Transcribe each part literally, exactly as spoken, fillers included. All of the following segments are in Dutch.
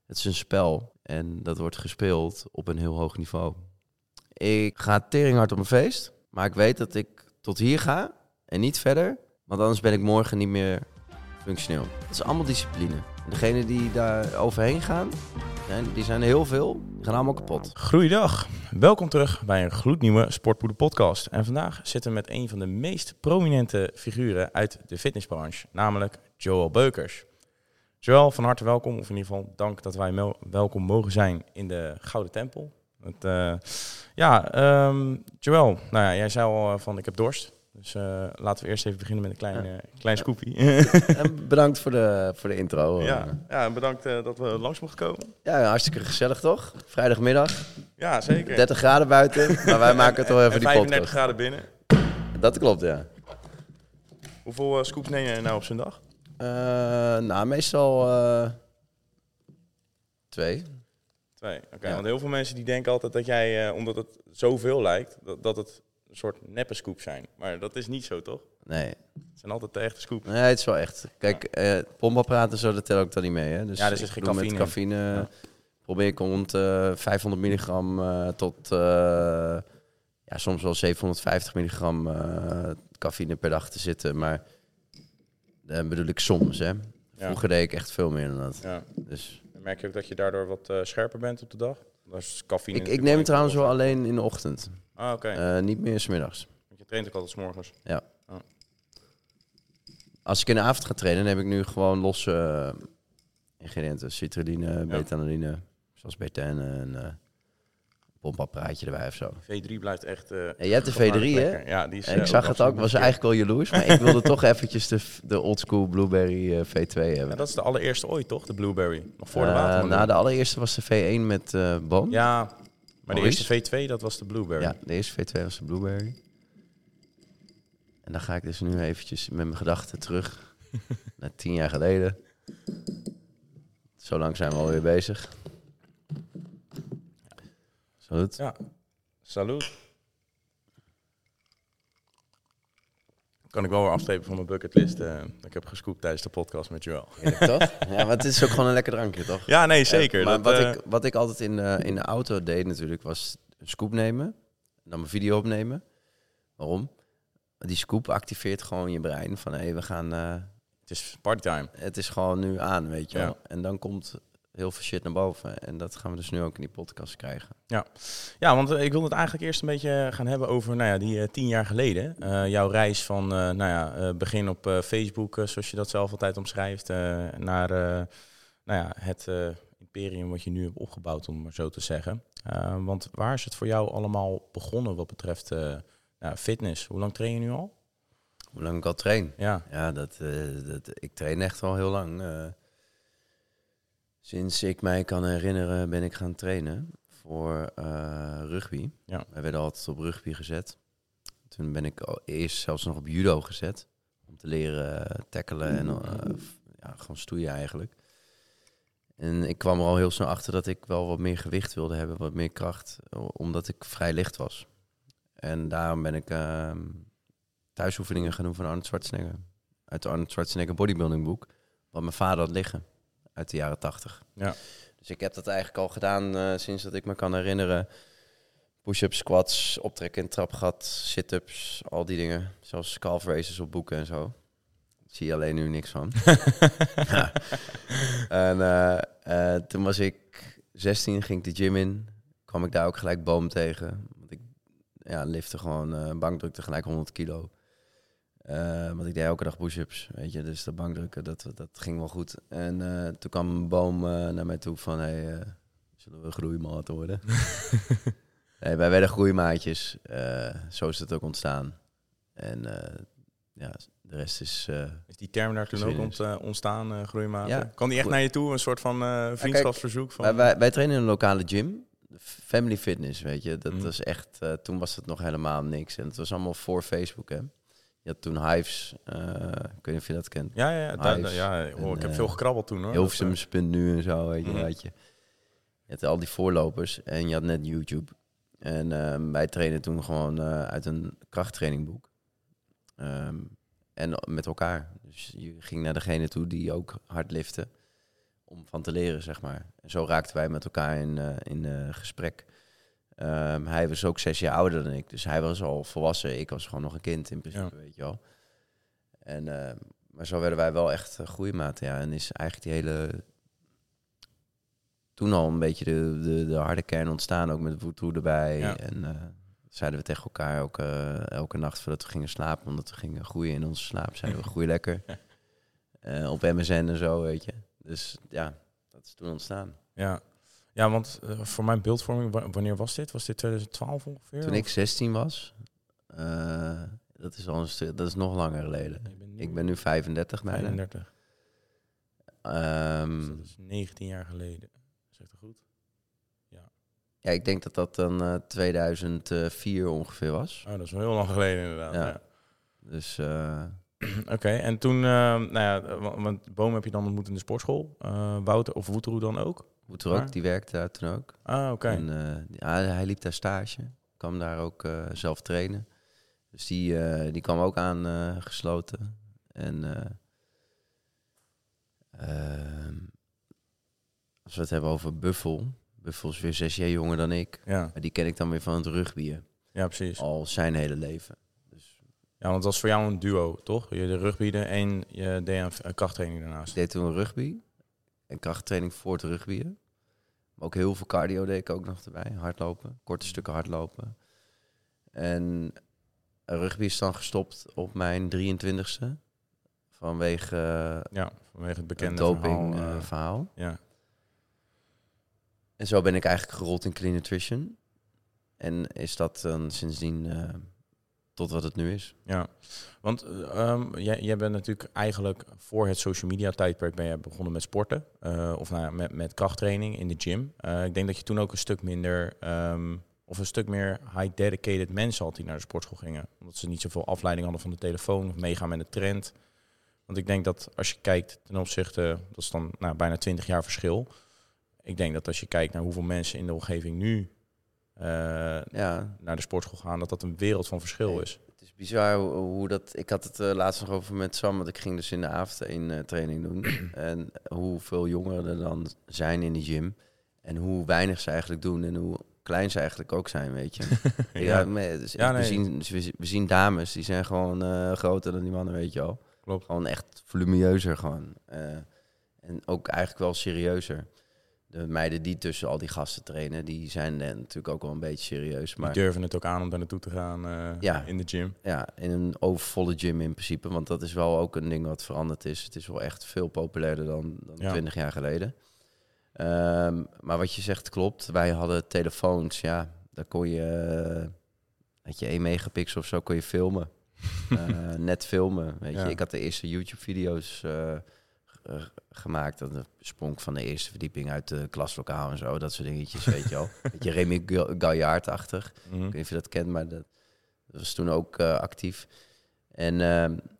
Het is een spel en dat wordt gespeeld op een heel hoog niveau. Ik ga teringhard op mijn feest, maar ik weet dat ik tot hier ga en niet verder. Want anders ben ik morgen niet meer functioneel. Het is allemaal discipline. En degenen die daar overheen gaan, die zijn er heel veel, die gaan allemaal kapot. Goeiedag, welkom terug bij een gloednieuwe Sportpoeder podcast. En vandaag zitten we met een van de meest prominente figuren uit de fitnessbranche, namelijk Joel Beukers. Joel, van harte welkom, of in ieder geval dank dat wij mel- welkom mogen zijn in de Gouden Tempel. Het, uh, ja, um, Joel, nou ja, jij zei al van ik heb dorst. Dus uh, laten we eerst even beginnen met een klein, ja. uh, klein scoopie. En bedankt voor de, voor de intro. Ja, ja bedankt uh, dat we langs mochten komen. Ja, hartstikke gezellig toch? Vrijdagmiddag. Ja, zeker. dertig graden buiten, maar wij maken het wel even en die vijfendertig podcast. graden binnen. Dat klopt, ja. Hoeveel uh, scoops neem je nou op zo'n dag? Uh, nou, meestal uh, twee. Twee, oké. Okay, ja. Want heel veel mensen die denken altijd dat jij, uh, omdat het zoveel lijkt, dat, dat het een soort neppe scoops zijn. Maar dat is niet zo, toch? Nee. Het zijn altijd de echte scoops. Nee, het is wel echt. Kijk, ja. uh, pompapparaten en zo, dat tel ik dan niet mee. Hè? Dus ja, dus is geen cafeïne. Met cafeïne ja. probeer ik rond uh, vijfhonderd milligram uh, tot uh, ja, soms wel zevenhonderdvijftig milligram uh, cafeïne per dag te zitten. Maar dat uh, bedoel ik soms, hè. Vroeger ja. deed ik echt veel meer dan dat. Ja. Dus merk je ook dat je daardoor wat uh, scherper bent op de dag? Dat is cafeïne. Ik, ik neem het trouwens wel alleen in de ochtend. Ah, oké. Okay. Uh, niet meer 's middags. Want je traint ook altijd 's morgens. Ja. Oh. Als ik in de avond ga trainen, dan heb ik nu gewoon losse uh, ingrediënten. Citrulline, ja. beta-alanine, zoals betane en uh, pompapparaatje erbij of zo. V drie blijft echt... Uh, en jij hebt de V drie, hè? Ja, die is, en ik uh, zag het ook, was eigenlijk wel jaloers. Maar ik wilde toch eventjes de, de oldschool Blueberry uh, V twee hebben. Ja, dat is de allereerste ooit, toch? De Blueberry. Nog voor de uh, watermeloen. Nou, de allereerste was de V één met uh, boom. Ja, maar Maurice. De eerste V twee, dat was de Blueberry. Ja, de eerste V twee was de Blueberry. En dan ga ik dus nu eventjes met mijn gedachten terug naar tien jaar geleden. Zo lang zijn we alweer bezig. Salut. Ja, salut. Kan ik wel weer afstrepen van mijn bucketlist. Uh, ik heb gescoopt tijdens de podcast met Joel. Heerlijk, toch? Ja, maar het is ook gewoon een lekker drankje, toch? Ja, nee, zeker. Uh, maar dat, wat, uh... ik, wat ik altijd in, uh, in de auto deed natuurlijk, was een scoop nemen. En dan mijn video opnemen. Waarom? Die scoop activeert gewoon je brein van, hé, hey, we gaan... Uh, het is partytime. Het is gewoon nu aan, weet je wel. Ja. En dan komt heel veel shit naar boven. En dat gaan we dus nu ook in die podcast krijgen. Ja, ja want uh, ik wilde het eigenlijk eerst een beetje gaan hebben over nou ja, die uh, tien jaar geleden. Uh, jouw reis van uh, nou ja, uh, begin op uh, Facebook, uh, zoals je dat zelf altijd omschrijft, uh, naar uh, nou ja, het uh, imperium wat je nu hebt opgebouwd, om maar zo te zeggen. Uh, want waar is het voor jou allemaal begonnen wat betreft uh, nou, fitness? Hoe lang train je nu al? Hoe lang ik al train? Ja, ja dat, uh, dat, ik train echt al heel lang. Uh, sinds ik mij kan herinneren ben ik gaan trainen voor uh, rugby. Ja. Wij werden altijd op rugby gezet. Toen ben ik al eerst zelfs nog op judo gezet. Om te leren uh, tackelen en uh, ja, gewoon stoeien eigenlijk. En ik kwam er al heel snel achter dat ik wel wat meer gewicht wilde hebben, wat meer kracht. Omdat ik vrij licht was. En daarom ben ik... Uh, thuisoefeningen gaan doen van Arnold Schwarzenegger. Uit de Arnold Schwarzenegger bodybuilding boek. Wat mijn vader had liggen. Uit de jaren tachtig. Ja. Dus ik heb dat eigenlijk al gedaan uh, sinds dat ik me kan herinneren. Push-ups, squats, optrekken in trapgat, sit-ups, al die dingen. Zelfs calf races op boeken en zo. Zie je alleen nu niks van. ja. En uh, uh, toen was ik zestien, ging ik de gym in. Kwam ik daar ook gelijk boom tegen. Want ik ja, lifte gewoon, uh, bankdrukte gelijk honderd kilo. Uh, want ik deed elke dag push-ups, weet je. Dus dat bankdrukken, dat, dat ging wel goed. En uh, toen kwam een boom uh, naar mij toe van... Hey, uh, zullen we groeimaat worden? hey, wij werden groeimaatjes. Uh, zo is het ook ontstaan. En uh, ja, de rest is... Uh, is die term daar toen ook ont, uh, ontstaan, uh, groeimaten? Ja, kwam die echt naar je toe? Een soort van uh, vriendschapsverzoek? Van... Wij, wij, wij trainen in een lokale gym. Family fitness, weet je. Dat mm. was echt... Uh, toen was het nog helemaal niks. En het was allemaal voor Facebook, hè. Je had toen Hives, uh, ik weet niet of je dat kent. Ja, ja, ja, da, da, ja oh, ik heb uh, veel gekrabbeld toen, hoor. Hilversums punt nu en zo, weet je, mm. weet je. Je had al die voorlopers en je had net YouTube. En uh, wij trainen toen gewoon uh, uit een krachttrainingboek. Um, en met elkaar. Dus je ging naar degene toe die ook hard lifte. om van te leren, zeg maar. En zo raakten wij met elkaar in, uh, in uh, gesprek. Um, hij was ook zes jaar ouder dan ik. Dus hij was al volwassen. Ik was gewoon nog een kind in principe, ja. weet je wel. En, uh, maar zo werden wij wel echt uh, groeimaten, ja. En is eigenlijk die hele... Toen al een beetje de, de, de harde kern ontstaan, ook met Woetroe erbij. Ja. En uh, zeiden we tegen elkaar ook, uh, elke nacht voordat we gingen slapen, omdat we gingen groeien in onze slaap, zeiden we groei lekker. Uh, op M S N en zo, weet je. Dus ja, dat is toen ontstaan. Ja, ja want uh, voor mijn beeldvorming, w- wanneer was dit? Was dit twintig twaalf ongeveer? Toen of? Ik zestien was. Uh, dat is al een stuk, dat is nog langer geleden. Nu, ik ben nu vijfendertig bijna. vijfendertig. Um, dus dat is negentien jaar geleden. Zegt dat goed? Ja. Ja, ik denk dat dat dan uh, tweeduizend vier ongeveer was. Oh, dat is wel heel lang geleden inderdaad. Ja. Ja. Dus... Uh, Oké, okay, en toen, uh, nou ja, want Boom heb je dan ontmoet in de sportschool. Uh, Wouter of Woetroe dan ook? Woetroe ook, die werkte daar toen ook. Ah, oké. Okay. En uh, ja, hij liep daar stage, kwam daar ook uh, zelf trainen. Dus die, uh, die kwam ook aan uh, gesloten. En uh, uh, als we het hebben over Buffel, Buffel is weer zes jaar jonger dan ik. Ja. Maar die ken ik dan weer van het rugbyen. Ja, precies. Al zijn hele leven. Ja, want dat was voor jou een duo, toch? Je de rugbieden en je deed een krachttraining daarnaast. Ik deed toen rugby en krachttraining voor het rugbyen. Maar ook heel veel cardio deed ik ook nog erbij. Hardlopen, korte stukken hardlopen. En rugby is dan gestopt op mijn drieëntwintigste. Vanwege, ja, vanwege het bekende doping verhaal. Uh, verhaal. Ja. En zo ben ik eigenlijk gerold in clean nutrition. En is dat dan sindsdien... Uh, tot wat het nu is. Ja, want um, jij, jij bent natuurlijk eigenlijk voor het social media tijdperk ben je begonnen met sporten. Uh, of nou ja, met, met krachttraining in de gym. Uh, ik denk dat je toen ook een stuk minder... Um, of een stuk meer high-dedicated mensen had die naar de sportschool gingen. Omdat ze niet zoveel afleiding hadden van de telefoon of meegaan met de trend. Want ik denk dat als je kijkt ten opzichte... Dat is dan nou, bijna twintig jaar verschil. Ik denk dat als je kijkt naar hoeveel mensen in de omgeving nu... Uh, ja. naar de sportschool gaan, dat dat een wereld van verschil nee, is. Het is bizar hoe, hoe dat... Ik had het uh, laatst nog over met Sam, want ik ging dus in de avond een uh, training doen. En hoeveel jongeren er dan zijn in de gym. En hoe weinig ze eigenlijk doen en hoe klein ze eigenlijk ook zijn, weet je. ja. Ja, maar, dus ja, nee. we, zien, we, we zien dames, die zijn gewoon uh, groter dan die mannen, weet je al. Klopt. Gewoon echt volumieuzer gewoon. Uh, en ook eigenlijk wel serieuzer. De meiden die tussen al die gasten trainen, die zijn uh, natuurlijk ook wel een beetje serieus. Maar die durven het ook aan om daar naartoe te gaan uh, ja, in de gym. Ja, in een overvolle gym in principe. Want dat is wel ook een ding wat veranderd is. Het is wel echt veel populairder dan, dan ja. twintig jaar geleden. Um, maar wat je zegt klopt. Wij hadden telefoons, ja, daar kon je... Uh, had je één megapixel of zo, kon je filmen. uh, net filmen, weet je. Ja. Ik had de eerste YouTube-video's... Uh, Uh, gemaakt. Dat sprong van de eerste verdieping uit de klaslokaal en zo. Dat soort dingetjes, weet je al. Beetje Remy Gaillard-achtig. Mm-hmm. Ik weet niet of je dat kent, maar dat, dat was toen ook uh, actief. En uh,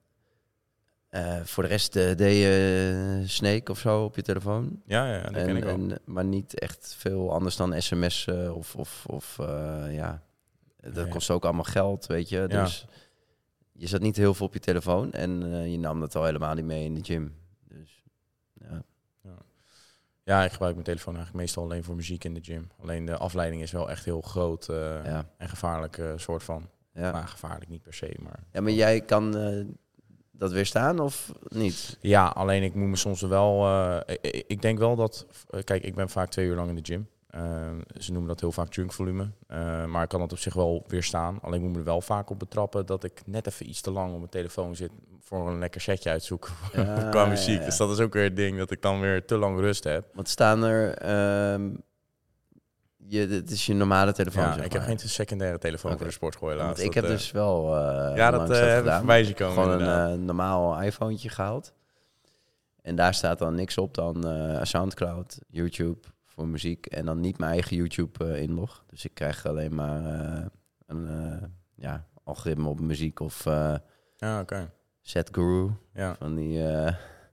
uh, voor de rest uh, deed je uh, Snake of zo op je telefoon. Ja, ja, dat en, ken ik en, ook. Maar niet echt veel anders dan sms uh, of, of, of uh, ja... Dat ja, ja. kost ook allemaal geld, weet je. Ja. Dus je zat niet heel veel op je telefoon en uh, je nam dat al helemaal niet mee in de gym. Dus, ja. Ja. ja, ik gebruik mijn telefoon eigenlijk meestal alleen voor muziek in de gym. Alleen de afleiding is wel echt heel groot uh, ja. en gevaarlijk uh, soort van. Ja. Maar gevaarlijk niet per se. Maar, ja, maar jij kan uh, dat weerstaan of niet? Ja, alleen ik moet me soms wel... Uh, ik, ik denk wel dat... Uh, kijk, ik ben vaak twee uur lang in de gym. Uh, ze noemen dat heel vaak junkvolume. Uh, maar ik kan het op zich wel weerstaan. Alleen moet me er wel vaak op betrappen dat ik net even iets te lang op mijn telefoon zit voor een lekker setje uitzoeken ja, qua muziek. Ja, ja. Dus dat is ook weer het ding dat ik dan weer te lang rust heb. Wat staan er... Um, je, het is je normale telefoon, ja, zeg ik maar. heb geen secundaire telefoon okay. voor de sportschool helaas. Want ik dat, heb uh, dus wel uh, ja, dat, uh, heb ik voorbij zien komen. Gewoon een uh, normaal iPhone'tje gehaald. En daar staat dan niks op dan uh, Soundcloud, YouTube... voor muziek en dan niet mijn eigen YouTube-inlog. Uh, dus ik krijg alleen maar uh, een uh, ja, algoritme op muziek of uh, ja, okay. Set Guru ja. van die, uh,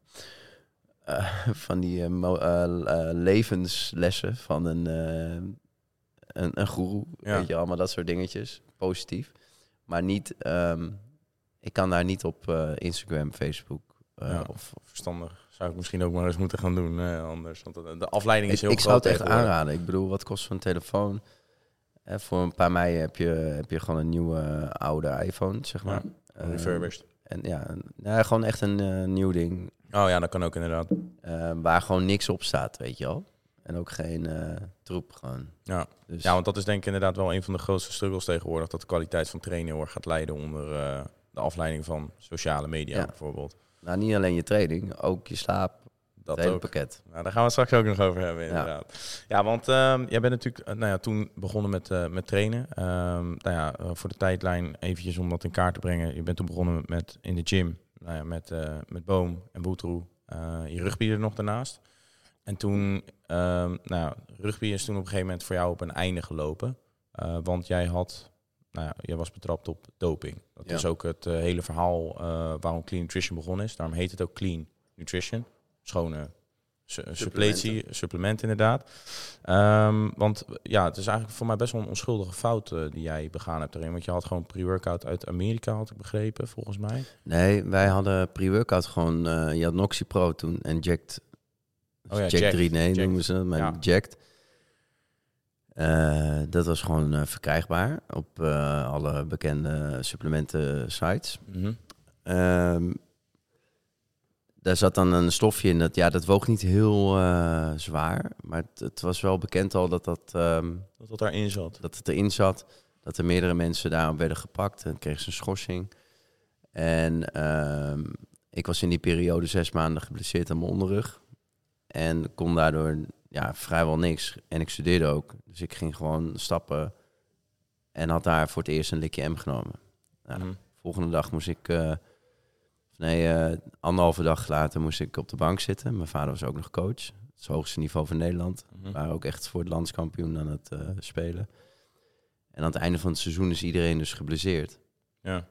uh, van die uh, mo- uh, uh, levenslessen van een, uh, een, een guru. Ja. Weet je, allemaal dat soort dingetjes. Positief. Maar niet, um, ik kan daar niet op uh, Instagram, Facebook uh, ja, of verstandig. Zou ik misschien ook maar eens moeten gaan doen, uh, anders. Want de, de afleiding is ik, heel ik groot. Ik zou het echt aanraden. Ik bedoel, wat kost zo'n telefoon? Eh, voor een paar mei heb je, heb je gewoon een nieuwe uh, oude iPhone, zeg maar. Ja, refurbished. Uh, en ja, nou, gewoon echt een uh, nieuw ding. Oh ja, dat kan ook inderdaad. Uh, waar gewoon niks op staat, weet je wel. En ook geen uh, troep gewoon. Ja. Dus. ja, want dat is denk ik inderdaad wel een van de grootste struggles tegenwoordig. Dat de kwaliteit van trainen hoor, gaat leiden onder uh, de afleiding van sociale media ja. bijvoorbeeld. Nou, niet alleen je training, ook je slaap. Dat het hele ook. pakket. Nou, daar gaan we het straks ook nog over hebben, inderdaad. Ja, ja want uh, jij bent natuurlijk uh, nou ja, toen begonnen met, uh, met trainen. Um, nou ja, uh, voor de tijdlijn eventjes om dat in kaart te brengen. Je bent toen begonnen met in de gym, nou ja, met, uh, met Boom en Boetroe. Uh, je rugby er nog daarnaast. En toen, um, nou ja, rugby is toen op een gegeven moment voor jou op een einde gelopen. Uh, want jij had, nou ja, jij was betrapt op doping. Dat ja. is ook het uh, hele verhaal uh, waarom Clean Nutrition begonnen is. Daarom heet het ook Clean Nutrition. Schone su- suppletie, supplement inderdaad. Um, want ja, het is eigenlijk voor mij best wel een onschuldige fout uh, die jij begaan hebt erin. Want je had gewoon pre-workout uit Amerika, had ik begrepen, volgens mij. Nee, wij hadden pre-workout gewoon, uh, je had Noxipro toen en Jacked. Oh ja, Jack drie, nee, Jacked. noemen ze het, maar ja. Jacked. Uh, dat was gewoon uh, verkrijgbaar op uh, alle bekende supplementen sites. Mm-hmm. Um, Daar zat dan een stofje in, dat, ja, dat woog niet heel uh, zwaar. Maar het, het was wel bekend al dat dat... Um, dat dat daarin zat. Dat het erin zat. Dat er meerdere mensen daarop werden gepakt. En kregen ze een schorsing. En um, ik was in die periode zes maanden geblesseerd aan mijn onderrug. En kon daardoor ja, vrijwel niks. En ik studeerde ook. Dus ik ging gewoon stappen. En had daar voor het eerst een likje M genomen. Nou, mm-hmm. Volgende dag moest ik... Uh, Nee, uh, anderhalve dag later moest ik op de bank zitten. Mijn vader was ook nog coach. Het is het hoogste niveau van Nederland. We Mm-hmm. waren ook echt voor het landskampioen aan het uh, spelen. En aan het einde van het seizoen is iedereen dus geblesseerd. Ja.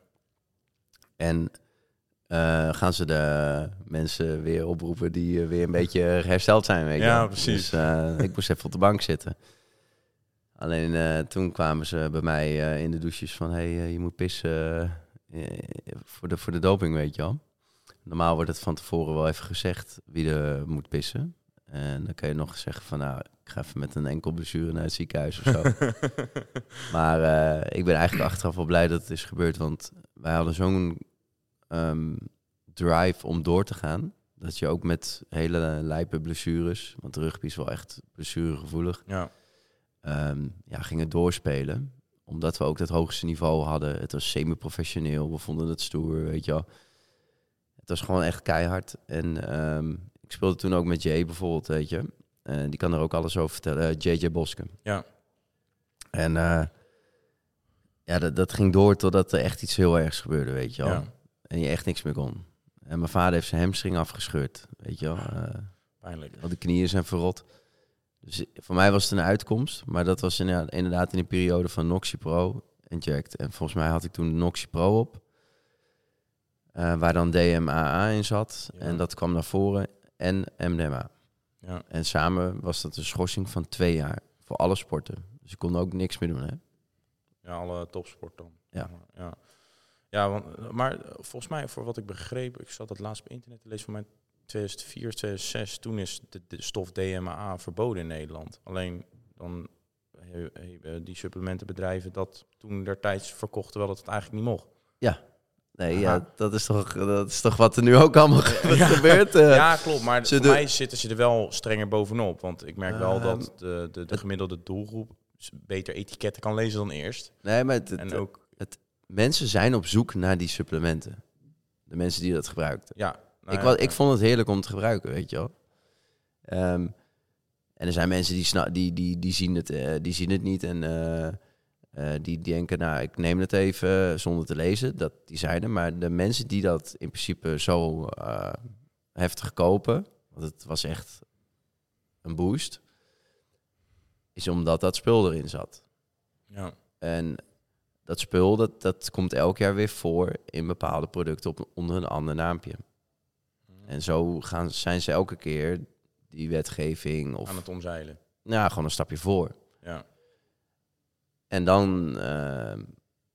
En uh, gaan ze de mensen weer oproepen die uh, weer een beetje hersteld zijn. Weet je ja, wel. precies. Dus uh, ik moest even op de bank zitten. Alleen uh, toen kwamen ze bij mij uh, in de douches van... hé, hey, uh, je moet pissen... Uh, Voor de, voor de doping, weet je wel. Normaal wordt het van tevoren wel even gezegd wie er moet pissen. En dan kan je nog zeggen van, nou, ik ga even met een enkel blessure naar het ziekenhuis of zo. Maar uh, ik ben eigenlijk achteraf wel blij dat het is gebeurd. Want wij hadden zo'n um, drive om door te gaan. Dat je ook met hele lijpe blessures, want rugby is wel echt blessuregevoelig. Ja. Um, ja, gingen doorspelen. Omdat we ook het hoogste niveau hadden. Het was semi-professioneel. We vonden het stoer, weet je wel. Het was gewoon echt keihard. En um, ik speelde toen ook met Jay bijvoorbeeld, weet je. Uh, die kan er ook alles over vertellen. Uh, J J Boske. Ja. En uh, ja, dat, dat ging door totdat er echt iets heel ergs gebeurde, weet je wel. Ja. En je echt niks meer kon. En mijn vader heeft zijn hamstring afgescheurd, weet je wel. Uh, Pijnlijk. Al de knieën zijn verrot. Dus voor mij was het een uitkomst. Maar dat was inderdaad in de periode van Noxipro en Jacked. En volgens mij had ik toen Noxipro op. Uh, waar dan D M A A in zat. Ja. En dat kwam naar voren. En M D M A. Ja. En samen was dat een schorsing van twee jaar. Voor alle sporten. Dus ik kon ook niks meer doen, hè? Ja, alle topsport dan. Ja. Ja, ja want, maar volgens mij, voor wat ik begreep... Ik zat dat laatst op internet te lezen van mijn... tweeduizend vier, tweeduizend zes, toen is de, de stof D M A A verboden in Nederland. Alleen dan he, he, die supplementenbedrijven dat toen dertijds verkochten, terwijl dat het eigenlijk niet mocht. Ja, nee, ja, dat is toch dat is toch wat er nu ook allemaal ja. gebeurt. Uh, ja, klopt. Maar voor de... mij zitten ze er wel strenger bovenop. Want ik merk wel uh, dat de, de, de gemiddelde doelgroep beter etiketten kan lezen dan eerst. Nee, maar het, en het, ook het, mensen zijn op zoek naar die supplementen. De mensen die dat gebruikten. Ja. Nou, ik, wat, ik vond het heerlijk om te gebruiken, weet je wel. Um, en er zijn mensen die, sna- die, die, die, zien, het, uh, die zien het niet en uh, uh, die denken, nou, ik neem het even zonder te lezen. Dat, die zijn er. Maar de mensen die dat in principe zo uh, heftig kopen, want het was echt een boost, is omdat dat spul erin zat. Ja. En dat spul, dat, dat komt elk jaar weer voor in bepaalde producten op, onder een ander naampje. En zo gaan, zijn ze elke keer die wetgeving... Of, aan het omzeilen. Nou, gewoon een stapje voor. Ja. En dan uh,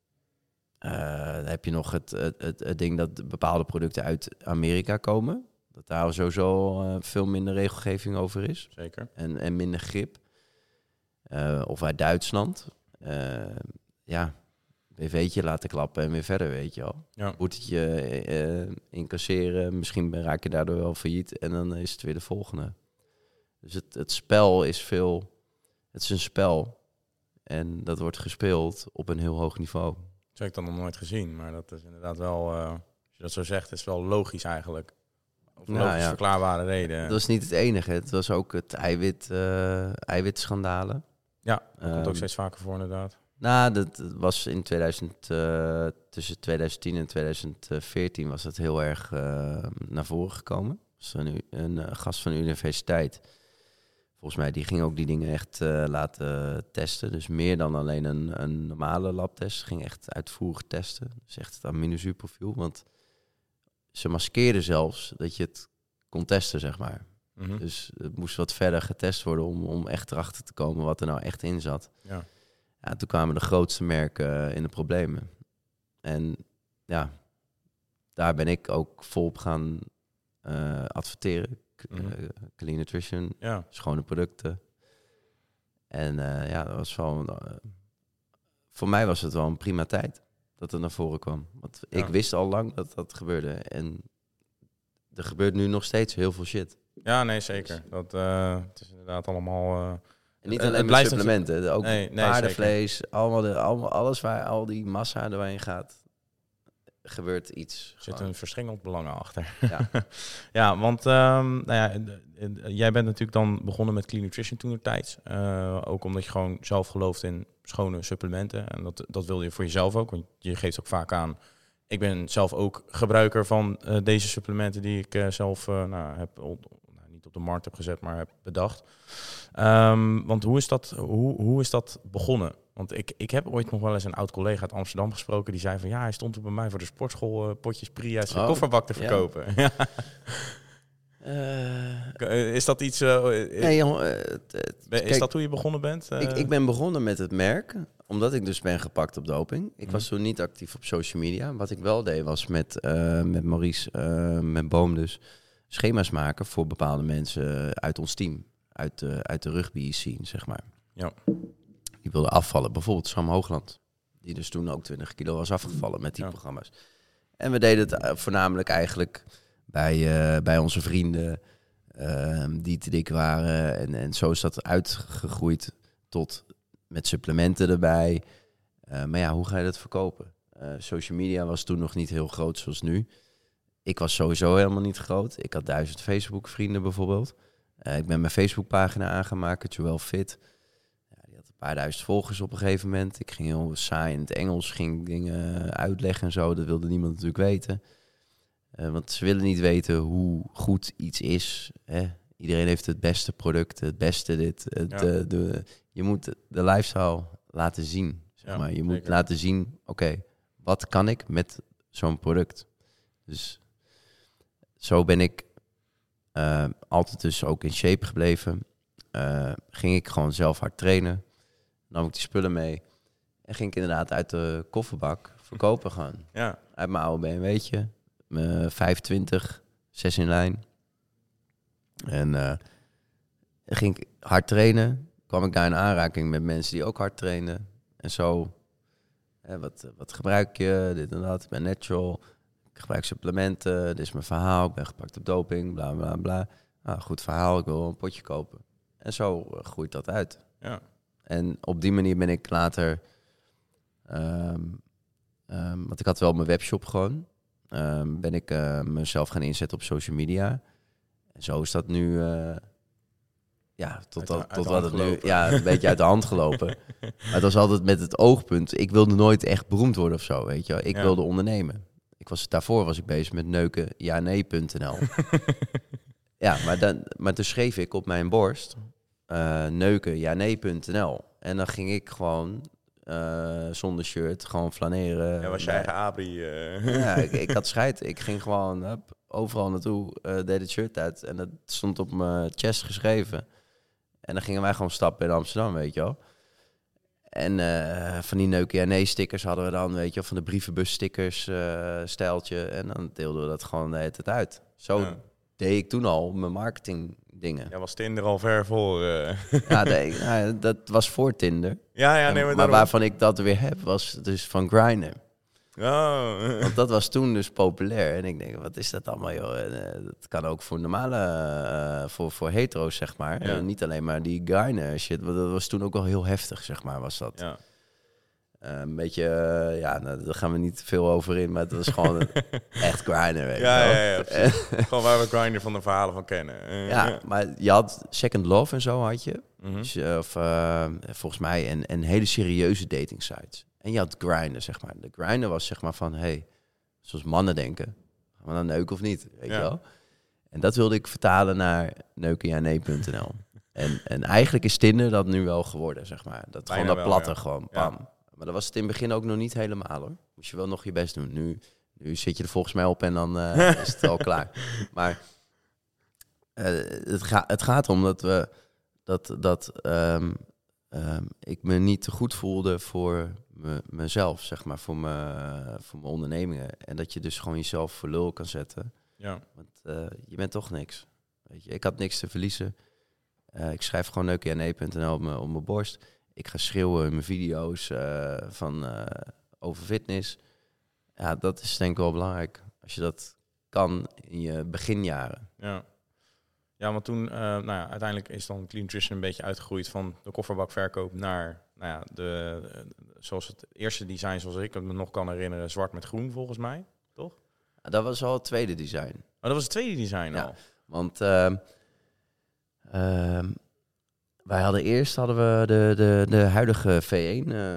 uh, heb je nog het, het, het, het ding dat bepaalde producten uit Amerika komen. Dat daar sowieso uh, veel minder regelgeving over is. Zeker. En, en minder grip. Uh, of uit Duitsland. Uh, ja, B V'tje laten klappen en weer verder, weet je wel. Ja. Boetetje uh, incasseren, misschien raak je daardoor wel failliet en dan is het weer de volgende. Dus het, het spel is veel... Het is een spel en dat wordt gespeeld op een heel hoog niveau. Dat heb ik dan nog nooit gezien, maar dat is inderdaad wel... Uh, als je dat zo zegt, is wel logisch eigenlijk. Of nou, logisch ja. verklaarbare reden. Dat is niet het enige. Het was ook het eiwit, uh, eiwitschandalen. Ja, dat um, komt ook um, steeds vaker voor inderdaad. Nou, dat was in tweeduizend, uh, tussen twintig tien en twintig veertien was dat heel erg uh, naar voren gekomen. Dus een, een uh, gast van de universiteit, volgens mij, die ging ook die dingen echt uh, laten testen. Dus meer dan alleen een, een normale labtest. Ging echt uitvoerig testen. Dus echt het aminozuurprofiel. Want ze maskeerden zelfs dat je het kon testen, zeg maar. Mm-hmm. Dus het moest wat verder getest worden om, om echt erachter te komen wat er nou echt in zat. Ja. Ja, toen kwamen de grootste merken in de problemen. En ja, daar ben ik ook volop gaan uh, adverteren. Mm-hmm. Uh, clean nutrition, ja. schone producten. En uh, ja, dat was wel... Uh, voor mij was het wel een prima tijd dat het naar voren kwam. Want ja. ik wist al lang dat dat gebeurde. En er gebeurt nu nog steeds heel veel shit. Ja, nee, zeker. Dat, uh, het is inderdaad allemaal... Uh, en niet alleen met supplementen, het... ook nee, nee, paardenvlees, allemaal de, allemaal, alles waar al die massa doorheen gaat, gebeurt iets. Er zit een verschillend belangen achter. Ja, ja want um, nou ja, jij bent natuurlijk dan begonnen met Clean Nutrition toentertijds. Uh, ook omdat je gewoon zelf gelooft in schone supplementen. En dat, dat wilde je voor jezelf ook, want je geeft ook vaak aan... Ik ben zelf ook gebruiker van uh, deze supplementen die ik uh, zelf uh, nou, heb... nou, niet op de markt heb gezet, maar heb bedacht. Um, want hoe is dat, hoe, hoe is dat begonnen? Want ik, ik heb ooit nog wel eens een oud collega uit Amsterdam gesproken... die zei van ja, hij stond er bij mij voor de sportschool... Uh, potjes Pri uit zijn oh, kofferbak te verkopen. Ja. uh, is dat iets... Uh, nee, jongen, uh, t- t- is kijk, dat hoe je begonnen bent? Uh, ik, ik ben begonnen met het merk... omdat ik dus ben gepakt op doping. Ik mm. was toen niet actief op social media. Wat ik wel deed was met, uh, met Maurice, uh, met Boom dus... schema's maken voor bepaalde mensen uit ons team. Uit de, uit de rugby scene, zeg maar. Ja. Die wilden afvallen. Bijvoorbeeld Sam Hoogland. Die dus toen ook twintig kilo was afgevallen met die ja. programma's. En we deden het uh, voornamelijk eigenlijk bij, uh, bij onze vrienden... Uh, die te dik waren. En, en zo is dat uitgegroeid tot met supplementen erbij. Uh, maar ja, hoe ga je dat verkopen? Uh, social media was toen nog niet heel groot zoals nu. Ik was sowieso helemaal niet groot. Ik had duizend Facebook-vrienden bijvoorbeeld. Uh, ik ben mijn Facebook-pagina aangemaakt, Joel Fit. Ja, die had een paar duizend volgers op een gegeven moment. Ik ging heel saai in het Engels, ging dingen uitleggen en zo. Dat wilde niemand natuurlijk weten. Uh, want ze willen niet weten hoe goed iets is. Hè? Iedereen heeft het beste product, het beste dit. Het, ja. de, de, je moet de lifestyle laten zien. Zeg ja, maar. Je moet zeker. laten zien, oké, okay, wat kan ik met zo'n product? Dus... Zo ben ik uh, altijd dus ook in shape gebleven. Uh, ging ik gewoon zelf hard trainen. Nam ik die spullen mee. En ging ik inderdaad uit de kofferbak verkopen gaan. Ja. Uit mijn oude B M W'tje. Mijn vijfentwintig, zes in lijn. En uh, ging ik hard trainen. Kwam ik daar in aanraking met mensen die ook hard trainen. En zo, hè, wat, wat gebruik je? Dit en dat. Ik ben natural. Ik gebruik supplementen, dit is mijn verhaal, ik ben gepakt op doping, bla bla bla. Ah, goed verhaal, ik wil een potje kopen. En zo uh, groeit dat uit. Ja. En op die manier ben ik later... Um, um, want ik had wel mijn webshop gewoon. Um, ben ik uh, mezelf gaan inzetten op social media. En zo is dat nu... Uh, ja, tot, dat, tot wat het nu... Ja, een beetje uit de hand gelopen. Maar het was altijd met het oogpunt. Ik wilde nooit echt beroemd worden of zo, weet je wel. Ik ja. wilde ondernemen. Ik was, daarvoor was ik bezig met neuken ja nee punt n l. ja, maar, dan, maar toen schreef ik op mijn borst uh, neuken ja nee punt n l. En dan ging ik gewoon uh, zonder shirt gewoon flaneren. Ja, was je eigen abri. Uh. Ja, ik, ik had scheid. Ik ging gewoon hup, overal naartoe, uh, deed het shirt uit. En dat stond op mijn chest geschreven. En dan gingen wij gewoon stappen in Amsterdam, weet je wel. En uh, van die neuken ja nee stickers hadden we dan, weet je, van de brievenbus stickers uh, stijltje. En dan deelden we dat gewoon de hele tijd uit. Zo, ja. deed ik toen al mijn marketing dingen. Ja, was Tinder al ver voor? Uh. Ja, nee, nou, dat was voor Tinder. Ja, ja, nee, maar, maar, maar waarvan ik dat weer heb, was dus van Grindr. Oh. Want dat was toen dus populair. En ik denk, wat is dat allemaal, joh? En, uh, dat kan ook voor normale, uh, voor, voor hetero's, zeg maar. Ja. Uh, niet alleen maar die Grindr shit. Want dat was toen ook wel heel heftig, zeg maar, was dat. Ja. Uh, een beetje, uh, ja, nou, daar gaan we niet veel over in, maar het was gewoon echt Grindr, weet je ja, wel. Ja, ja, ja. Gewoon waar we Grindr van de verhalen van kennen. Uh, ja, maar je had Second Love en zo had je. Mm-hmm. Dus, uh, of uh, volgens mij en, en hele serieuze dating sites. En je had Grindr, zeg maar. De Grindr was zeg maar van, hey, zoals mannen denken, gaan we dan neuken of niet, weet ja. je wel? En dat wilde ik vertalen naar neukenjanee punt n l. en, en eigenlijk is Tinder dat nu wel geworden, zeg maar. Dat Bijna gewoon dat wel, platte, ja. gewoon, pam. Ja. Maar dat was het in het begin ook nog niet helemaal, hoor. Moest je wel nog je best doen. Nu, nu zit je er volgens mij op en dan uh, is het al klaar. Maar uh, het, ga, het gaat om dat we dat, dat um, um, ik me niet te goed voelde voor me, mezelf, zeg maar, voor, me, voor mijn ondernemingen. En dat je dus gewoon jezelf voor lul kan zetten. Ja. Want uh, je bent toch niks. Weet je, ik had niks te verliezen. Uh, ik schrijf gewoon neukenjanee punt n l op mijn, op mijn borst. Ik ga schreeuwen in mijn video's uh, van, uh, over fitness. Ja, dat is denk ik wel belangrijk. Als je dat kan in je beginjaren. Ja, ja want toen, uh, nou ja, uiteindelijk is dan Clean Nutrition een beetje uitgegroeid van de kofferbakverkoop naar, nou ja, de, uh, zoals het eerste design, zoals ik me nog kan herinneren, zwart met groen volgens mij, toch? Ja, dat was al het tweede design. Oh, dat was het tweede design ja, al? Want uh, uh, wij hadden eerst hadden we de, de, de huidige V één. Uh,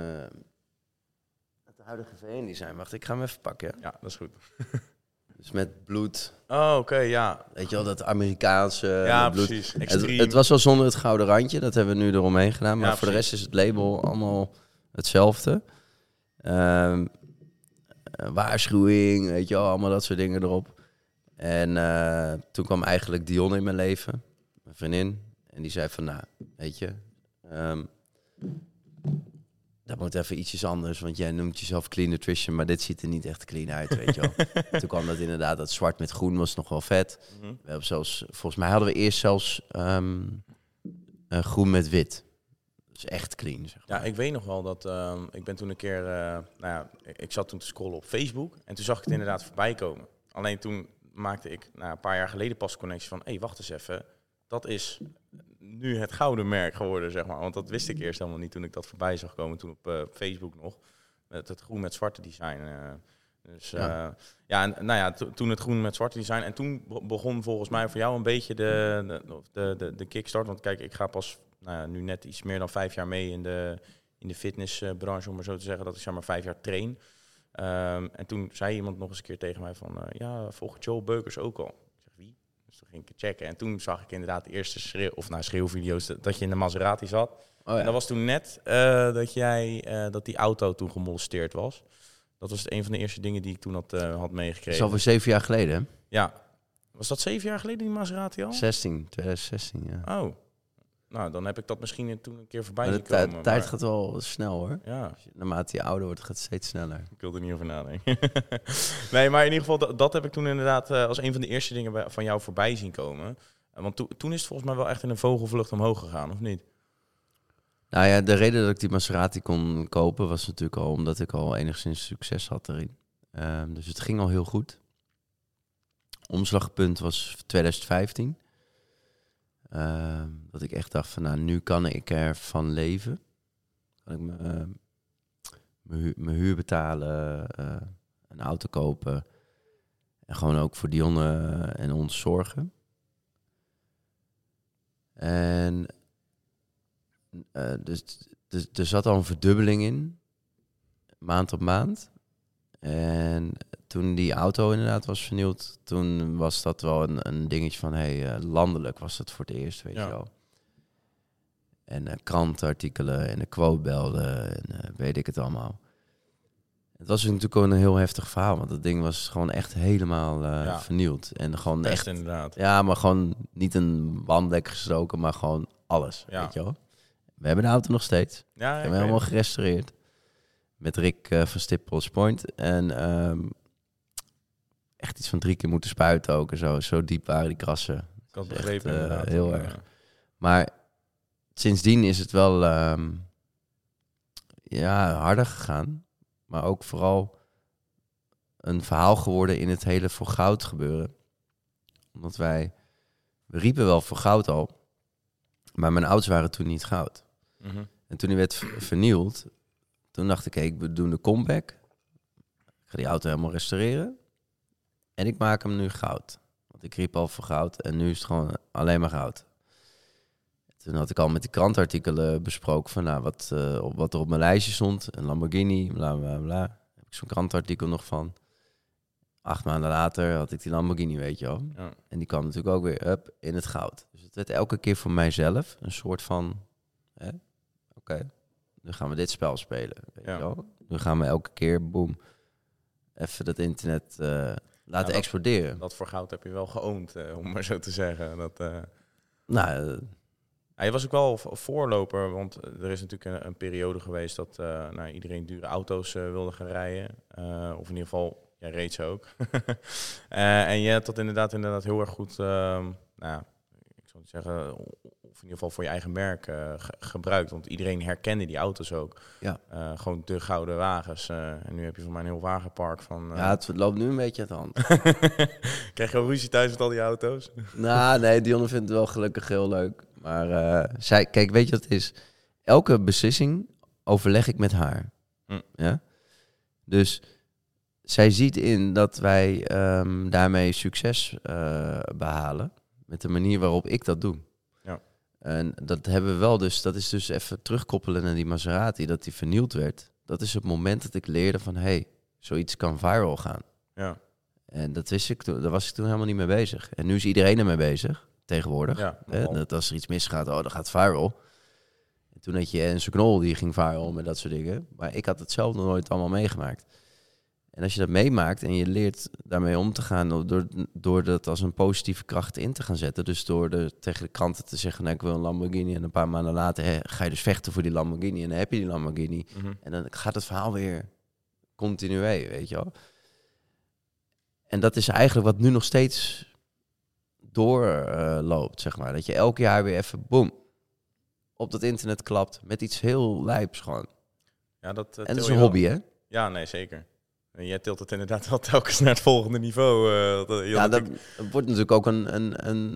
het huidige V één design. Wacht, ik ga hem even pakken. Ja, dat is goed. Dus met bloed. Oh, oké, okay, ja. Weet je wel, dat Amerikaanse ja, bloed. precies. Het, het was wel zonder het gouden randje. Dat hebben we nu eromheen gedaan. Maar ja, voor precies. De rest is het label allemaal hetzelfde. Um, waarschuwing, weet je wel, allemaal dat soort dingen erop. En uh, toen kwam eigenlijk Dion in mijn leven. Mijn vriendin. En die zei van, nou, weet je, um, dat moet even ietsjes anders, want jij noemt jezelf Clean Nutrition, maar dit ziet er niet echt clean uit, weet je wel. Toen kwam dat inderdaad, dat zwart met groen was nog wel vet. Mm-hmm. We hebben zelfs, volgens mij hadden we eerst zelfs um, uh, groen met wit. Dus echt clean, zeg maar. Ja, ik weet nog wel dat, um, ik ben toen een keer, uh, nou ja, ik zat toen te scrollen op Facebook en toen zag ik het inderdaad voorbij komen. Alleen toen maakte ik, nou, een paar jaar geleden pas connectie van, hé, hey, wacht eens even. Dat is nu het gouden merk geworden, zeg maar. Want dat wist ik eerst helemaal niet toen ik dat voorbij zag komen. Toen op uh, Facebook nog. Met het groen met zwarte design. Uh, dus uh, ja, ja en, nou ja, to, toen het groen met zwarte design. En toen begon volgens mij voor jou een beetje de, de, de, de, de kickstart. Want kijk, ik ga pas nou ja, nu net iets meer dan vijf jaar mee in de, in de fitnessbranche, om maar zo te zeggen. Dat ik zeg maar vijf jaar train. Um, en toen zei iemand nog eens een keer tegen mij van, uh, ja, volgt Joel Beukers ook al. Dus toen ging ik checken. En toen zag ik inderdaad de eerste schreeuw, of nou, schreeuwvideo's dat, dat je in de Maserati zat. Oh ja. En dat was toen net uh, dat jij uh, dat die auto toen gemolesteerd was. Dat was een van de eerste dingen die ik toen had, uh, had meegekregen. Dat is alweer zeven jaar geleden, hè? Ja. Was dat zeven jaar geleden, die Maserati al? zestien, twintig zestien, ja. Oh. Nou, dan heb ik dat misschien toen een keer voorbij maar zien de komen. De tijd gaat wel snel, hoor. Ja. Naarmate je ouder wordt, gaat het steeds sneller. Ik wil er niet over nadenken. Nee, maar in ieder geval, dat, dat heb ik toen inderdaad uh, als een van de eerste dingen bij, van jou voorbij zien komen. Uh, want to, toen is het volgens mij wel echt in een vogelvlucht omhoog gegaan, of niet? Nou ja, de reden dat ik die Maserati kon kopen was natuurlijk al omdat ik al enigszins succes had erin. Uh, dus het ging al heel goed. Omslagpunt was twintig vijftien. Uh, dat ik echt dacht van, nou, nu kan ik ervan leven. Kan ik me, uh, mijn, hu- mijn huur betalen, uh, een auto kopen. En gewoon ook voor Dion uh, en ons zorgen. En uh, dus, dus er zat al een verdubbeling in. Maand op maand. En toen die auto inderdaad was vernieuwd, toen was dat wel een, een dingetje van, hey, uh, landelijk was het voor het eerst, weet ja. je wel. En uh, krantenartikelen en de quotebelden en uh, weet ik het allemaal. Het was natuurlijk ook een heel heftig verhaal, want dat ding was gewoon echt helemaal uh, ja. vernieuwd. En gewoon Best echt, inderdaad. Ja, maar gewoon niet een wandlek gestoken, maar gewoon alles, ja. weet je wel. We hebben de auto nog steeds. Ja, we hebben helemaal gerestaureerd. Met Rick uh, van Stippels Point. En um, echt iets van drie keer moeten spuiten ook en zo. Zo diep waren die krassen. Ik had Echt, begrepen uh, inderdaad. heel en, erg. Uh, Maar sindsdien is het wel um, ja, harder gegaan. Maar ook vooral een verhaal geworden in het hele voor goud gebeuren. Omdat wij, we riepen wel voor goud al. Maar mijn ouders waren toen niet goud. mm-hmm. En toen die werd vernield, toen dacht ik, hey, ik doe de comeback. Ik ga die auto helemaal restaureren. En ik maak hem nu goud. Want ik riep al voor goud en nu is het gewoon alleen maar goud. Toen had ik al met de krantartikelen besproken van nou, wat, uh, wat er op mijn lijstje stond. Een Lamborghini, bla bla bla. Daar heb ik zo'n krantartikel nog van. Acht maanden later had ik die Lamborghini, weet je wel. Ja. En die kwam natuurlijk ook weer up in het goud. Dus het werd elke keer voor mijzelf een soort van... Oké, okay, nu gaan we dit spel spelen. Weet ja. je wel? Nu gaan we elke keer, boom, even dat internet uh, laten ja, dat, exploderen. Dat voor goud heb je wel geoond, uh, om maar zo te zeggen. Dat, uh... Nou... Uh, Ja, je was ook wel voorloper, want er is natuurlijk een, een periode geweest dat uh, nou, iedereen dure auto's uh, wilde gaan rijden. Uh, of in ieder geval, jij reed ze ook. uh, en je hebt dat inderdaad, inderdaad heel erg goed, uh, nou, ik zou niet zeggen, of in ieder geval voor je eigen merk uh, ge- gebruikt. Want iedereen herkende die auto's ook. Ja. Uh, gewoon de gouden wagens. Uh, en nu heb je voor mij een heel wagenpark van... Uh... Ja, het loopt nu een beetje uit de hand. Krijg je al ruzie thuis met al die auto's? Nou, nee, Dionne vindt het wel gelukkig heel leuk. Maar uh, zij, kijk, weet je wat het is? Elke beslissing overleg ik met haar. Hm. Ja? Dus zij ziet in dat wij um, daarmee succes uh, behalen. Met de manier waarop ik dat doe. Ja. En dat hebben we wel dus, dat is dus even terugkoppelen naar die Maserati, dat die vernield werd. Dat is het moment dat ik leerde van, hé, hey, zoiets kan viral gaan. Ja. En dat wist ik toen, daar was ik toen helemaal niet mee bezig. En nu is iedereen ermee bezig. Tegenwoordig. Ja, hè, dat als er iets misgaat, oh, dan gaat viral. En toen had je Enzo Knol, die ging viral met dat soort dingen. Maar ik had het zelf nog nooit allemaal meegemaakt. En als je dat meemaakt en je leert daarmee om te gaan, door, door dat als een positieve kracht in te gaan zetten. Dus door de, tegen de kranten te zeggen, nou, ik wil een Lamborghini. En een paar maanden later hè, ga je dus vechten voor die Lamborghini. En dan heb je die Lamborghini. Mm-hmm. En dan gaat het verhaal weer continuer, weet je wel. En dat is eigenlijk wat nu nog steeds doorloopt, uh, zeg maar. Dat je elk jaar weer even, boom, op dat internet klapt met iets heel lijps gewoon. Ja, dat, uh, en dat is een hobby, hè? Ja, nee, zeker. En jij tilt het inderdaad wel telkens naar het volgende niveau. Uh, dat, ja, dat, natuurlijk... dat wordt natuurlijk ook een, een, een...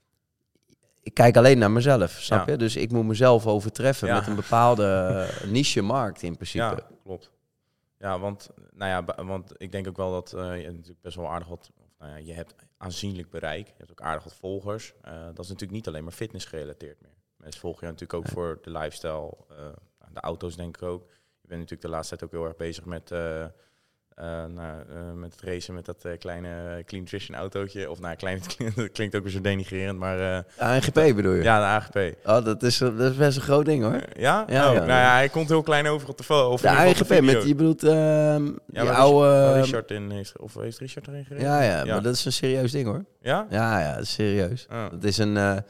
Ik kijk alleen naar mezelf, snap ja. je? Dus ik moet mezelf overtreffen ja. met een bepaalde niche-markt in principe. Ja, klopt. Ja, want, nou ja, want ik denk ook wel dat uh, je natuurlijk best wel aardig wat... Nou ja, je hebt aanzienlijk bereik. Je hebt ook aardig wat volgers. Uh, dat is natuurlijk niet alleen maar fitness gerelateerd meer. Mensen volgen je natuurlijk ook nee. voor de lifestyle. Uh, de auto's denk ik ook. Je bent natuurlijk de laatste tijd ook heel erg bezig met... Uh, Uh, nou, uh, met het racen met dat uh, kleine Clean Nutrition autootje. Of nou, klein, dat klinkt ook weer zo denigrerend, maar... Uh, de A N G P bedoel je? Ja, de A N G P. Oh, dat is, dat is best een groot ding, hoor. Uh, ja? Ja, oh, ja. Nou ja, hij komt heel klein over op de foto. De A N G P, met, je bedoelt uh, die ja, oude... Richard, Richard in heeft, of heeft Richard erin gereden? Ja, ja, ja, maar dat is een serieus ding, hoor. Ja? Ja, ja, dat is serieus. Oh. Dat is een... Uh,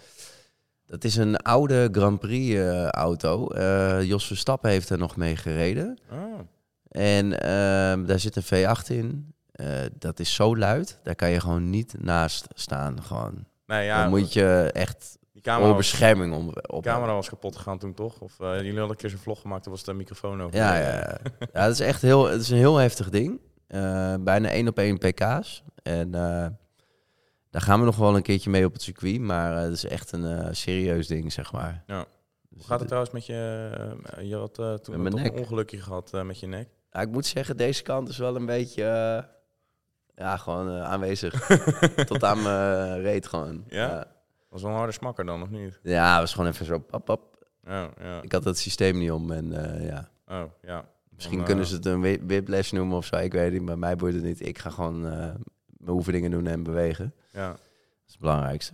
Dat is een oude Grand Prix uh, auto. Uh, Jos Verstappen heeft er nog mee gereden. Oh. En uh, daar zit een V acht in. Uh, dat is zo luid. Daar kan je gewoon niet naast staan. Gewoon. Nee, ja, dan moet je echt voor bescherming om, op. De camera was kapot gegaan toen toch? Of uh, jullie hadden een keer zo'n vlog gemaakt, toen was de microfoon over. Ja, ja, ja. Ja, dat is echt heel, het is een heel heftig ding. Uh, bijna één op één pk's. En uh, daar gaan we nog wel een keertje mee op het circuit. Maar uh, het is echt een uh, serieus ding, zeg maar. Ja. Dus hoe gaat het trouwens met je... Uh, je had uh, toen toch een ongelukje gehad uh, met je nek. Ja, ik moet zeggen, deze kant is wel een beetje... Uh, ja, gewoon uh, aanwezig. Tot aan mijn reet gewoon. Ja? Ja? Was wel een harde smakker dan, of niet? Ja, het was gewoon even zo pap, pap. Oh, ja. Ik had het systeem niet om en uh, ja. Oh, ja. Misschien dan, kunnen uh... ze het een whiplash noemen of zo, ik weet niet. Maar mij boeit het niet. Ik ga gewoon uh, mijn oefeningen doen en bewegen. Ja. Dat is het belangrijkste.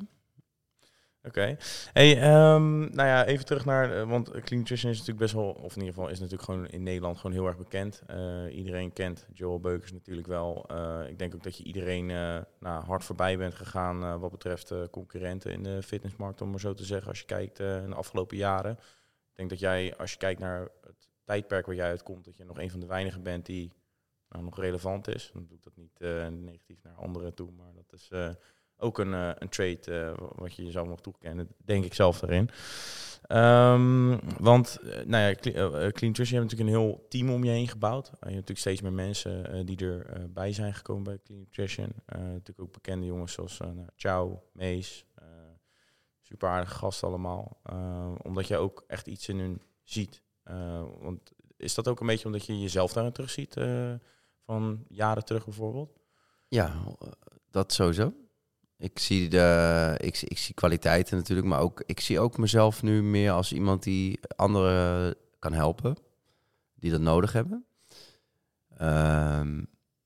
Oké. Okay. Hey, um, nou ja, even terug naar... Uh, want Clean Nutrition is natuurlijk best wel... Of in ieder geval is natuurlijk gewoon in Nederland gewoon heel erg bekend. Uh, iedereen kent Joel Beukers natuurlijk wel. Uh, ik denk ook dat je iedereen uh, nou, hard voorbij bent gegaan... Uh, wat betreft uh, concurrenten in de fitnessmarkt, om maar zo te zeggen. Als je kijkt uh, in de afgelopen jaren. Ik denk dat jij, als je kijkt naar het tijdperk waar jij uitkomt... dat je nog een van de weinigen bent die nou, nog relevant is. Dan doe ik dat niet uh, negatief naar anderen toe, maar dat is uh, ook een, uh, een trait uh, wat je jezelf nog toekennen, denk ik zelf daarin. Um, want, uh, nou ja, Clean, uh, Clean Nutrition, je hebt natuurlijk een heel team om je heen gebouwd. Uh, je hebt natuurlijk steeds meer mensen uh, die erbij uh, bij zijn gekomen bij Clean Nutrition. Uh, natuurlijk ook bekende jongens zoals uh, nou, Chow, Mees, uh, super aardige gasten allemaal. Uh, omdat je ook echt iets in hun ziet. Uh, want is dat ook een beetje omdat je jezelf daarin terug ziet uh, van jaren terug bijvoorbeeld? Ja, dat sowieso. Ik zie, de, ik, ik zie kwaliteiten natuurlijk, maar ook, ik zie ook mezelf nu meer als iemand die anderen kan helpen, die dat nodig hebben. Um,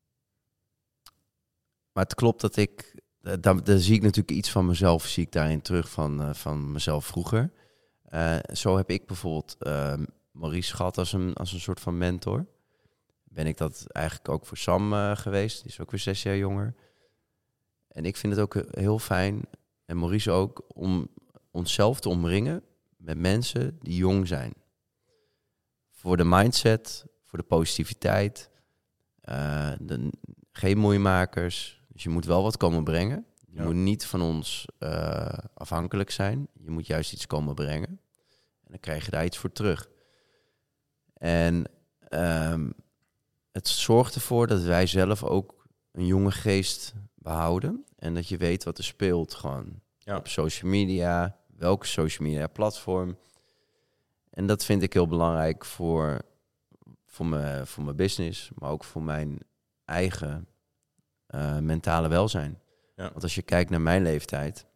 maar het klopt dat ik, daar, daar zie ik natuurlijk iets van mezelf, zie ik daarin terug van, uh, van mezelf vroeger. Uh, zo heb ik bijvoorbeeld uh, Maurice gehad als een, als een soort van mentor. Ben ik dat eigenlijk ook voor Sam uh, geweest, die is ook weer zes jaar jonger. En ik vind het ook heel fijn, en Maurice ook, om onszelf te omringen met mensen die jong zijn. Voor de mindset, voor de positiviteit, uh, de, geen moeimakers. Dus je moet wel wat komen brengen. Je ja. moet niet van ons uh, afhankelijk zijn. Je moet juist iets komen brengen. En dan krijg je daar iets voor terug. En um, het zorgt ervoor dat wij zelf ook een jonge geest behouden. En dat je weet wat er speelt gewoon ja. op social media, welke social media platform. En dat vind ik heel belangrijk voor, voor, mijn, voor mijn business, maar ook voor mijn eigen uh, mentale welzijn. Ja. Want als je kijkt naar mijn leeftijd,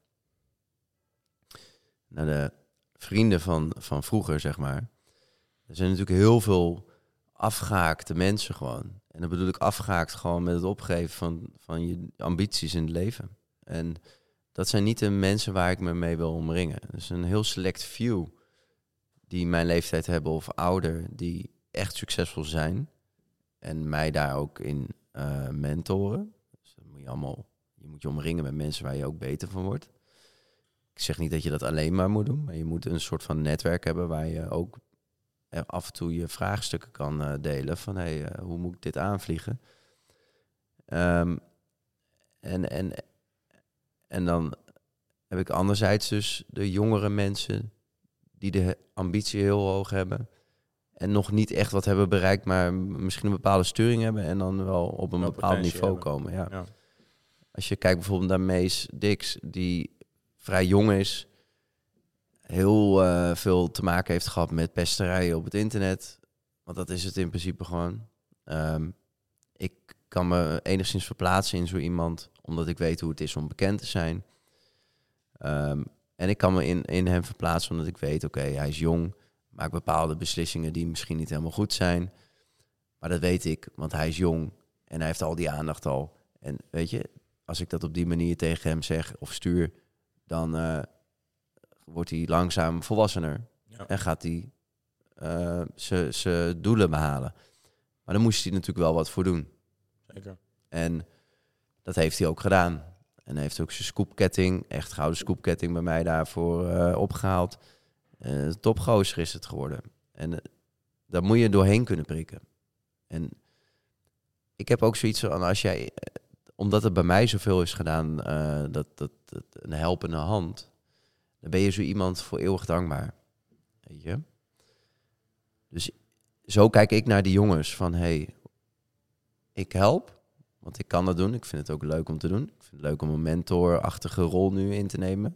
naar de vrienden van, van vroeger, zeg maar. Er zijn natuurlijk heel veel afgehaakte mensen gewoon. En dan bedoel ik afgehaakt gewoon met het opgeven van, van je ambities in het leven. En dat zijn niet de mensen waar ik me mee wil omringen. Dus een heel select few die mijn leeftijd hebben of ouder, die echt succesvol zijn. En mij daar ook in uh, mentoren. Dus dat moet je allemaal, je moet je omringen met mensen waar je ook beter van wordt. Ik zeg niet dat je dat alleen maar moet doen, maar je moet een soort van netwerk hebben waar je ook af en toe je vraagstukken kan uh, delen van hey, uh, hoe moet ik dit aanvliegen? Um, en, en, en dan heb ik anderzijds dus de jongere mensen die de ambitie heel hoog hebben en nog niet echt wat hebben bereikt, maar misschien een bepaalde sturing hebben en dan wel op een wel bepaald niveau hebben. komen. Ja. Ja. Als je kijkt bijvoorbeeld naar Mees Dix, die vrij jong is, heel uh, veel te maken heeft gehad met pesterijen op het internet. Want dat is het in principe gewoon. Um, ik kan me enigszins verplaatsen in zo iemand, omdat ik weet hoe het is om bekend te zijn. Um, en ik kan me in, in hem verplaatsen, omdat ik weet, oké, okay, hij is jong, maakt bepaalde beslissingen die misschien niet helemaal goed zijn. Maar dat weet ik, want hij is jong en hij heeft al die aandacht al. En weet je, als ik dat op die manier tegen hem zeg of stuur, dan Uh, wordt hij langzaam volwassener. Ja. En gaat hij uh, zijn doelen behalen. Maar dan moest hij natuurlijk wel wat voor doen. Zeker. En dat heeft hij ook gedaan. En hij heeft ook zijn scoopketting, echt gouden scoopketting bij mij daarvoor uh, opgehaald. Uh, topgozer is het geworden. En uh, daar moet je doorheen kunnen prikken. En ik heb ook zoiets van, als jij, uh, omdat het bij mij zoveel is gedaan, uh, dat, dat, dat een helpende hand, dan ben je zo iemand voor eeuwig dankbaar. Weet je? Dus zo kijk ik naar die jongens van, hey, ik help, want ik kan dat doen. Ik vind het ook leuk om te doen. Ik vind het leuk om een mentorachtige rol nu in te nemen.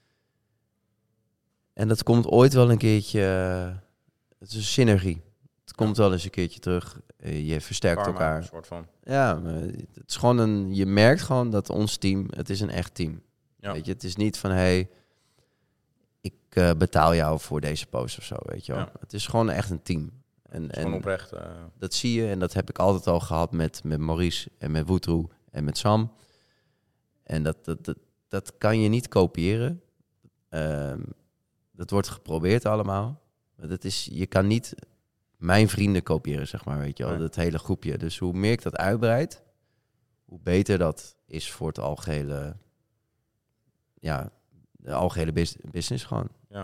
En dat komt ooit wel een keertje, het is een synergie. Het komt wel eens een keertje terug. Je versterkt Karma, elkaar. Een soort van. Ja, het is gewoon een, je merkt gewoon dat ons team, het is een echt team. Ja. Weet je, het is niet van, hey, ik uh, betaal jou voor deze post of zo, weet je wel. Ja. Het is gewoon echt een team. En, het is gewoon en oprecht. Uh... Dat zie je en dat heb ik altijd al gehad met, met Maurice en met Woetroe en met Sam. En dat, dat, dat, dat kan je niet kopiëren. Uh, dat wordt geprobeerd allemaal. Maar dat is, je kan niet mijn vrienden kopiëren, zeg maar, weet je wel. Nee. Dat hele groepje. Dus hoe meer ik dat uitbreid, hoe beter dat is voor het algehele, ja, de algehele business gewoon. Ja.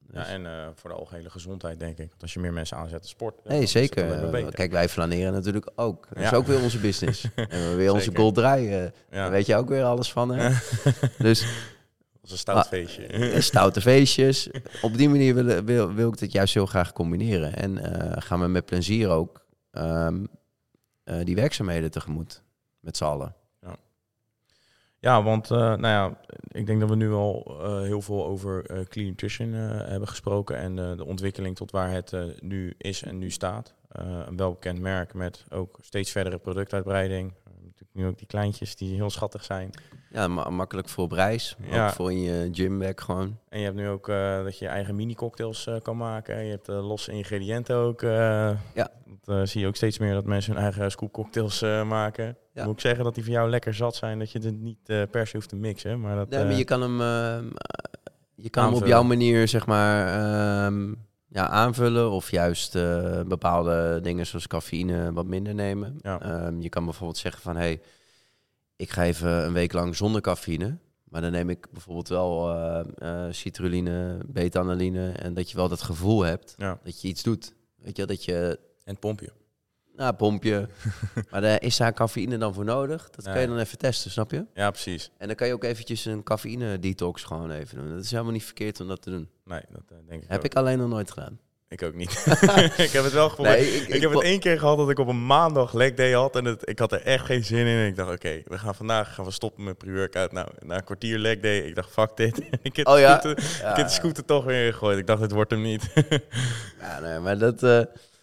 Ja, en uh, voor de algehele gezondheid, denk ik. Want als je meer mensen aanzet te sporten... Nee, zeker. Uh, kijk, wij flaneren natuurlijk ook. Dat ja. is ook weer onze business. En we weer onze gold draaien. Uh, ja. Daar weet je ook weer alles van, hè? Dus... Dat is een stout feestje. Uh, stoute feestjes. Op die manier wil, wil, wil ik het juist heel graag combineren. En uh, gaan we met plezier ook um, uh, die werkzaamheden tegemoet. Met z'n allen. Ja. Ja, want uh, nou ja, ik denk dat we nu al uh, heel veel over uh, clean nutrition uh, hebben gesproken en uh, de ontwikkeling tot waar het uh, nu is en nu staat. Uh, een welbekend merk met ook steeds verdere productuitbreiding. Uh, natuurlijk nu ook die kleintjes die heel schattig zijn. Ja, ma- makkelijk voor op reis, ja. ook voor in je gymbag gewoon. En je hebt nu ook uh, dat je je eigen mini-cocktails uh, kan maken. Je hebt uh, losse ingrediënten ook. Uh, ja. Dat uh, zie je ook steeds meer dat mensen hun eigen scoop-cocktails uh, maken. Ja. Moet ik zeggen dat die voor jou lekker zat zijn, dat je het niet uh, per se hoeft te mixen. Maar dat, nee, maar uh, je kan hem, uh, je kan hem op jouw manier, zeg maar, uh, ja, aanvullen. Of juist uh, bepaalde dingen zoals cafeïne wat minder nemen. Ja. Um, je kan bijvoorbeeld zeggen van, hey, ik ga even een week lang zonder cafeïne. Maar dan neem ik bijvoorbeeld wel uh, uh, citrulline, beta-alanine. En dat je wel dat gevoel hebt ja. dat je iets doet. Weet je, dat je... En pompje. Nou, pompje. Maar daar is daar cafeïne dan voor nodig? Dat ja. kan je dan even testen, snap je? Ja, precies. En dan kan je ook eventjes een cafeïne-detox gewoon even doen. Dat is helemaal niet verkeerd om dat te doen. Nee, dat uh, denk ik Heb ook. ik alleen nog nooit gedaan. Ik ook niet. Ik heb het wel geprobeerd. Nee, ik, ik, ik heb het één keer gehad dat ik op een maandag leg day had. En het, ik had er echt geen zin in. En ik dacht, oké, okay, we gaan vandaag gaan we stoppen met pre-workout. Nou, na een kwartier leg day. Ik dacht, fuck dit. ik heb oh, ja? scooter, ja, ik heb de scooter ja. toch weer gegooid. Ik dacht, het wordt hem niet. Ja, nee, maar dat... Uh,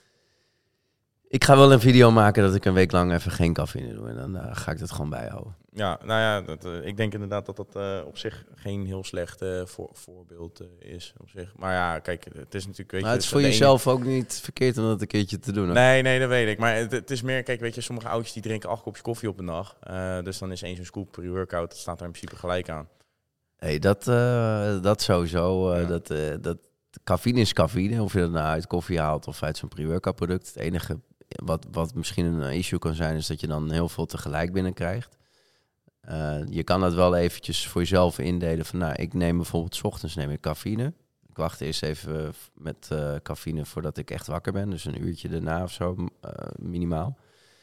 ik ga wel een video maken dat ik een week lang even geen cafeïne doe. En dan uh, ga ik dat gewoon bijhouden. Ja, nou ja, dat, uh, ik denk inderdaad dat dat uh, op zich geen heel slecht uh, voor, voorbeeld uh, is. Op zich. Maar ja, kijk, het is natuurlijk... Weet maar je, het is voor jezelf ene... ook niet verkeerd om dat een keertje te doen. Hè? Nee, nee, dat weet ik. Maar het, het is meer, kijk, weet je, sommige oudjes die drinken acht kopjes koffie op een dag. Uh, dus dan is één zo'n scoop pre-workout, dat staat er in principe gelijk aan. Hey, dat, uh, dat sowieso. Uh, ja. dat, uh, dat, cafeïne is cafeïne, of je dat nou uit koffie haalt of uit zo'n pre-workout product. Het enige wat, wat misschien een issue kan zijn, is dat je dan heel veel tegelijk binnenkrijgt. Uh, je kan dat wel eventjes voor jezelf indelen van, nou, ik neem bijvoorbeeld 's ochtends neem ik cafeïne. Ik wacht eerst even met uh, cafeïne voordat ik echt wakker ben, dus een uurtje daarna of zo, uh, minimaal.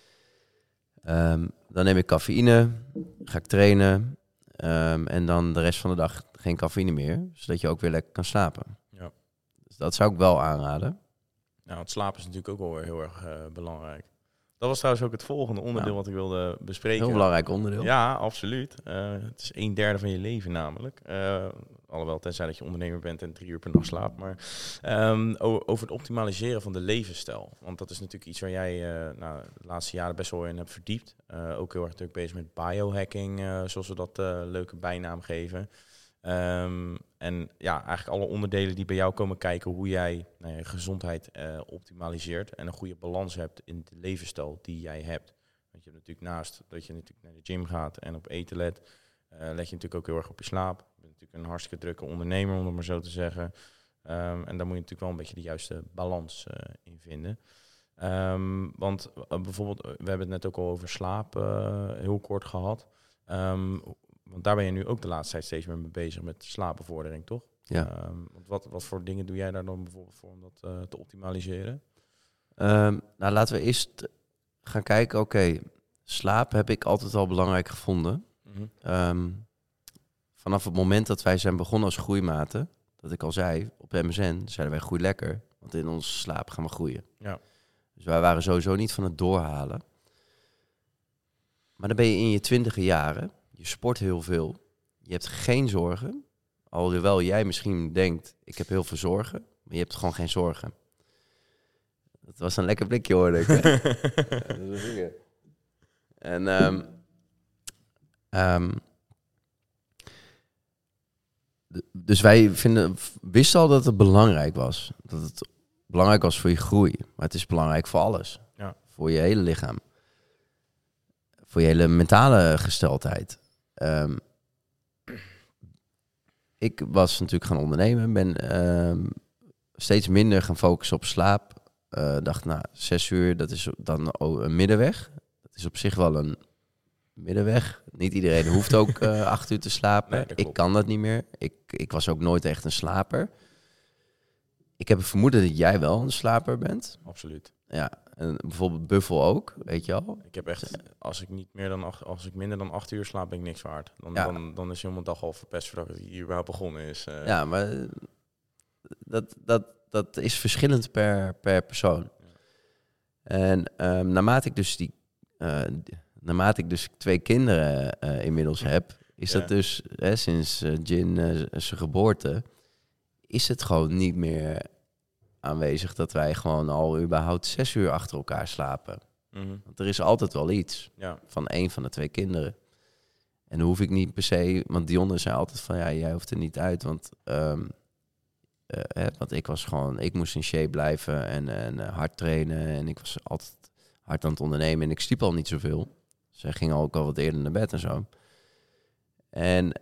Um, dan neem ik cafeïne, ga ik trainen um, en dan de rest van de dag geen cafeïne meer, zodat je ook weer lekker kan slapen. Ja. Dus dat zou ik wel aanraden. Nou, het slapen is natuurlijk ook wel weer heel erg uh, belangrijk. Dat was trouwens ook het volgende onderdeel nou, wat ik wilde bespreken. Heel belangrijk onderdeel. Ja, absoluut. Uh, het is een derde van je leven namelijk. Uh, alhoewel, tenzij dat je ondernemer bent en drie uur per nacht slaapt. Maar um, over het optimaliseren van de levensstijl. Want dat is natuurlijk iets waar jij uh, nou, de laatste jaren best wel in hebt verdiept. Uh, ook heel erg druk bezig met biohacking, uh, zoals we dat uh, leuke bijnaam geven. Um, en ja, eigenlijk alle onderdelen die bij jou komen kijken hoe jij nou, je gezondheid uh, optimaliseert en een goede balans hebt in de levensstijl die jij hebt. Want je hebt natuurlijk naast dat je natuurlijk naar de gym gaat en op eten let, uh, let je natuurlijk ook heel erg op je slaap. Je bent natuurlijk een hartstikke drukke ondernemer, om het maar zo te zeggen. Um, en daar moet je natuurlijk wel een beetje de juiste balans uh, in vinden. Um, want uh, bijvoorbeeld, we hebben het net ook al over slaap uh, heel kort gehad. Um, Want daar ben je nu ook de laatste tijd steeds meer mee bezig met slaapbevordering, toch? Ja. Um, want wat, wat voor dingen doe jij daar dan bijvoorbeeld voor om dat uh, te optimaliseren? Um, nou, laten we eerst gaan kijken. Oké, okay, slaap heb ik altijd al belangrijk gevonden. Mm-hmm. Um, vanaf het moment dat wij zijn begonnen als groeimaten, dat ik al zei, op M S N zeiden wij groei lekker, want in onze slaap gaan we groeien. Ja. Dus wij waren sowieso niet van het doorhalen. Maar dan ben je in je twintige jaren. Je sport heel veel. Je hebt geen zorgen. Alhoewel jij misschien denkt, ik heb heel veel zorgen. Maar je hebt gewoon geen zorgen. Dat was een lekker blikje, hoorde ik. Hè? Ja, dat was ik. En um, um, d- dus wij vinden, wisten al dat het belangrijk was. Dat het belangrijk was voor je groei. Maar het is belangrijk voor alles. Ja. Voor je hele lichaam. Voor je hele mentale gesteldheid. Um, ik was natuurlijk gaan ondernemen, ben um, steeds minder gaan focussen op slaap. Uh, dacht, nou, zes uur, dat is dan een middenweg. Dat is op zich wel een middenweg. Niet iedereen hoeft ook uh, acht uur te slapen. Nee, ik kan dat niet meer. Ik, ik was ook nooit echt een slaper. ik heb het vermoeden dat jij wel een slaper bent. Absoluut. Ja, en bijvoorbeeld Buffel ook, weet je al. Ik heb echt, als ik niet meer dan acht, als ik minder dan acht uur slaap, ben ik niks waard. Dan, Ja. dan, dan is helemaal dag al verpest voordat het hier überhaupt begonnen is. Uh, Ja, maar dat, dat, dat is verschillend per, per persoon. Ja. En um, naarmate ik dus die, uh, naarmate ik dus twee kinderen uh, inmiddels heb, is ja. dat dus hè, sinds uh, Jin uh, zijn geboorte, is het gewoon niet meer aanwezig dat wij gewoon al überhaupt zes uur achter elkaar slapen. Mm-hmm. Want er is altijd wel iets ja. van één van de twee kinderen. En dan hoef ik niet per se, want Dionne zei altijd van ja, jij hoeft er niet uit, want, um, uh, hè, want ik was gewoon, ik moest in shape blijven en, en uh, hard trainen en ik was altijd hard aan het ondernemen en ik sliep al niet zoveel. Zij ging ook al wat eerder naar bed en zo. En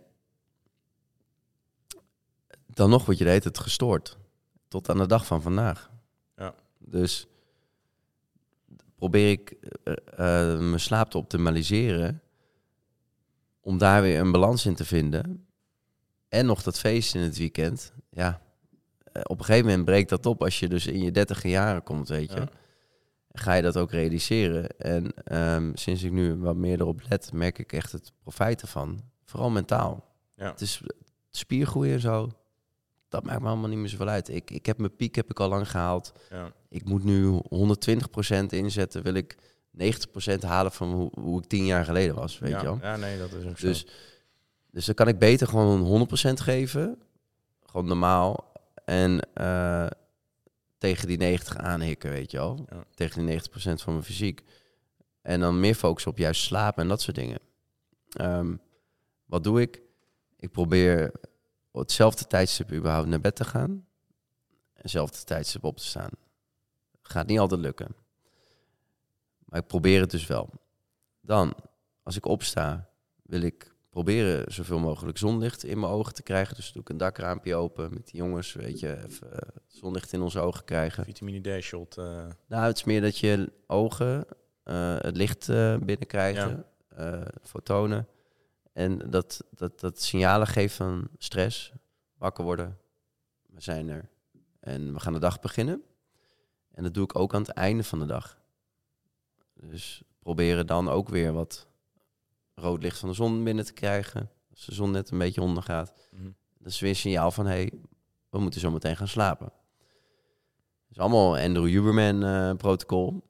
dan nog word je de hele tijd gestoord. Tot aan de dag van vandaag. Ja. Dus probeer ik uh, uh, mijn slaap te optimaliseren. Om daar weer een balans in te vinden. En nog dat feest in het weekend. Ja, uh, op een gegeven moment breekt dat op. Als je dus in je dertige jaren komt, weet je. Ja. Ga je dat ook realiseren. En um, sinds ik nu wat meer erop let, merk ik echt het profijt ervan. Vooral mentaal. Ja. Het is spiergroei en zo. Dat maakt me allemaal niet meer zoveel uit. Ik, ik heb mijn piek heb ik al lang gehaald. Ja. Ik moet nu honderdtwintig procent inzetten. Wil ik negentig procent halen van hoe, hoe ik tien jaar geleden was. Weet ja. je wel? Ja, nee, dat is ook zo. Dus, dus dan kan ik beter gewoon honderd procent geven. Gewoon normaal. En uh, tegen die negentig aanhikken, weet je wel. Ja. Tegen die negentig procent van mijn fysiek. En dan meer focussen op juist slapen en dat soort dingen. Um, wat doe ik? Ik probeer hetzelfde tijdstip überhaupt naar bed te gaan. Hetzelfde tijdstip op te staan. Gaat niet altijd lukken. Maar ik probeer het dus wel. Dan, als ik opsta, wil ik proberen zoveel mogelijk zonlicht in mijn ogen te krijgen. Dus doe ik een dakraampje open met die jongens, weet je, even uh, zonlicht in onze ogen krijgen. Vitamine D-shot. Uh... Nou, het is meer dat je ogen uh, het licht uh, binnenkrijgen, ja. uh, fotonen. En dat, dat, dat signalen geeft van stress, wakker worden, we zijn er. En we gaan de dag beginnen. En dat doe ik ook aan het einde van de dag. Dus proberen dan ook weer wat rood licht van de zon binnen te krijgen. Als de zon net een beetje ondergaat. Mm-hmm. Dat is weer een signaal van, hé, hey, we moeten zo meteen gaan slapen. Dat is allemaal Andrew Huberman uh, protocol.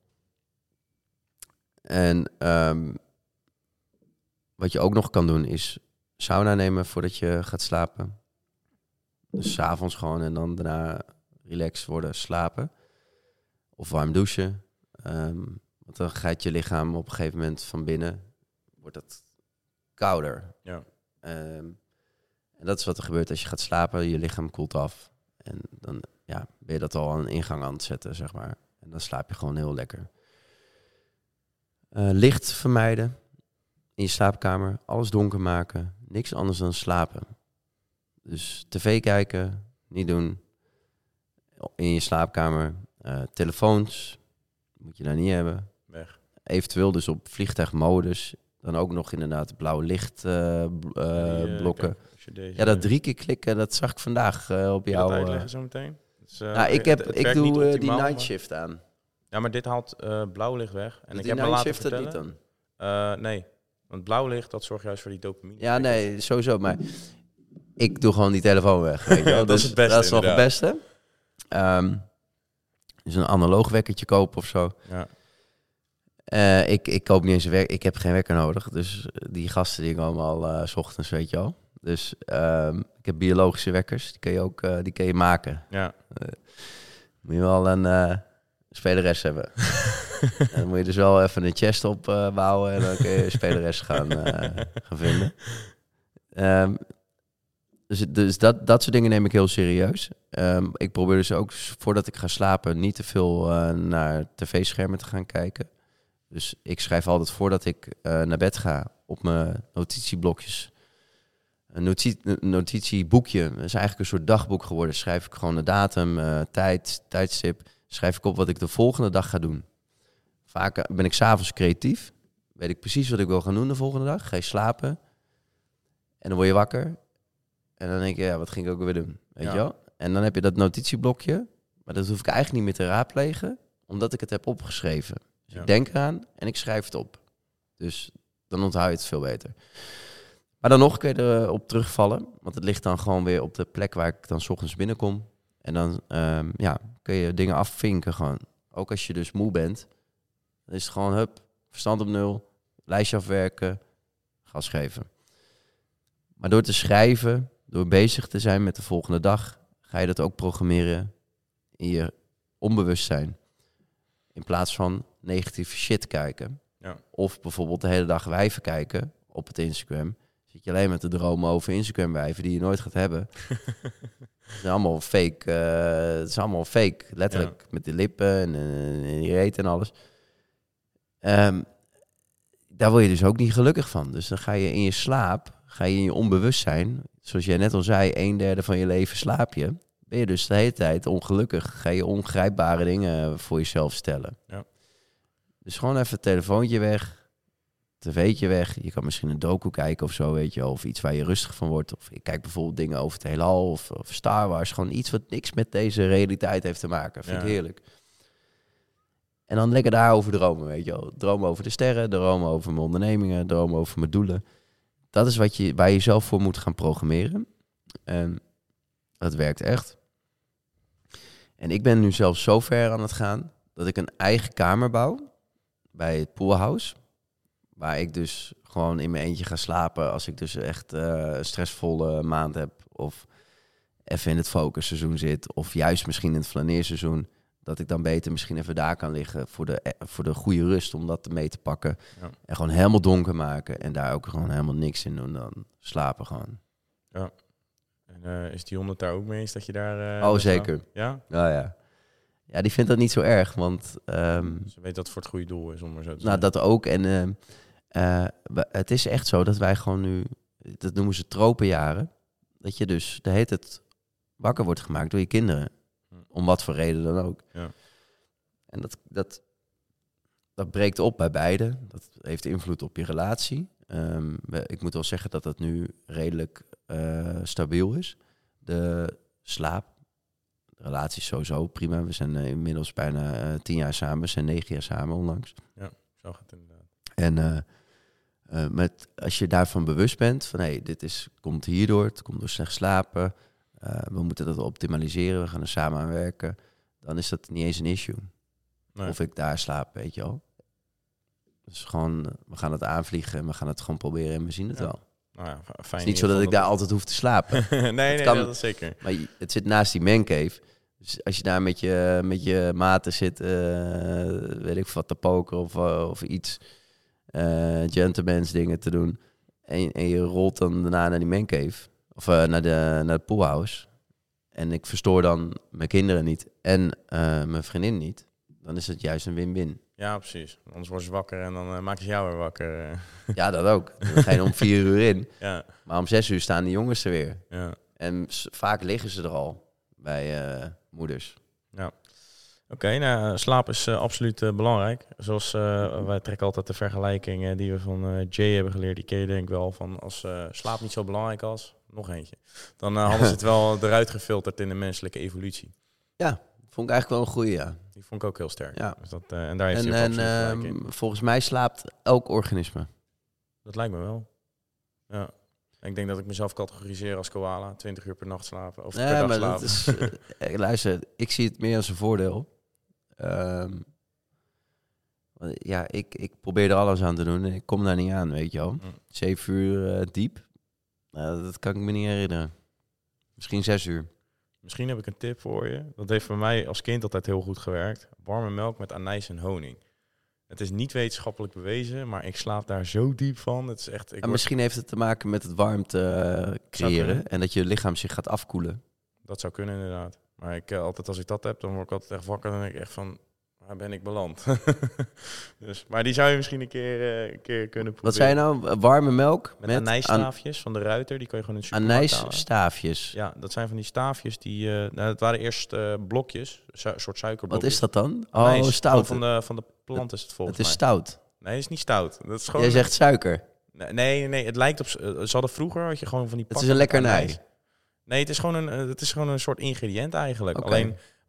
En um, wat je ook nog kan doen is sauna nemen voordat je gaat slapen. Dus 's avonds gewoon en dan daarna relaxed worden, slapen. Of warm douchen. Um, want dan gaat je lichaam op een gegeven moment van binnen, wordt dat kouder. Ja. Um, en dat is wat er gebeurt als je gaat slapen. Je lichaam koelt af. En dan ja, ben je dat al aan een ingang aan het zetten, zeg maar. En dan slaap je gewoon heel lekker. Uh, licht vermijden. In je slaapkamer. Alles donker maken. Niks anders dan slapen. Dus tv kijken. Niet doen. In je slaapkamer. Uh, telefoons. Moet je daar niet hebben. Weg. Eventueel dus op vliegtuigmodus. Dan ook nog inderdaad blauw licht uh, b- uh, die, uh, blokken. Kijk, ja, dat drie keer klikken, dat zag ik vandaag uh, op jou. Kun je dat uitleggen zo meteen? Dus, uh, nou, ik, heb, het, het ik doe uh, die night maar... shift aan. Ja, maar dit haalt uh, blauw licht weg. En die ik heb me night laten shift vertellen... het niet dan? Uh, nee, want blauw licht, dat zorgt juist voor die dopamine. Ja, nee, sowieso. Maar ik doe gewoon die telefoon weg. Weet je wel. dat dus is het beste. Dat is nog het beste. Um, dus een analoog wekkertje kopen of zo. Ja. Uh, ik, ik koop niet eens een wekker. Ik heb geen wekker nodig. Dus die gasten die komen al uh, 's ochtends, weet je al. Dus um, ik heb biologische wekkers. Die kun je ook uh, die kun je maken. Ja. Uh, moet je wel een uh, speleres hebben. En dan moet je dus wel even een chest op uh, bouwen. En dan kun je een speleres gaan, uh, gaan vinden. Um, dus dus dat, dat soort dingen neem ik heel serieus. Um, ik probeer dus ook, voordat ik ga slapen, niet te veel uh, naar tv-schermen te gaan kijken. Dus ik schrijf altijd voordat ik uh, naar bed ga op mijn notitieblokjes. Een notitie, notitieboekje, dat is eigenlijk een soort dagboek geworden. Schrijf ik gewoon de datum, uh, tijd, tijdstip. Schrijf ik op wat ik de volgende dag ga doen. Vaak ben ik 's avonds creatief. Weet ik precies wat ik wil gaan doen de volgende dag. Ga je slapen. En dan word je wakker. En dan denk je, ja, wat ging ik ook weer doen? Weet ja. je wel? En dan heb je dat notitieblokje. Maar dat hoef ik eigenlijk niet meer te raadplegen, omdat ik het heb opgeschreven. Dus Ja. ik denk eraan en ik schrijf het op. Dus dan onthoud je het veel beter. Maar dan nog kun je erop terugvallen. Want het ligt dan gewoon weer op de plek waar ik dan 's ochtends binnenkom. En dan um, ja, kun je dingen afvinken gewoon. Ook als je dus moe bent. Dan is het gewoon, hup, verstand op nul. Lijstje afwerken. Gas geven. Maar door te schrijven, door bezig te zijn met de volgende dag, ga je dat ook programmeren in je onbewustzijn. In plaats van negatieve shit kijken. Ja. Of bijvoorbeeld de hele dag wijven kijken op het Instagram. Zit je alleen met de dromen over Instagram wijven die je nooit gaat hebben. Het is allemaal fake. Uh, het is allemaal fake, letterlijk. Ja. Met de lippen en, en, en die reet en alles. Um, daar word je dus ook niet gelukkig van. Dus dan ga je in je slaap, ga je in je onbewustzijn, zoals jij net al zei, een derde van je leven slaap je. Ben je dus de hele tijd ongelukkig. Ga je ongrijpbare dingen voor jezelf stellen. Ja. Dus gewoon even het telefoontje weg, tv'tje weg. Je kan misschien een docu kijken of zo, weet je wel. Of iets waar je rustig van wordt. Of ik kijk bijvoorbeeld dingen over het heelal of, of Star Wars. Gewoon iets wat niks met deze realiteit heeft te maken. Vind ik ja. heerlijk. En dan lekker daarover dromen, weet je wel. Dromen over de sterren, dromen over mijn ondernemingen, dromen over mijn doelen. Dat is wat je, waar je jezelf voor moet gaan programmeren. En dat werkt echt. En ik ben nu zelfs zo ver aan het gaan dat ik een eigen kamer bouw bij het poolhouse. Waar ik dus gewoon in mijn eentje ga slapen als ik dus echt uh, een stressvolle maand heb. Of even in het focusseizoen zit. Of juist misschien in het flaneerseizoen. Dat ik dan beter misschien even daar kan liggen voor de, voor de goede rust om dat mee te pakken. Ja. En gewoon helemaal donker maken. En daar ook gewoon helemaal niks in doen. Dan slapen gewoon. Ja. En uh, is die hond het daar ook mee eens dat je daar... Uh, oh, zeker. Zou... Ja? Ja, ja. Ja, die vindt dat niet zo erg, want... Um, Ze weet dat het voor het goede doel is, om maar zo te nou, zeggen. dat ook. En uh, uh, het is echt zo dat wij gewoon nu... Dat noemen ze tropenjaren. Dat je dus de hele tijd wakker wordt gemaakt door je kinderen. Hm. Om wat voor reden dan ook. Ja. En dat, dat, dat breekt op bij beiden. Dat heeft invloed op je relatie. Um, ik moet wel zeggen dat dat nu redelijk uh, stabiel is. De slaap. De relatie is sowieso prima. We zijn uh, inmiddels bijna uh, tien jaar samen. We zijn negen jaar samen onlangs. Ja, zo gaat het inderdaad. En uh, uh, met, als je daarvan bewust bent, van hé, hey, dit is, komt hierdoor, het komt door slecht slapen. Uh, we moeten dat optimaliseren, we gaan er samen aan werken. Dan is dat niet eens een issue. Nee. Of ik daar slaap, weet je wel. Dus gewoon, we gaan het aanvliegen en we gaan het gewoon proberen en we zien het ja. wel. Nou ja, fijn. Het is niet zo dat ik daar altijd hoef te slapen. nee, nee, kan, dat is zeker. Maar het zit naast die mancave. Dus als je daar met je, met je maten zit, uh, weet ik wat, te pokeren of, uh, of iets, uh, gentleman's dingen te doen. En, en je rolt dan daarna naar die mancave. Of uh, naar, de, naar het poolhouse. En ik verstoor dan mijn kinderen niet en uh, mijn vriendin niet. Dan is het juist een win-win. Ja, precies. Anders worden ze wakker en dan uh, maken ze jou weer wakker. Ja, dat ook. Dan ga je om vier uur in. Ja. Maar om zes uur staan de jongens er weer. Ja. En s- vaak liggen ze er al bij uh, moeders. Ja. Oké, okay, nou, slaap is uh, absoluut uh, belangrijk. Zoals uh, wij trekken altijd de vergelijking uh, die we van uh, Jay hebben geleerd. Die ken je denk ik wel. Van als uh, slaap niet zo belangrijk was, nog eentje. Dan uh, hadden ze het wel eruit gefilterd in de menselijke evolutie. Ja, vond ik eigenlijk wel een goeie, ja. Die vond ik ook heel sterk. Ja. Dus dat, uh, en daar heeft en, hij ook en absoluut uh, gelijk in. volgens mij slaapt elk organisme. Dat lijkt me wel. Ja. Ik denk dat ik mezelf categoriseer als koala. twintig uur per nacht slapen. Of ja, per dag maar slapen. Dat is, uh, luister, ik zie het meer als een voordeel. Um, ja, ik, ik probeer er alles aan te doen en ik kom daar niet aan, weet je wel. Mm. Zeven uur uh, diep, uh, dat kan ik me niet herinneren. Misschien zes uur. Misschien heb ik een tip voor je. Dat heeft bij mij als kind altijd heel goed gewerkt. Warme melk met anijs en honing. Het is niet wetenschappelijk bewezen, maar ik slaap daar zo diep van. Het is echt, ik en word... Misschien heeft het te maken met het warmte uh, creëren en dat je lichaam zich gaat afkoelen. Dat zou kunnen inderdaad. Maar ik, uh, altijd als ik dat heb, dan word ik altijd echt wakker en dan denk ik echt van, waar ben ik beland? dus, maar die zou je misschien een keer, uh, een keer kunnen proberen. Wat zei je nou? Warme melk? Met, met anijsstaafjes an- van de Ruiter, die kan je gewoon in de supermarkt halen. Anijsstaafjes? Ja, dat zijn van die staafjes die, uh, nou, dat waren eerst uh, blokjes, een su- soort suikerblokjes. Wat is dat dan? Oh, Anijs, stout. Van de, van de plant is het volgens mij. Het is mij. stout. Nee, het is niet stout. Dat is gewoon... Jij zegt suiker. Nee, nee, nee, het lijkt op... Uh, ze hadden vroeger, had je gewoon van die... Het is een lekkernij. Nee, het is gewoon een, uh, het is gewoon een soort ingrediënt eigenlijk. Okay. Alleen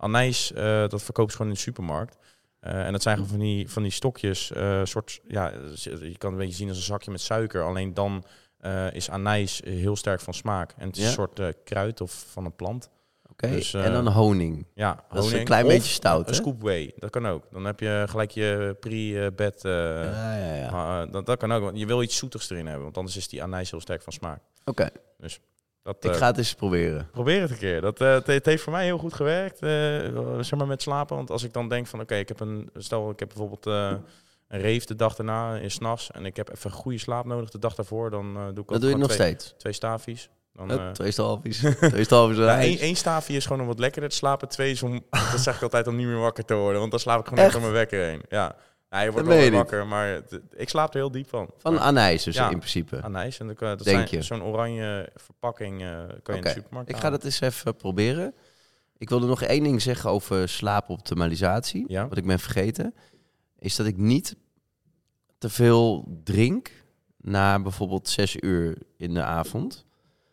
Anijs, uh, dat verkoopt ze gewoon in de supermarkt. Uh, en dat zijn gewoon van die, van die stokjes, uh, soort, ja, je kan het een beetje zien als een zakje met suiker. Alleen dan uh, is anijs heel sterk van smaak. En het is ja? een soort uh, kruid of van een plant. Oké, okay, dus, uh, en dan honing. Ja, honing. Dat is een klein beetje stout, een scoop whey, dat kan ook. Dan heb je gelijk je pre-bed. Uh, ja, ja, ja. Maar, uh, dat, dat kan ook, want je wil iets zoetigs erin hebben. Want anders is die anijs heel sterk van smaak. Oké. Okay. Dus dat, ik uh, ga het eens proberen. Probeer het een keer. Dat, uh, het, het heeft voor mij heel goed gewerkt, uh, zeg maar met slapen. Want als ik dan denk van, oké, okay, ik heb een, stel ik heb bijvoorbeeld uh, een reef de dag daarna in 's nachts en ik heb even goede slaap nodig de dag daarvoor, dan uh, doe ik ook dat doe je nog twee, steeds. Twee staafjes. Dan, uh, twee staafjes. twee staafjes. Ja, één, één staafje is gewoon om wat lekkerder te slapen. Twee is om, dat zeg ik altijd, om niet meer wakker te worden. Want dan slaap ik gewoon echt door mijn wekker heen. Ja. Nou, je wordt wel weer wakker, maar het, ik slaap er heel diep van. Van maar, anijs dus ja, in principe. Anijs. En dat, dat Denk zijn zo'n oranje verpakking uh, kan je okay. in de supermarkt Ik halen. ga dat eens even proberen. Ik wilde nog één ding zeggen over slaapoptimalisatie. Ja? Wat ik ben vergeten. Is dat ik niet te veel drink na bijvoorbeeld zes uur in de avond.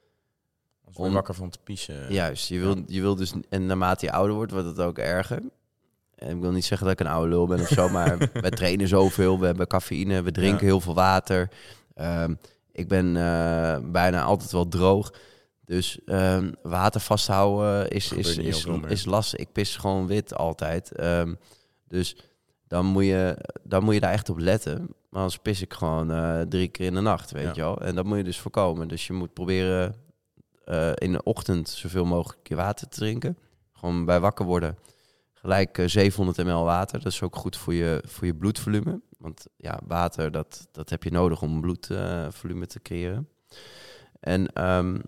Als je wakker van te piezen. Juist. Je wil, ja. je wil dus, en naarmate je ouder wordt, wordt het ook erger. En ik wil niet zeggen dat ik een oude lul ben of zo, maar wij trainen zoveel. We hebben cafeïne, we drinken ja. heel veel water. Um, ik ben uh, bijna altijd wel droog. Dus um, water vasthouden is, is, is, is, is lastig. Ik pis gewoon wit altijd. Um, dus dan moet, je, dan moet je daar echt op letten. Maar anders pis ik gewoon uh, drie keer in de nacht, weet ja. je wel. En dat moet je dus voorkomen. Dus je moet proberen uh, in de ochtend zoveel mogelijk je water te drinken. Gewoon bij wakker worden. Gelijk uh, zevenhonderd milliliter water. Dat is ook goed voor je, voor je bloedvolume. Want ja, water, dat, dat heb je nodig om bloedvolume uh, te creëren. En um,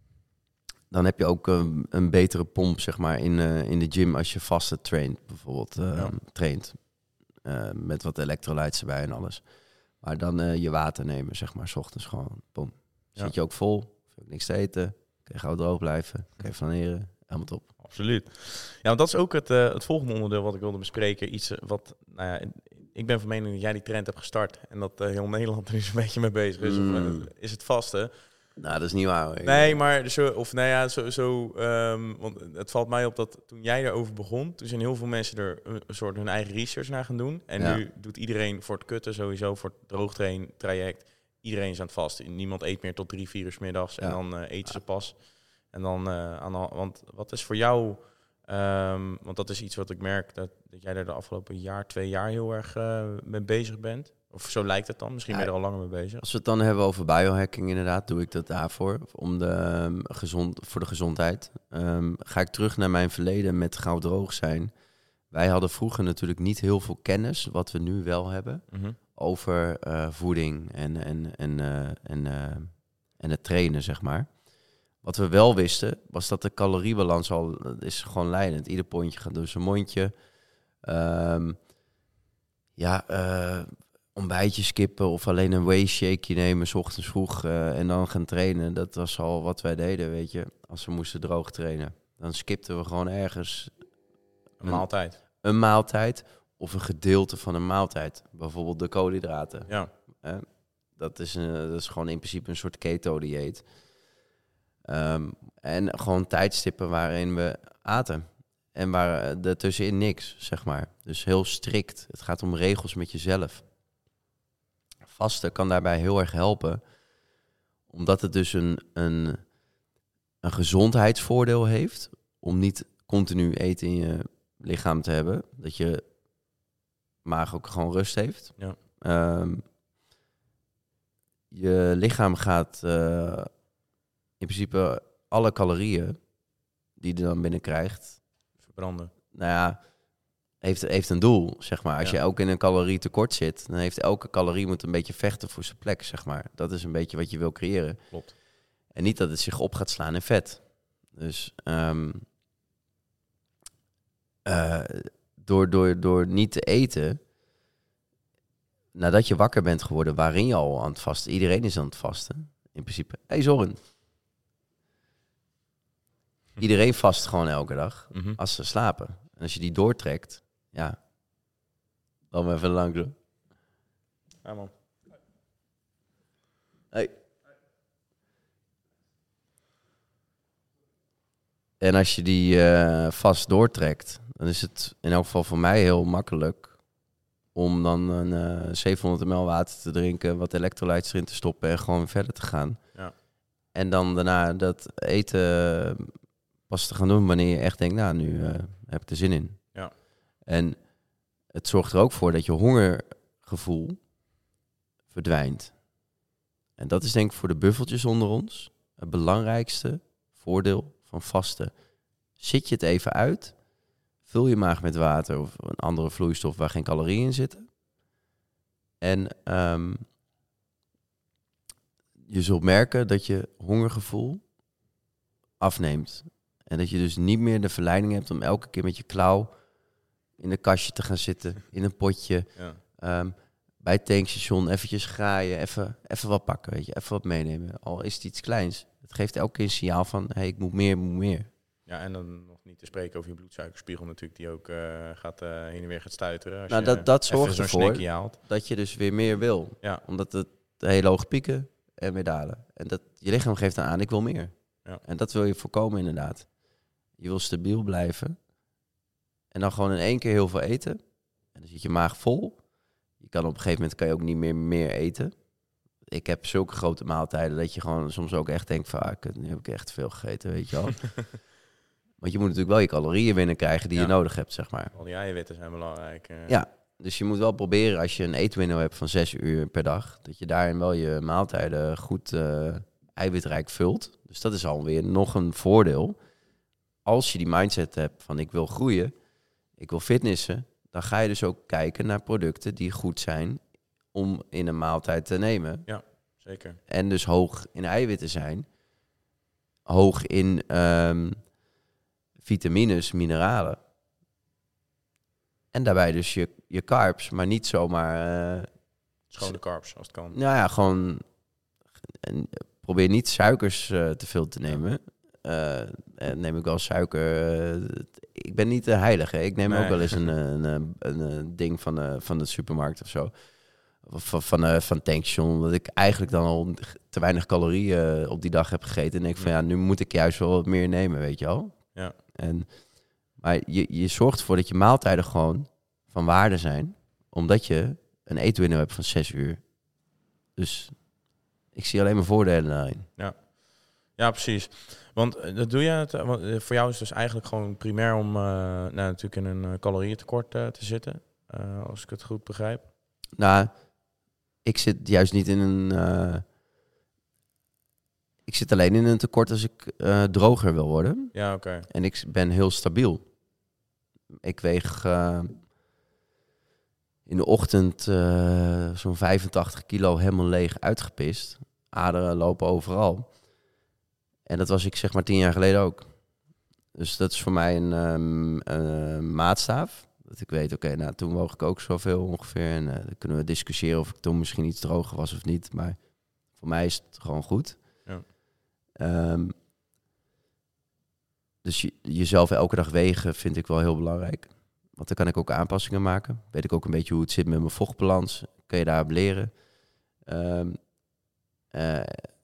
dan heb je ook um, een betere pomp, zeg maar, in, uh, in de gym als je vaste traint, bijvoorbeeld. Uh, ja. Traint. Uh, met wat elektrolytes erbij en alles. Maar dan uh, je water nemen, zeg maar, 's ochtends gewoon. Bom. Ja. Zit je ook vol, hoef je ook niks te eten. Kun je gauw droog blijven. Kun je flaneren. Helemaal top. Absoluut. Ja, want dat is ook het, uh, het volgende onderdeel wat ik wilde bespreken. Iets wat, nou ja, ik ben van mening dat jij die trend hebt gestart en dat uh, heel Nederland er dus een beetje mee bezig is. Mm. Of, uh, is het vaste? Nou, dat is niet waar. Hoor. Nee, maar zo, of nou ja, zo, zo um, want het valt mij op dat toen jij erover begon, toen zijn heel veel mensen er een, een soort hun eigen research naar gaan doen. En ja. nu doet iedereen voor het kutten sowieso, voor het droogtrain traject, iedereen is aan het vasten. Niemand eet meer tot drie, vier uur 's middags ja. en dan uh, eten ze pas. En dan, uh, aan de, want wat is voor jou, um, want dat is iets wat ik merk, dat, dat jij er de afgelopen jaar, twee jaar heel erg uh, mee bezig bent. Of zo lijkt het dan, misschien ja, ben je er al langer mee bezig. Als we het dan hebben over biohacking inderdaad, doe ik dat daarvoor, om de, um, gezond, voor de gezondheid. Um, ga ik terug naar mijn verleden met gauw droog zijn. Wij hadden vroeger natuurlijk niet heel veel kennis, wat we nu wel hebben, mm-hmm. over uh, voeding en, en, en, uh, en, uh, en het trainen, zeg maar. Wat we wel wisten, was dat de caloriebalans al is gewoon leidend. Ieder pondje gaat door zijn mondje. Um, ja, uh, ontbijtje skippen of alleen een whey shakeje nemen 's ochtends vroeg uh, en dan gaan trainen. Dat was al wat wij deden, weet je. Als we moesten droog trainen. Dan skipten we gewoon ergens... Een, een maaltijd. Een maaltijd of een gedeelte van een maaltijd. Bijvoorbeeld de koolhydraten. Ja. Uh, dat, is een, dat is gewoon in principe een soort keto-dieet. Um, en gewoon tijdstippen waarin we aten. En waar er tussenin niks, zeg maar. Dus heel strikt. Het gaat om regels met jezelf. Vasten kan daarbij heel erg helpen. Omdat het dus een, een, een gezondheidsvoordeel heeft. Om niet continu eten in je lichaam te hebben. Dat je maag ook gewoon rust heeft. Ja. Um, je lichaam gaat... Uh, in principe alle calorieën die je dan binnenkrijgt... verbranden. Nou ja, heeft, heeft een doel, zeg maar. Als ja. je ook in een calorie tekort zit... dan heeft elke calorie moet een beetje vechten voor zijn plek, zeg maar. Dat is een beetje wat je wil creëren. Klopt. En niet dat het zich op gaat slaan in vet. Dus um, uh, door, door, door niet te eten... nadat je wakker bent geworden, waarin je al aan het vasten... iedereen is aan het vasten, in principe. Hé, hey, Zoran... Iedereen vast gewoon elke dag, mm-hmm. als ze slapen. En als je die doortrekt, ja, dan maar even lang zo. Ja, man. Hey. En als je die uh, vast doortrekt, dan is het in elk geval voor mij heel makkelijk om dan een uh, zevenhonderd milliliter water te drinken, wat elektrolytes erin te stoppen en gewoon verder te gaan. Ja. En dan daarna dat eten pas te gaan doen wanneer je echt denkt, nou, nu uh, heb ik er zin in. Ja. En het zorgt er ook voor dat je hongergevoel verdwijnt. En dat is denk ik voor de buffeltjes onder ons het belangrijkste voordeel van vasten. Zit je het even uit, vul je maag met water of een andere vloeistof waar geen calorieën in zitten. En um, je zult merken dat je hongergevoel afneemt. En dat je dus niet meer de verleiding hebt om elke keer met je klauw in een kastje te gaan zitten, in een potje. Ja. Um, bij het tankstation eventjes graaien, even, even wat pakken, weet je, even wat meenemen. Al is het iets kleins. Het geeft elke keer een signaal van, hé, hey, ik moet meer, ik moet meer. Ja, en dan nog niet te spreken over je bloedsuikerspiegel natuurlijk, die ook uh, gaat uh, heen en weer gaat stuiteren. Als nou, je dat, dat zorgt ervoor haalt. dat je dus weer meer wil. Ja. Omdat het heel hoog pieken en weer dalen. En dat, je lichaam geeft dan aan, ik wil meer. Ja. En dat wil je voorkomen inderdaad. Je wil stabiel blijven. En dan gewoon in één keer heel veel eten. En dan zit je maag vol. Je kan op een gegeven moment kan je ook niet meer meer eten. Ik heb zulke grote maaltijden dat je gewoon soms ook echt denkt van, ah, nu heb ik echt veel gegeten, weet je wel. Want je moet natuurlijk wel je calorieën binnenkrijgen die ja. je nodig hebt, zeg maar. Al die eiwitten zijn belangrijk. Uh. Ja, dus je moet wel proberen als je een eetwindow hebt van zes uur per dag, dat je daarin wel je maaltijden goed uh, eiwitrijk vult. Dus dat is alweer nog een voordeel. Als je die mindset hebt van ik wil groeien, ik wil fitnessen, dan ga je dus ook kijken naar producten die goed zijn om in een maaltijd te nemen. Ja, zeker. En dus hoog in eiwitten zijn. Hoog in um, vitamines, mineralen. En daarbij dus je, je carbs, maar niet zomaar... Uh, Schone carbs, als het kan. Nou ja, gewoon... En probeer niet suikers uh, te veel te nemen. Uh, en neem ik wel suiker... Uh, ik ben niet de heilige. Ik neem nee. ook wel eens een, een, een, een, een ding van de, van de supermarkt of zo. Of van, van, uh, van tankstation. Omdat ik eigenlijk dan al te weinig calorieën uh, op die dag heb gegeten. En denk van ja, nu moet ik juist wel wat meer nemen, weet je wel. Ja. En, maar je, je zorgt ervoor dat je maaltijden gewoon van waarde zijn. Omdat je een eetwindow hebt van zes uur. Dus ik zie alleen maar voordelen daarin. Ja, ja precies. Want uh, dat doe je het. Want, uh, voor jou is het dus eigenlijk gewoon primair om uh, nou, natuurlijk in een uh, calorieëntekort uh, te zitten. Uh, als ik het goed begrijp. Nou, ik zit juist niet in een... Uh, ik zit alleen in een tekort als ik uh, droger wil worden. Ja, oké. Okay. En ik ben heel stabiel. Ik weeg uh, in de ochtend uh, zo'n vijfentachtig kilo helemaal leeg uitgepist. Aderen lopen overal. En dat was ik zeg maar tien jaar geleden ook. Dus dat is voor mij een, um, een maatstaaf. Dat ik weet, oké, okay, nou toen woog ik ook zoveel ongeveer. En uh, dan kunnen we discussiëren of ik toen misschien iets droger was of niet. Maar voor mij is het gewoon goed. Ja. Um, dus je, jezelf elke dag wegen vind ik wel heel belangrijk. Want dan kan ik ook aanpassingen maken. Weet ik ook een beetje hoe het zit met mijn vochtbalans. Kun je daarop leren. Um, uh,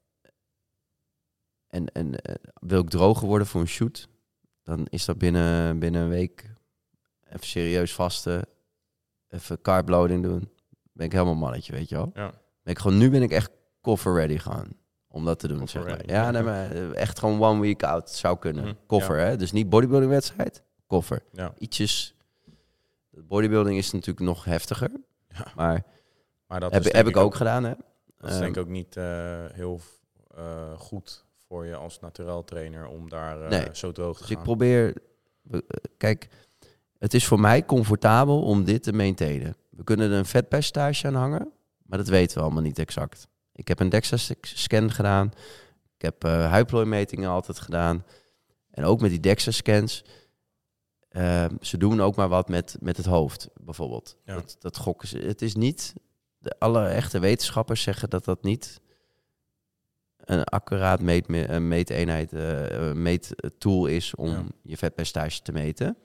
en en uh, wil ik droger worden voor een shoot, dan is dat binnen, binnen een week even serieus vasten. Even carbloading doen. Ben ik helemaal mannetje, weet je wel. Ja. Ben ik gewoon, nu ben ik echt koffer ready gaan. Om dat te doen, Koffer zeg maar. ready. Ja, nee, maar echt gewoon one week out zou kunnen. Mm-hmm. Koffer, ja. hè. Dus niet bodybuilding wedstrijd, koffer. Ja. Ietsjes... Bodybuilding is natuurlijk nog heftiger. Ja. Maar, maar dat heb, is heb ik ook, ook gedaan, hè. Dat is um, denk ik ook niet uh, heel uh, goed voor je als naturel trainer om daar uh, nee. zo droog te dus gaan. Ik probeer... Uh, kijk, het is voor mij comfortabel om dit te maintainen. We kunnen er een vetpercentage aan hangen, maar dat weten we allemaal niet exact. Ik heb een DEXA-scan gedaan. Ik heb uh, huidplooimetingen altijd gedaan. En ook met die DEXA-scans... Uh, ze doen ook maar wat met, met het hoofd, bijvoorbeeld. Ja. Dat, dat gokken ze. Het is niet... De, alle echte wetenschappers zeggen dat dat niet een accuraat meet, een meeteenheid, uh, een meettool is om ja. je vetpercentage te meten.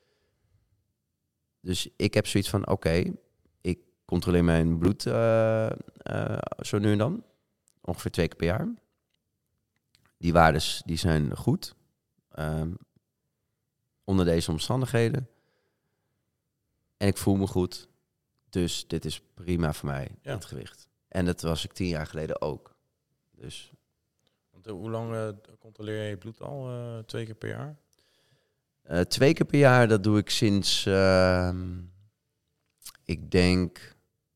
Dus ik heb zoiets van, oké, okay, ik controleer mijn bloed uh, uh, zo nu en dan. Ongeveer twee keer per jaar. Die waardes die zijn goed. Um, onder deze omstandigheden. En ik voel me goed. Dus dit is prima voor mij, ja. het gewicht. En dat was ik tien jaar geleden ook. Dus. Want, uh, hoe lang uh, controleer je je bloed al? Uh, twee keer per jaar? Uh, twee keer per jaar, dat doe ik sinds... Uh, ik denk...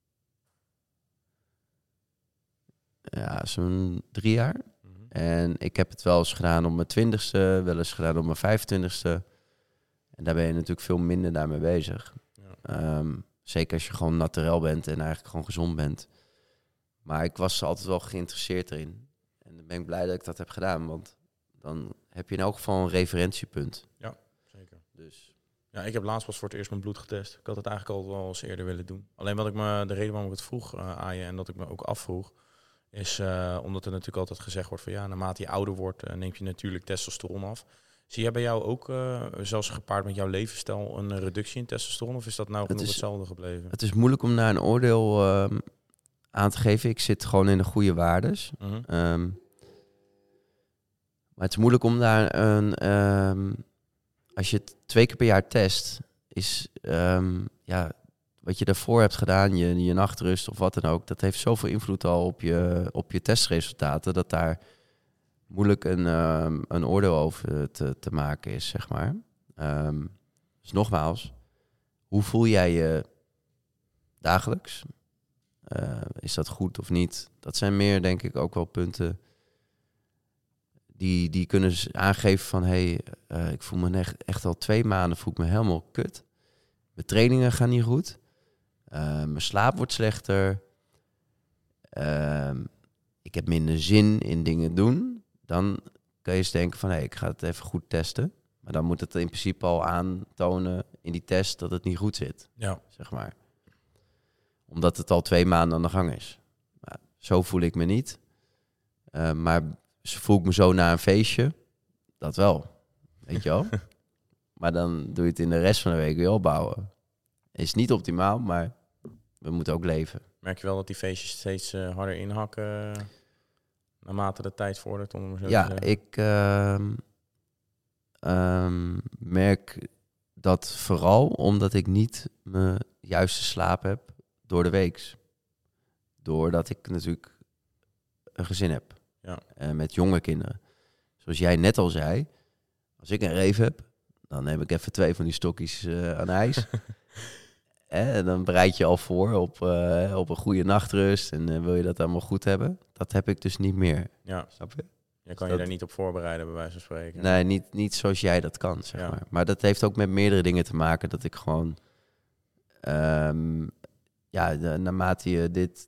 Ja, zo'n drie jaar. Mm-hmm. En ik heb het wel eens gedaan op mijn twintigste, wel eens gedaan op mijn vijfentwintigste. En daar ben je natuurlijk veel minder daarmee bezig. Ja. Um, zeker als je gewoon naturel bent en eigenlijk gewoon gezond bent. Maar ik was altijd wel geïnteresseerd erin. En dan ben ik blij dat ik dat heb gedaan, want dan heb je in elk geval een referentiepunt. Ja, zeker. Dus. Ja, ik heb laatst pas voor het eerst mijn bloed getest. Ik had het eigenlijk al wel eens eerder willen doen. Alleen wat ik me, de reden waarom ik het vroeg uh, aan je en dat ik me ook afvroeg, is uh, omdat er natuurlijk altijd gezegd wordt van ja, naarmate je ouder wordt, uh, neemt je natuurlijk testosteron af. Zie jij bij jou ook, uh, zelfs gepaard met jouw levensstijl, een reductie in testosteron? Of is dat nou genoeg hetzelfde gebleven? Het is moeilijk om daar een oordeel uh, aan te geven. Ik zit gewoon in de goede waardes. Mm-hmm. Um, maar het is moeilijk om daar een... Um, als je het twee keer per jaar test, is... Um, ja, wat je daarvoor hebt gedaan, je, je nachtrust of wat dan ook, dat heeft zoveel invloed al op je, op je testresultaten, dat daar moeilijk een, um, een oordeel over te, te maken is, zeg maar. Um, dus nogmaals, hoe voel jij je dagelijks? Uh, is dat goed of niet? Dat zijn meer, denk ik, ook wel punten die, die kunnen aangeven van, hé, hey, uh, ik voel me echt, echt al twee maanden voel ik me helemaal kut. Mijn trainingen gaan niet goed. Uh, mijn slaap wordt slechter. Uh, ik heb minder zin in dingen doen. Dan kun je eens denken van, hé, hey, ik ga het even goed testen. Maar dan moet het in principe al aantonen in die test dat het niet goed zit. Ja. Zeg maar. Omdat het al twee maanden aan de gang is. Nou, zo voel ik me niet. Uh, maar voel ik me zo na een feestje? Dat wel. Weet je wel? Maar dan doe je het in de rest van de week weer opbouwen. Is niet optimaal, maar we moeten ook leven. Merk je wel dat die feestjes steeds uh, harder inhakken uh, naarmate de tijd vordert? Om zo ja, te ik uh, um, merk dat vooral omdat ik niet mijn juiste slaap heb door de week. Doordat ik natuurlijk een gezin heb. Ja. Uh, met jonge kinderen. Zoals jij net al zei, als ik een reef heb, dan neem ik even twee van die stokjes uh, aan ijs. En dan bereid je al voor op, uh, op een goede nachtrust. En uh, wil je dat allemaal goed hebben. Dat heb ik dus niet meer. Ja. Snap je? Je kan je dat... daar niet op voorbereiden, bij wijze van spreken. Nee, niet, niet zoals jij dat kan, zeg ja. maar. Maar dat heeft ook met meerdere dingen te maken. Dat ik gewoon... Um, ja, de, naarmate je dit...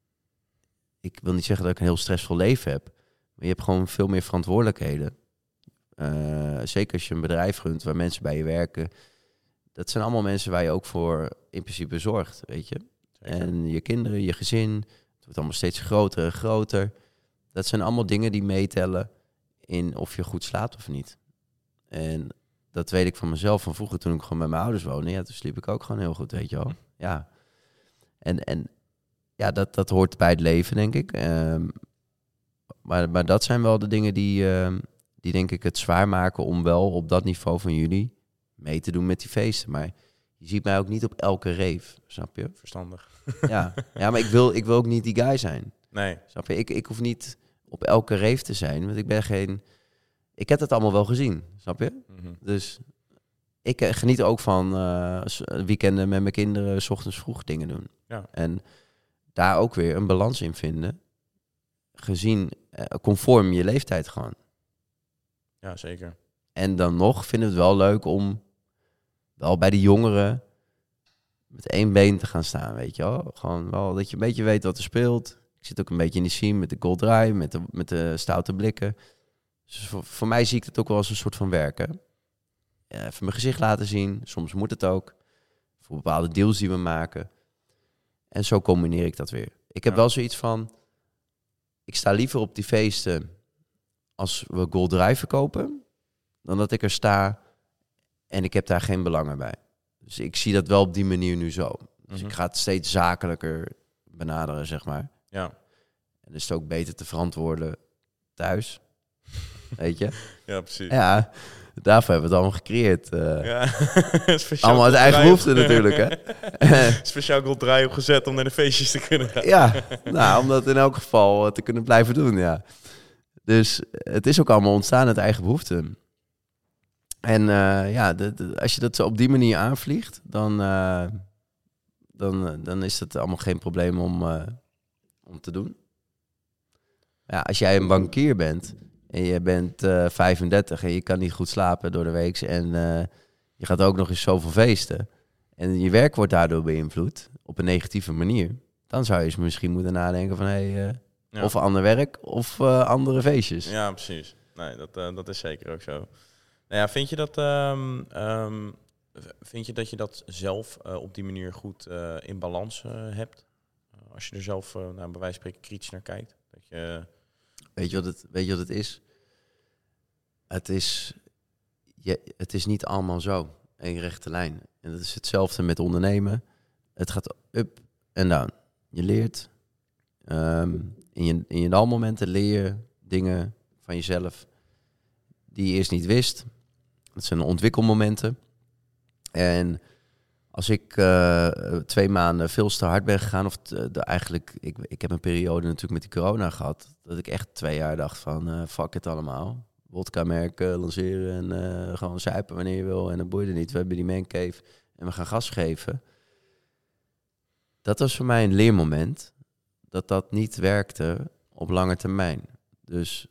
Ik wil niet zeggen dat ik een heel stressvol leven heb. Maar je hebt gewoon veel meer verantwoordelijkheden. Uh, zeker als je een bedrijf runt waar mensen bij je werken. Dat zijn allemaal mensen waar je ook voor in principe zorgt, weet je. Zeker. En je kinderen, je gezin, het wordt allemaal steeds groter en groter. Dat zijn allemaal dingen die meetellen in of je goed slaapt of niet. En dat weet ik van mezelf van vroeger toen ik gewoon bij mijn ouders woonde. Ja, toen sliep ik ook gewoon heel goed, weet je wel. Ja. En, en ja, dat, dat hoort bij het leven, denk ik. Um, maar, maar dat zijn wel de dingen die, uh, die denk ik het zwaar maken om wel op dat niveau van jullie mee te doen met die feesten. Maar je ziet mij ook niet op elke rave, snap je? Verstandig. Ja, ja maar ik wil, ik wil ook niet die guy zijn. Nee. Snap je? Ik, ik hoef niet op elke rave te zijn, want ik ben geen... Ik heb het allemaal wel gezien, snap je? Mm-hmm. Dus ik geniet ook van uh, weekenden met mijn kinderen, 's ochtends vroeg dingen doen. Ja. En daar ook weer een balans in vinden, gezien uh, conform je leeftijd gewoon. Ja, zeker. En dan nog vinden we het wel leuk om wel bij de jongeren met één been te gaan staan, weet je wel. Gewoon wel dat je een beetje weet wat er speelt. Ik zit ook een beetje in die scene met de Gold Dry, met de, met de stoute blikken. Dus voor, voor mij zie ik het ook wel als een soort van werken. Ja, even mijn gezicht laten zien. Soms moet het ook. Voor bepaalde deals die we maken. En zo combineer ik dat weer. Ik heb ja. wel zoiets van... Ik sta liever op die feesten als we Gold Dry verkopen, dan dat ik er sta en ik heb daar geen belangen bij. Dus ik zie dat wel op die manier nu zo. Dus mm-hmm. ik ga het steeds zakelijker benaderen, zeg maar. Ja. En dus het ook beter te verantwoorden thuis. Weet je? Ja, precies. Ja, Daarvoor hebben we het allemaal gecreëerd. Uh, ja. allemaal uit eigen behoefte natuurlijk, hè. Speciaal gold draai opgezet om naar de feestjes te kunnen gaan. Ja, nou, om dat in elk geval te kunnen blijven doen, ja. Dus het is ook allemaal ontstaan uit eigen behoefte. En uh, ja, de, de, als je dat zo op die manier aanvliegt, dan, uh, dan, dan is het allemaal geen probleem om, uh, om te doen. Ja, als jij een bankier bent en je bent uh, vijfendertig en je kan niet goed slapen door de week en uh, je gaat ook nog eens zoveel feesten en je werk wordt daardoor beïnvloed op een negatieve manier, dan zou je eens misschien moeten nadenken van hey, uh, ja. of ander werk of uh, andere feestjes. Ja, precies. Nee, dat, uh, dat is zeker ook zo. Nou ja, vind je dat, um, um, vind je dat je dat zelf uh, op die manier goed uh, in balans uh, hebt? Uh, als je er zelf, uh, nou, bij wijze van spreken, kritisch naar kijkt. Dat je... Weet je wat het, weet je wat het is? Het is, je, het is niet allemaal zo, één rechte lijn. En dat is hetzelfde met ondernemen. Het gaat up en down. Je leert, um, in je, in je dalmomenten leer je dingen van jezelf die je eerst niet wist. Dat zijn ontwikkelmomenten. En als ik uh, twee maanden veel te hard ben gegaan, of t, de, eigenlijk, ik, ik heb een periode natuurlijk met die corona gehad, dat ik echt twee jaar dacht van, uh, fuck het allemaal. Wodka merken, lanceren en uh, gewoon zuipen wanneer je wil. En dat boeide niet. We hebben die mancave en we gaan gas geven. Dat was voor mij een leermoment dat dat niet werkte op lange termijn. Dus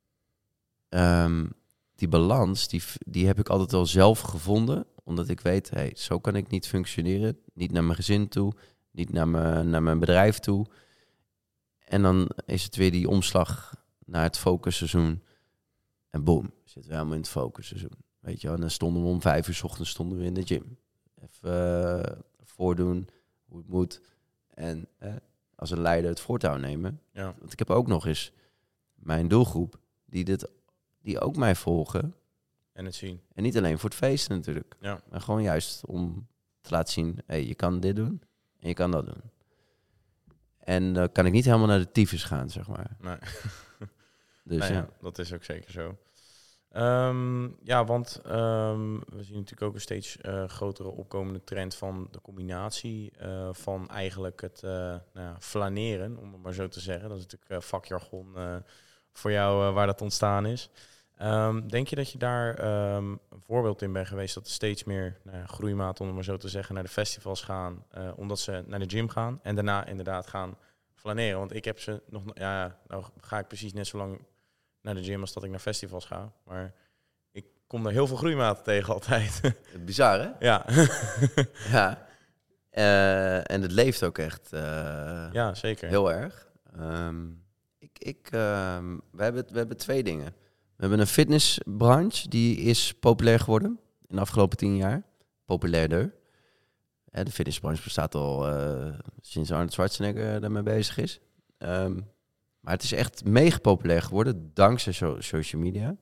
um, die balans, die, die heb ik altijd wel zelf gevonden. Omdat ik weet, hey, zo kan ik niet functioneren. Niet naar mijn gezin toe, niet naar mijn, naar mijn bedrijf toe. En dan is het weer die omslag naar het focusseizoen. En boom, zitten we helemaal in het focusseizoen. Weet je wel, en dan stonden we om vijf uur 's ochtends stonden we in de gym. Even uh, voordoen hoe het moet. En uh, als een leider het voortouw nemen. Ja. Want ik heb ook nog eens mijn doelgroep die, dit, die ook mij volgen. En het zien. En niet alleen voor het feest natuurlijk. Ja. Maar gewoon juist om te laten zien, hey, je kan dit doen en je kan dat doen. En dan uh, kan ik niet helemaal naar de tyfus gaan, zeg maar. Nee. Dus nou ja, ja. Dat is ook zeker zo. Um, ja, want um, we zien natuurlijk ook een steeds uh, grotere opkomende trend van de combinatie uh, van eigenlijk het uh, nou ja, flaneren, om het maar zo te zeggen. Dat is natuurlijk uh, vakjargon uh, voor jou uh, waar dat ontstaan is. Um, denk je dat je daar um, een voorbeeld in bent geweest dat er steeds meer nou ja, groeimaten, om het maar zo te zeggen, naar de festivals gaan, uh, omdat ze naar de gym gaan en daarna inderdaad gaan flaneren? Want ik heb ze nog, ja, nou ga ik precies net zo lang naar de gym als dat ik naar festivals ga. Maar ik kom daar heel veel groeimaten tegen altijd. Bizar, hè? Ja. Ja. Uh, en het leeft ook echt uh, ja, zeker. Heel erg. Um, ik, ik, um, we, hebben, we hebben twee dingen. We hebben een fitnessbranche, die is populair geworden in de afgelopen tien jaar. Populairder. Ja, de fitnessbranche bestaat al uh, sinds Arnold Schwarzenegger daarmee bezig is. Um, Maar het is echt mega populair geworden dankzij so- social media.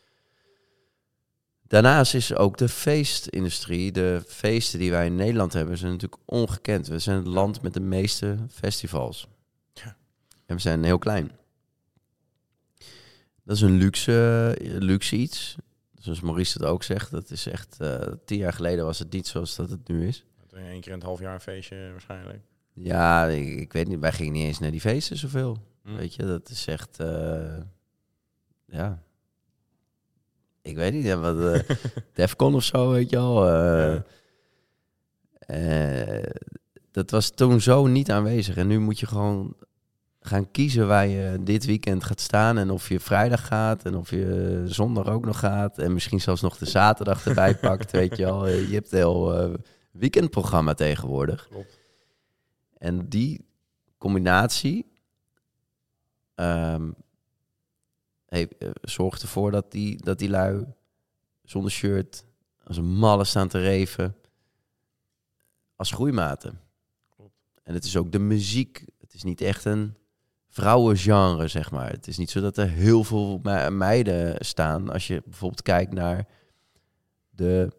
Daarnaast is ook de feestindustrie, de feesten die wij in Nederland hebben, zijn natuurlijk ongekend. We zijn het land met de meeste festivals. Ja. En we zijn heel klein. Dat is een luxe, luxe iets. Zoals Maurice het ook zegt, dat is echt, uh, tien jaar geleden was het niet zoals dat het nu is. Eén keer in het half jaar een feestje waarschijnlijk. Ja, ik, ik weet niet, wij gingen niet eens naar die feesten zoveel. Mm. Weet je, dat is echt, uh, ja, ik weet niet, ja, wat uh, Defcon of zo, weet je wel. Uh, ja. uh, dat was toen zo niet aanwezig. En nu moet je gewoon gaan kiezen waar je dit weekend gaat staan. En of je vrijdag gaat en of je zondag ook nog gaat. En misschien zelfs nog de zaterdag erbij pakt, weet je wel. Je hebt een heel uh, weekendprogramma tegenwoordig. Klopt. En die combinatie um, hey, uh, zorgt ervoor dat die, dat die lui zonder shirt als een malle staan te reven als groeimaten. Klopt. En het is ook de muziek. Het is niet echt een vrouwengenre, zeg maar. Het is niet zo dat er heel veel me- meiden staan. Als je bijvoorbeeld kijkt naar de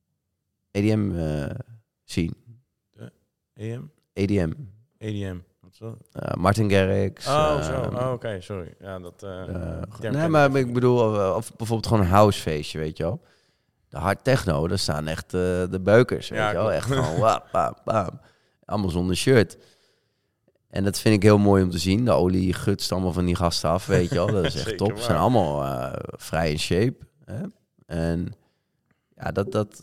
E D M uh, scene. E D M? E D M. E D M. Zo. Uh, Martin Garrix. Oh, zo. Uh, Oh, oké, okay, sorry. Ja, dat... Uh, uh, nee, maar ik bedoel, uh, of bijvoorbeeld gewoon een housefeestje, weet je wel. De hard techno, daar staan echt uh, de beukers, weet ja, je wel. Echt gewoon, wap, bam, bam. Allemaal zonder shirt. En dat vind ik heel mooi om te zien. De olie gutst allemaal van die gasten af, weet je wel. Dat is echt Zeker top. Ze zijn allemaal uh, vrij in shape. Hè? En ja, dat, dat...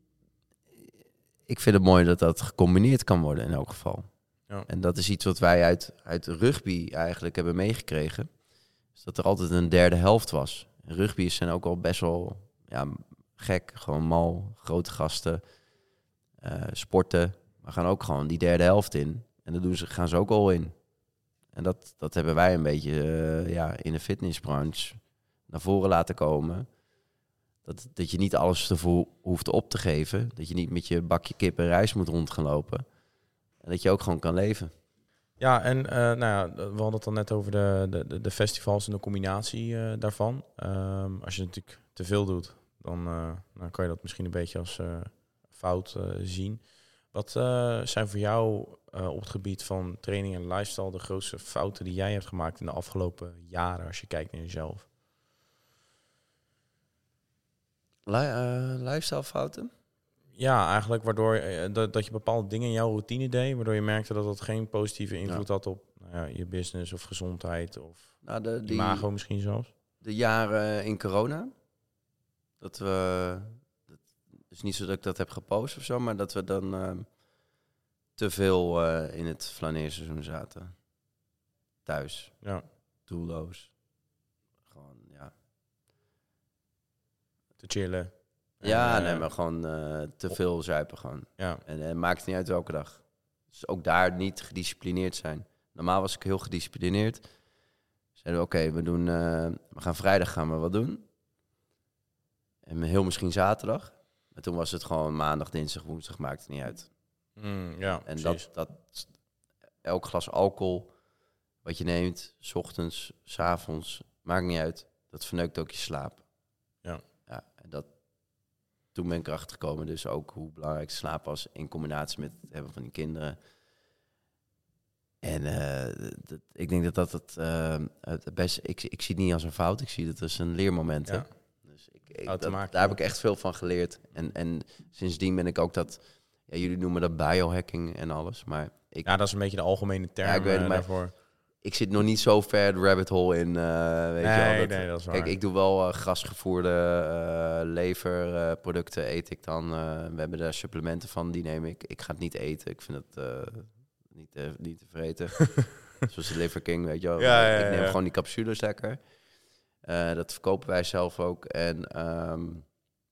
Ik vind het mooi dat dat gecombineerd kan worden in elk geval. Ja. En dat is iets wat wij uit, uit rugby eigenlijk hebben meegekregen. Dus dat er altijd een derde helft was. En rugby's zijn ook al best wel ja, gek. Gewoon mal, grote gasten, uh, sporten. We gaan ook gewoon die derde helft in. En dan doen ze, gaan ze ook al in. En dat, dat hebben wij een beetje uh, ja, in de fitnessbranche naar voren laten komen. Dat, dat je niet alles ervoor hoeft op te geven. Dat je niet met je bakje kip en rijst moet rond gaan lopen. En dat je ook gewoon kan leven. Ja, en uh, nou ja, we hadden het al net over de, de, de festivals en de combinatie uh, daarvan. Um, als je natuurlijk te veel doet, dan, uh, dan kan je dat misschien een beetje als uh, fout uh, zien. Wat uh, zijn voor jou uh, op het gebied van training en lifestyle de grootste fouten die jij hebt gemaakt in de afgelopen jaren, als je kijkt naar jezelf? Li- uh, lifestyle fouten? Ja, eigenlijk waardoor uh, dat, dat je bepaalde dingen in jouw routine deed, waardoor je merkte dat dat geen positieve invloed ja. had op nou ja, je business of gezondheid of nou, de, die, imago misschien zelfs. De jaren in corona, dat we, het is niet zo dat ik dat heb gepost of zo, maar dat we dan uh, te veel uh, in het flaneerseizoen zaten. Thuis. Ja. Doelloos. Gewoon, ja. Te chillen. Ja, en, nee, uh, maar gewoon uh, te veel zuipen gewoon. Ja. En het uh, maakt niet uit welke dag. Dus ook daar niet gedisciplineerd zijn. Normaal was ik heel gedisciplineerd. Zeiden we, oké, okay, we doen, uh, we gaan vrijdag gaan we wat doen. En heel misschien zaterdag. Maar toen was het gewoon maandag, dinsdag, woensdag, maakt het niet uit. Mm, ja, en dat, dat, elk glas alcohol wat je neemt, 's ochtends, 's avonds, maakt niet uit. Dat verneukt ook je slaap. Ja. Ja, en dat, toen ben ik erachter gekomen, dus ook hoe belangrijk slaap was in combinatie met het hebben van die kinderen. En uh, dat, ik denk dat dat het, uh, het beste... Ik, ik zie het niet als een fout, ik zie het als een leermoment. Ja. Dus ik, ik, dat, daar heb ik echt veel van geleerd. En, en sindsdien ben ik ook dat... Ja, jullie noemen dat biohacking en alles, maar... Ik, ja, dat is een beetje de algemene term ja, ik weet het, maar daarvoor. Ik zit nog niet zo ver de rabbit hole in, uh, weet nee, je wel. Dat, nee, dat is waar. Kijk, ik doe wel uh, grasgevoerde uh, leverproducten, uh, eet ik dan. Uh, we hebben daar supplementen van, die neem ik. Ik ga het niet eten, ik vind het... Uh, Niet te, niet te vreten. Zoals de Liver King, weet je wel. Ja, ja, ja, ik neem ja. gewoon die capsules lekker. Uh, dat verkopen wij zelf ook. En um,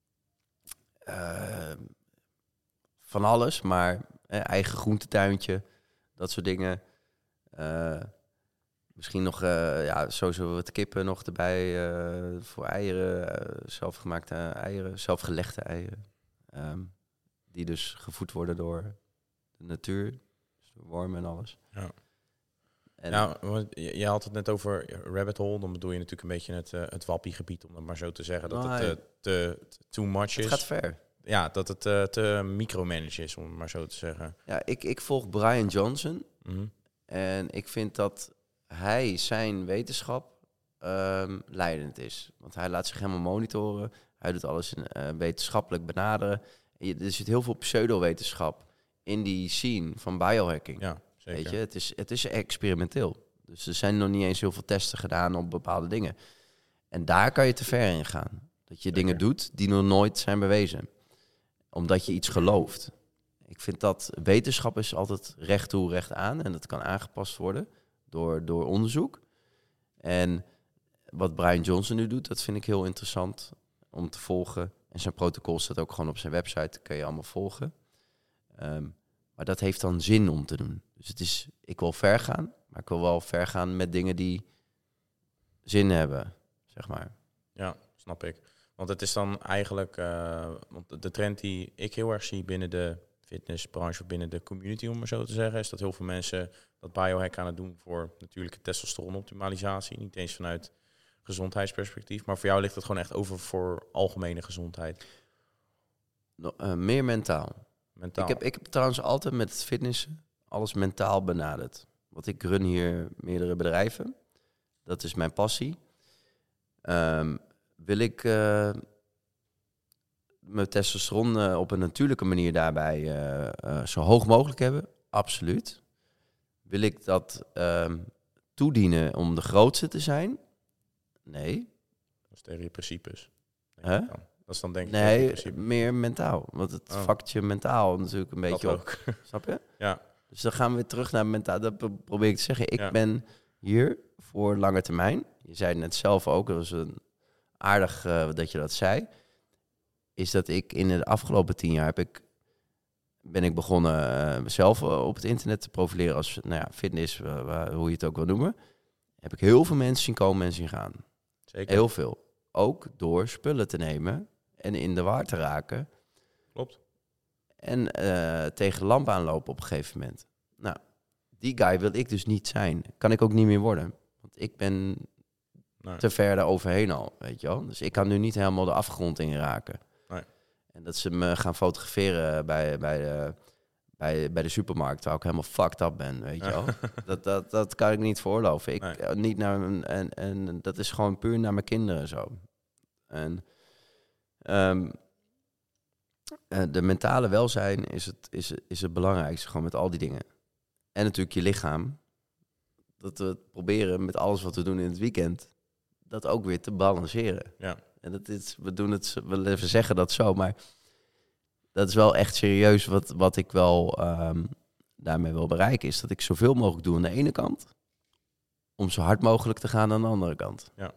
uh, van alles, maar uh, eigen groentetuintje, dat soort dingen. Uh, misschien nog, uh, ja, sowieso wat kippen nog erbij uh, voor eieren. Uh, zelfgemaakte eieren, zelfgelegde eieren. Um, die dus gevoed worden door de natuur. Wormen en alles. Ja. En nou, want je, je had het net over rabbit hole. Dan bedoel je natuurlijk een beetje het, uh, het wappiegebied, om dat maar zo te zeggen. Dat oh, het uh, te, te too much is. Het gaat ver. Ja, dat het uh, te micromanage is, om het maar zo te zeggen. Ja, ik, ik volg Brian Johnson. Mm-hmm. En ik vind dat hij zijn wetenschap um, leidend is. Want hij laat zich helemaal monitoren. Hij doet alles in, uh, wetenschappelijk benaderen. En je, er zit heel veel pseudowetenschap in die scene van biohacking. Ja, zeker. Weet je, het is, het is experimenteel. Dus er zijn nog niet eens heel veel testen gedaan op bepaalde dingen. En daar kan je te ver in gaan. Dat je zeker. Dingen doet die nog nooit zijn bewezen. Omdat je iets gelooft. Ik vind dat wetenschap is altijd recht toe, recht aan. En dat kan aangepast worden door, door onderzoek. En wat Brian Johnson nu doet, dat vind ik heel interessant om te volgen. En zijn protocol staat ook gewoon op zijn website. Kun je allemaal volgen. Um, maar dat heeft dan zin om te doen. Dus het is, ik wil ver gaan, maar ik wil wel ver gaan met dingen die zin hebben, zeg maar. Ja, snap ik. Want het is dan eigenlijk, uh, want de trend die ik heel erg zie binnen de fitnessbranche, binnen de community, om maar zo te zeggen, is dat heel veel mensen dat biohack aan het doen voor natuurlijke testosteronoptimalisatie. Niet eens vanuit gezondheidsperspectief, maar voor jou ligt het gewoon echt over voor algemene gezondheid. No, uh, meer mentaal. Mentaal. Ik heb, ik heb trouwens altijd met het fitnessen alles mentaal benaderd. Want ik run hier meerdere bedrijven. Dat is mijn passie. Um, wil ik uh, mijn testosteron uh, op een natuurlijke manier daarbij uh, uh, zo hoog mogelijk hebben? Absoluut. Wil ik dat uh, toedienen om de grootste te zijn? Nee. Dat is tegen je principes. Huh? Dat is dan denk ik nee, meer mentaal. Want het oh. vakt je mentaal natuurlijk een beetje dat op. Ook. Snap je? Ja. Dus dan gaan we weer terug naar mentaal. Dat probeer ik te zeggen. Ik ja. ben hier voor lange termijn. Je zei het net zelf ook. Dat was een aardig uh, dat je dat zei. Is dat ik in de afgelopen tien jaar heb ik, ben ik begonnen uh, mezelf uh, op het internet te profileren als nou ja, fitness, uh, uh, hoe je het ook wil noemen. Heb ik heel veel mensen zien komen en zien gaan. Zeker. Heel veel. Ook door spullen te nemen en in de war te raken. Klopt. En uh, tegen de lamp aanlopen op een gegeven moment. Nou, die guy wil ik dus niet zijn. Kan ik ook niet meer worden. Want ik ben nee. te ver daar overheen al, weet je wel. Dus ik kan nu niet helemaal de afgrond in raken. Nee. En dat ze me gaan fotograferen bij, bij, de, bij, bij de supermarkt, terwijl ik helemaal fucked up ben, weet je wel. dat, dat, dat kan ik niet veroorloven. Ik, nee. niet naar, en, en dat is gewoon puur naar mijn kinderen zo. En um, de mentale welzijn is het, is, is het belangrijkste, gewoon met al die dingen. En natuurlijk je lichaam. Dat we het proberen met alles wat we doen in het weekend, dat ook weer te balanceren. Ja. En dat is, we doen het, we even zeggen dat zo, maar dat is wel echt serieus wat, wat ik wel um, daarmee wil bereiken, is dat ik zoveel mogelijk doe aan de ene kant, om zo hard mogelijk te gaan aan de andere kant. Ja.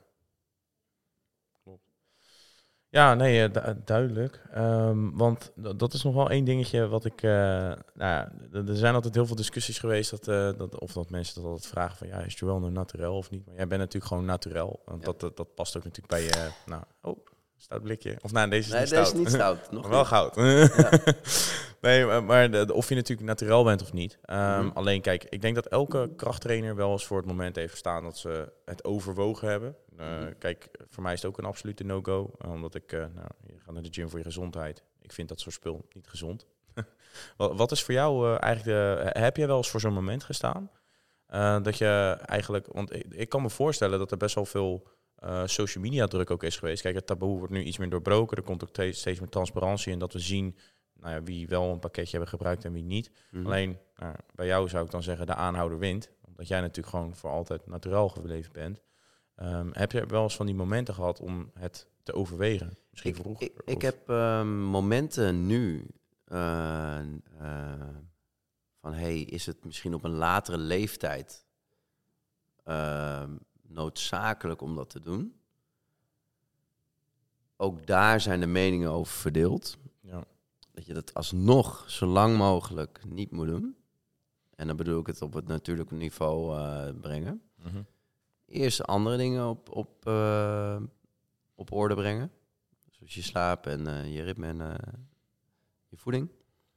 Ja, nee, du- duidelijk. Um, want d- dat is nog wel één dingetje wat ik... Uh, nou ja, d- er zijn altijd heel veel discussies geweest, dat, uh, dat, of dat mensen dat altijd vragen van, ja, is Joël nou naturel of niet? Maar jij bent natuurlijk gewoon naturel. Want ja. dat, dat, dat past ook natuurlijk bij je... Nou, oh, stout blikje. Of nou, deze is nee, niet deze stout. is niet stout. Nog maar wel niet. goud. Ja. Nee, maar, maar de, of je natuurlijk naturel bent of niet. Um, Mm-hmm. Alleen, kijk, ik denk dat elke krachttrainer wel eens voor het moment heeft staan dat ze het overwogen hebben. Uh, mm-hmm. Kijk, voor mij is het ook een absolute no-go. Uh, omdat ik, uh, nou, je gaat naar de gym voor je gezondheid. Ik vind dat soort spul niet gezond. wat, wat is voor jou uh, eigenlijk de... Heb jij wel eens voor zo'n moment gestaan? Uh, dat je eigenlijk... Want ik, ik kan me voorstellen dat er best wel veel uh, social media druk ook is geweest. Kijk, het taboe wordt nu iets meer doorbroken. Er komt ook te- steeds meer transparantie in dat we zien... Nou ja, wie wel een pakketje hebben gebruikt en wie niet. Mm-hmm. Alleen, nou, bij jou zou ik dan zeggen, de aanhouder wint. Omdat jij natuurlijk gewoon voor altijd naturel gebleven bent. Um, heb je wel eens van die momenten gehad om het te overwegen? Misschien ik, vroeger? Ik, ik heb um, momenten nu uh, uh, van, hey, is het misschien op een latere leeftijd uh, noodzakelijk om dat te doen? Ook daar zijn de meningen over verdeeld. Ja. Dat je dat alsnog zo lang mogelijk niet moet doen. En dan bedoel ik het op het natuurlijke niveau uh, brengen. Mm-hmm. Eerst andere dingen op, op, uh, op orde brengen. Zoals je slaap en uh, je ritme en uh, je voeding.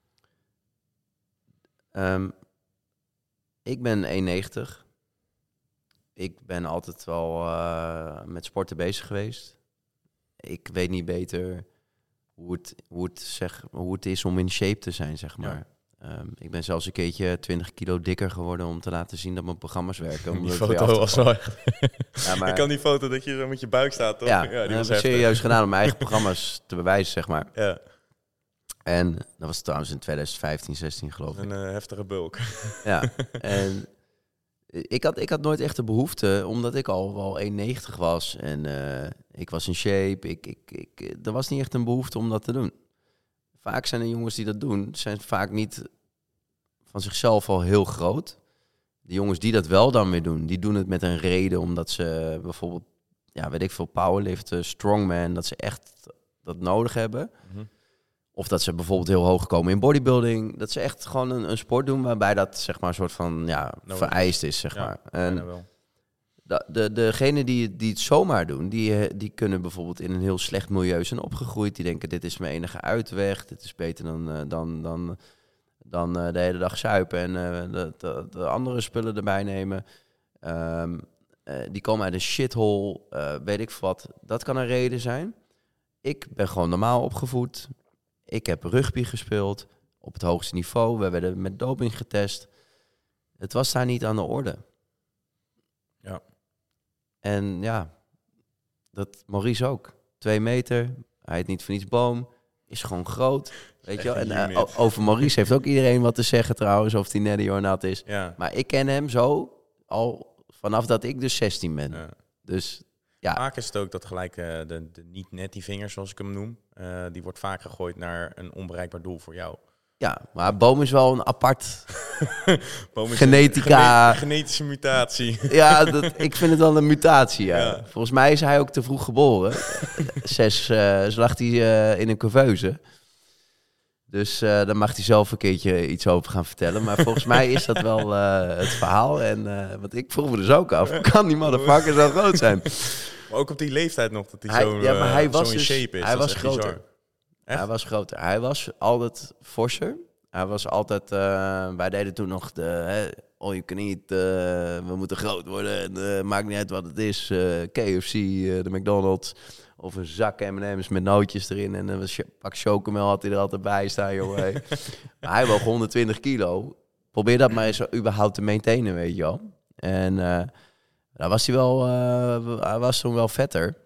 Um, ik ben één negentig. Ik ben altijd wel uh, met sporten bezig geweest. Ik weet niet beter hoe het, hoe het, zeg, hoe het is om in shape te zijn, zeg maar. Ja. Um, ik ben zelfs een keertje twintig kilo dikker geworden om te laten zien dat mijn programma's werken. Die foto was wel echt... Ja, maar... Ik kan die foto dat je zo met je buik staat, toch? Ja, ja die dat was heb ik serieus gedaan om mijn eigen programma's te bewijzen, zeg maar. Ja. En dat was trouwens in twintig vijftien, zestien geloof ik. Een uh, heftige bulk. Ja, en ik had, ik had nooit echt de behoefte, omdat ik al wel één negentig was. En uh, ik was in shape. Ik, ik, ik, er was niet echt een behoefte om dat te doen. Vaak zijn de jongens die dat doen, zijn vaak niet van zichzelf al heel groot. De jongens die dat wel dan weer doen, die doen het met een reden, omdat ze bijvoorbeeld, ja, weet ik veel, powerliften, strongman, dat ze echt dat nodig hebben. Mm-hmm. Of dat ze bijvoorbeeld heel hoog komen in bodybuilding. Dat ze echt gewoon een, een sport doen waarbij dat, zeg maar, een soort van, ja, no, vereist is, zeg ja, maar. En wel. De, de, degene die, die het zomaar doen, die, die kunnen bijvoorbeeld in een heel slecht milieu zijn opgegroeid. Die denken, dit is mijn enige uitweg. Dit is beter dan, uh, dan, dan, dan uh, de hele dag zuipen en uh, de, de, de andere spullen erbij nemen. Um, uh, die komen uit een shithole, uh, weet ik wat. Dat kan een reden zijn. Ik ben gewoon normaal opgevoed. Ik heb rugby gespeeld op het hoogste niveau. We werden met doping getest. het was daar niet aan de orde. Ja. En ja, dat Maurice ook. Twee meter, hij heet niet voor niets Boom, is gewoon groot. Weet je wel? En uh, over Maurice heeft ook iedereen wat te zeggen trouwens, of die Neddy or not is. Ja. Maar ik ken hem zo al vanaf dat ik dus zestien ben. Ja. Dus ja. Vaak is het ook dat gelijk uh, de, de niet net die vinger, zoals ik hem noem, uh, die wordt vaak gegooid naar een onbereikbaar doel voor jou. Ja, maar Boom is wel een apart Boom is genetica. Een gene- genetische mutatie. Ja, dat, ik vind het wel een mutatie. Ja. Ja. Volgens mij is hij ook te vroeg geboren. Zes, uh, zo lag hij uh, in een couveuse. Dus uh, daar mag hij zelf een keertje iets over gaan vertellen. Maar volgens mij is dat wel uh, het verhaal. En uh, want ik vroeg me dus ook af, kan die motherfucker zo groot zijn? Maar ook op die leeftijd nog, dat hij, hij zo, ja, maar hij uh, was zo in dus, shape is. Hij dat was is groter. Hij was groter. Hij was altijd forser. Hij was altijd... Uh, wij deden toen nog de... Hè, all you can eat. Uh, we moeten groot worden. En, uh, maakt niet uit wat het is. Uh, K F C, uh, de McDonald's. Of een zak M en M's met nootjes erin. En een pak chocomel had hij er altijd bij staan, jongen. Maar hij woog honderdtwintig kilo. Probeer dat maar eens überhaupt te maintainen, weet je wel. En uh, daar was hij wel... Uh, hij was toen wel vetter.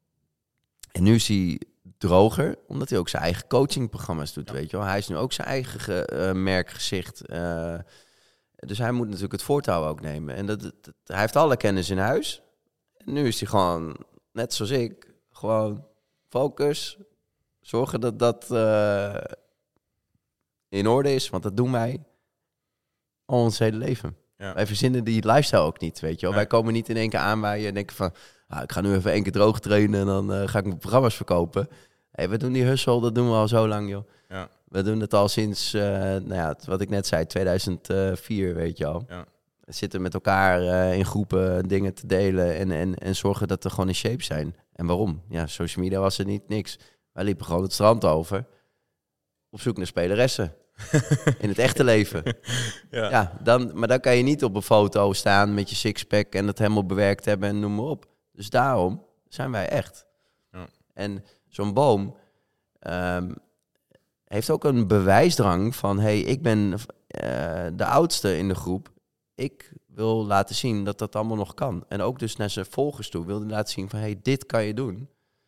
En nu is hij droger, omdat hij ook zijn eigen coachingprogramma's doet, ja. Weet je wel. Hij is nu ook zijn eigen ge, uh, merkgezicht. Uh, dus hij moet natuurlijk het voortouw ook nemen. En dat, dat, dat, hij heeft alle kennis in huis. En nu is hij gewoon, net zoals ik, gewoon focus. Zorgen dat dat uh, in orde is, want dat doen wij al ons hele leven. Ja. Wij verzinnen die lifestyle ook niet, weet je wel. Nee. Wij komen niet in één keer aan waar je denkt van... Ah, ik ga nu even één keer droog trainen en dan uh, ga ik mijn programma's verkopen. Hey, we doen die hustle, dat doen we al zo lang, joh. Ja. We doen het al sinds, uh, nou ja, wat ik net zei, tweeduizend vier, weet je al. Ja. We zitten met elkaar uh, in groepen dingen te delen en, en, en zorgen dat we gewoon in shape zijn. En waarom? Ja, social media was er niet, niks. Wij liepen gewoon het strand over, op zoek naar speleressen. In het echte leven. Ja. Ja, dan, maar dan kan je niet op een foto staan met je sixpack en het helemaal bewerkt hebben en noem maar op. Dus daarom zijn wij echt. Ja. En zo'n Boom um, heeft ook een bewijsdrang van... hey, ik ben uh, de oudste in de groep. Ik wil laten zien dat dat allemaal nog kan. En ook dus naar zijn volgers toe wil hij laten zien van... hey, dit kan je doen.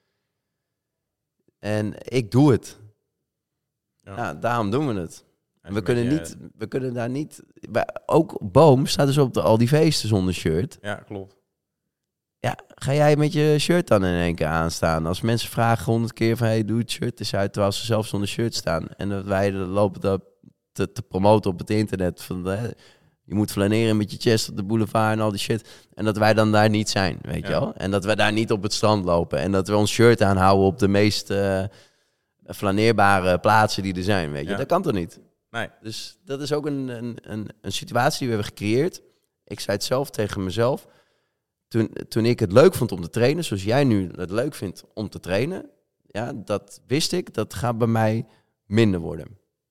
En ik doe het. Ja. Ja, daarom doen we het. En we kunnen, niet, we kunnen daar niet... Ook Boom staat dus op de, al die feesten zonder shirt. Ja, klopt. Ja, ga jij met je shirt dan in één keer aanstaan? Als mensen vragen honderd keer van... hey, doe het shirt eens uit, terwijl ze zelf zonder shirt staan. En dat wij lopen dat te, te promoten op het internet. Van, hè, je moet flaneren met je chest op de boulevard en al die shit. En dat wij dan daar niet zijn, weet ja. je wel? En dat we daar niet op het strand lopen. En dat we ons shirt aanhouden op de meest uh, flaneerbare plaatsen die er zijn, weet je? Ja. Dat kan toch niet? Nee. Dus dat is ook een, een, een, een situatie die we hebben gecreëerd. Ik zei het zelf tegen mezelf... Toen, toen ik het leuk vond om te trainen, zoals jij nu het leuk vindt om te trainen, ja, dat wist ik, dat gaat bij mij minder worden.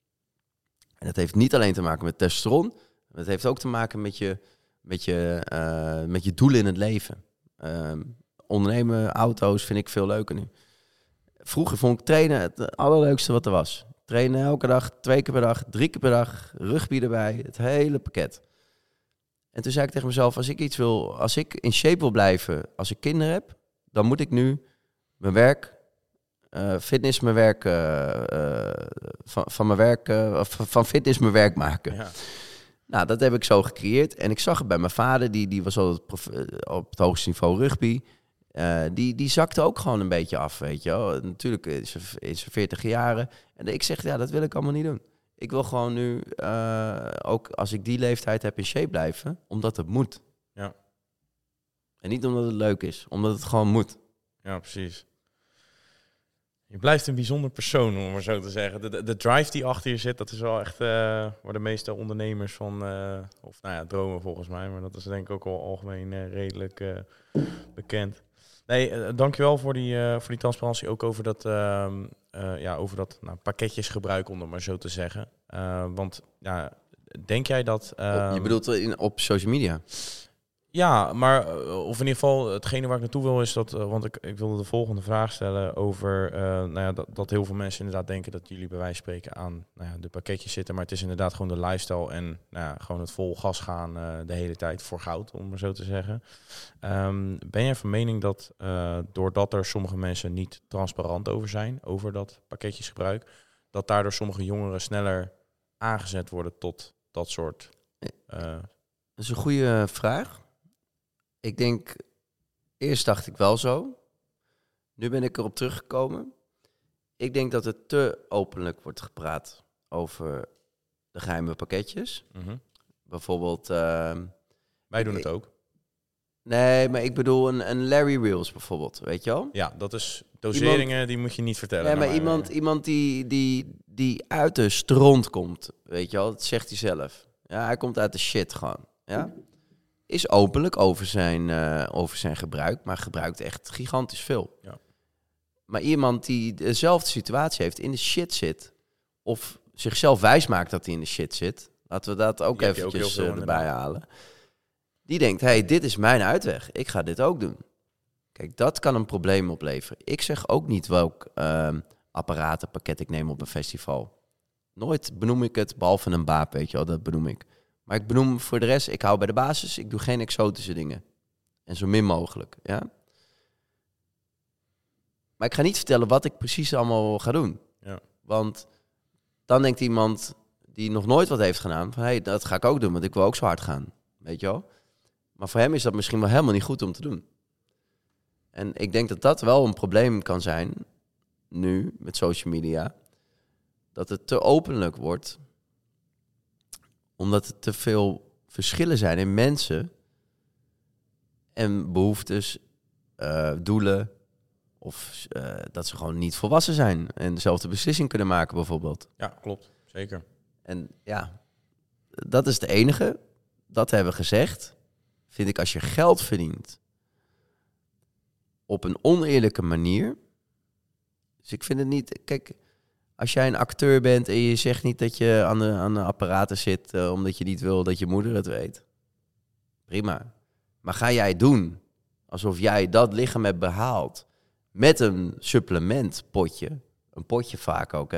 En dat heeft niet alleen te maken met testosteron, het heeft ook te maken met je, met je, uh, met je doelen in het leven. Uh, ondernemen, auto's vind ik veel leuker nu. Vroeger vond ik trainen het allerleukste wat er was. Trainen elke dag, twee keer per dag, drie keer per dag, rugby erbij, het hele pakket. En toen zei ik tegen mezelf, als ik iets wil, als ik in shape wil blijven, als ik kinderen heb, dan moet ik nu mijn werk, uh, fitness mijn werk, uh, uh, van, van mijn werk, uh, van fitness mijn werk maken. Ja. Nou, dat heb ik zo gecreëerd. En ik zag het bij mijn vader, die, die was altijd prof, uh, op het hoogste niveau rugby. Uh, die, die zakte ook gewoon een beetje af, weet je wel. Natuurlijk in zijn veertig jaren. En ik zeg, ja, dat wil ik allemaal niet doen. Ik wil gewoon nu, uh, ook als ik die leeftijd heb, in shape blijven. Omdat het moet. Ja. En niet omdat het leuk is. Omdat het gewoon moet. Ja, precies. Je blijft een bijzonder persoon, om maar zo te zeggen. De, de, de drive die achter je zit, dat is wel echt uh, waar de meeste ondernemers van... Uh, of nou ja, dromen volgens mij. Maar dat is denk ik ook wel algemeen uh, redelijk uh, bekend. Nee, uh, dankjewel voor die, uh, voor die transparantie. Ook over dat... Uh, Uh, ja, over dat nou, pakketjesgebruik, om het maar zo te zeggen. Uh, want ja, denk jij dat... Uh, je bedoelt in, op social media? Ja, maar uh, of in ieder geval hetgene waar ik naartoe wil is dat, uh, want ik, ik wilde de volgende vraag stellen over, uh, nou ja, dat, dat heel veel mensen inderdaad denken dat jullie bij wijze van spreken aan nou ja, de pakketjes zitten, maar het is inderdaad gewoon de lifestyle en nou ja, gewoon het vol gas gaan uh, de hele tijd voor goud, om maar zo te zeggen. Um, ben jij van mening dat uh, doordat er sommige mensen niet transparant over zijn, over dat pakketjesgebruik, dat daardoor sommige jongeren sneller aangezet worden tot dat soort... Uh, dat is een goede vraag. Ik denk, eerst dacht ik wel zo. Nu ben ik erop teruggekomen. Ik denk dat het te openlijk wordt gepraat over de geheime pakketjes. Mm-hmm. Bijvoorbeeld... Uh, Wij doen ik, het ook. Nee, maar ik bedoel een, een Larry Wheels bijvoorbeeld, weet je wel? Ja, dat is doseringen, iemand, die moet je niet vertellen. Nee, maar, maar iemand, uh, iemand die, die, die uit de stront komt, weet je wel? Dat zegt hij zelf. Ja, hij komt uit de shit gewoon, ja? Is openlijk over zijn, uh, over zijn gebruik, maar gebruikt echt gigantisch veel. Ja. Maar iemand die dezelfde situatie heeft, in de shit zit, of zichzelf wijsmaakt dat hij in de shit zit, laten we dat ook die eventjes ook uh, erbij halen. Die denkt, hé, hey, dit is mijn uitweg, ik ga dit ook doen. Kijk, dat kan een probleem opleveren. Ik zeg ook niet welk uh, apparatenpakket ik neem op een festival. Nooit benoem ik het, behalve een baap, weet je wel, dat benoem ik. Maar ik benoem voor de rest, ik hou bij de basis, ik doe geen exotische dingen. En zo min mogelijk, ja. Maar ik ga niet vertellen wat ik precies allemaal ga doen. Ja. Want dan denkt iemand die nog nooit wat heeft gedaan, van hé, hey, dat ga ik ook doen, want ik wil ook zo hard gaan. Weet je wel? Maar voor hem is dat misschien wel helemaal niet goed om te doen. En ik denk dat dat wel een probleem kan zijn, nu, met social media. Dat het te openlijk wordt, omdat er te veel verschillen zijn in mensen en behoeftes, uh, doelen, of uh, dat ze gewoon niet volwassen zijn en dezelfde beslissing kunnen maken bijvoorbeeld. Ja, klopt. Zeker. En ja, dat is het enige. Dat hebben we gezegd. Vind ik, als je geld verdient op een oneerlijke manier. Dus ik vind het niet... Kijk, als jij een acteur bent en je zegt niet dat je aan de, aan de apparaten zit uh, omdat je niet wil dat je moeder het weet. Prima. Maar ga jij doen alsof jij dat lichaam hebt behaald met een supplementpotje. Een potje vaak ook, hè?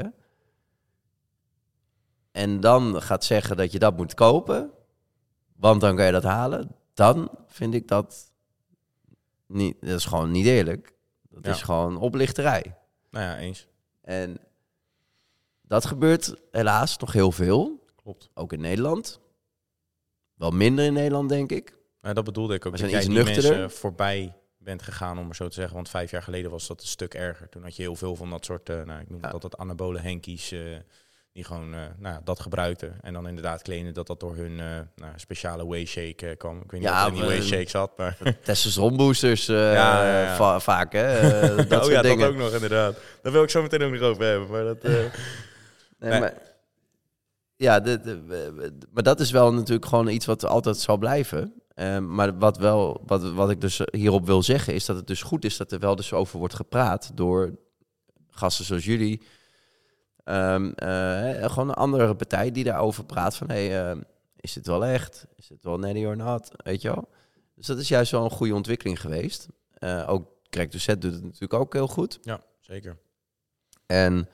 En dan gaat zeggen dat je dat moet kopen, want dan kan je dat halen. Dan vind ik dat niet... Dat is gewoon niet eerlijk. Dat ja. is gewoon oplichterij. Nou ja, eens. En dat gebeurt helaas nog heel veel. Klopt. Ook in Nederland. Wel minder in Nederland, denk ik. Ja, dat bedoelde ik ook. We dat zijn jij iets die nuchterder. mensen voorbij bent gegaan, om maar zo te zeggen. Want vijf jaar geleden was dat een stuk erger. Toen had je heel veel van dat soort, uh, nou, ik noem ja. dat dat anabole henkies, uh, die gewoon uh, nou, dat gebruikten. En dan inderdaad claimden dat dat door hun uh, nou, speciale whey shake uh, kwam. Ik weet niet ja, of er in die whey shakes had, maar... Testosteronboosters uh, ja, ja, ja. Va- vaak, hè? Uh, dat oh soort ja, dingen. Dat ook nog, inderdaad. Daar wil ik zo meteen ook nog over hebben, maar dat... Uh... nee, nee. Maar, ja, de, de, de, maar dat is wel natuurlijk gewoon iets wat altijd zal blijven. Uh, maar wat, wel, wat, wat ik dus hierop wil zeggen, is dat het dus goed is dat er wel dus over wordt gepraat door gasten zoals jullie. Um, uh, gewoon een andere partij die daarover praat van, hey, uh, is dit wel echt? Is dit wel netty or not? Weet je wel? Dus dat is juist wel een goede ontwikkeling geweest. Uh, ook Greg Doucette doet het natuurlijk ook heel goed. Ja, zeker. En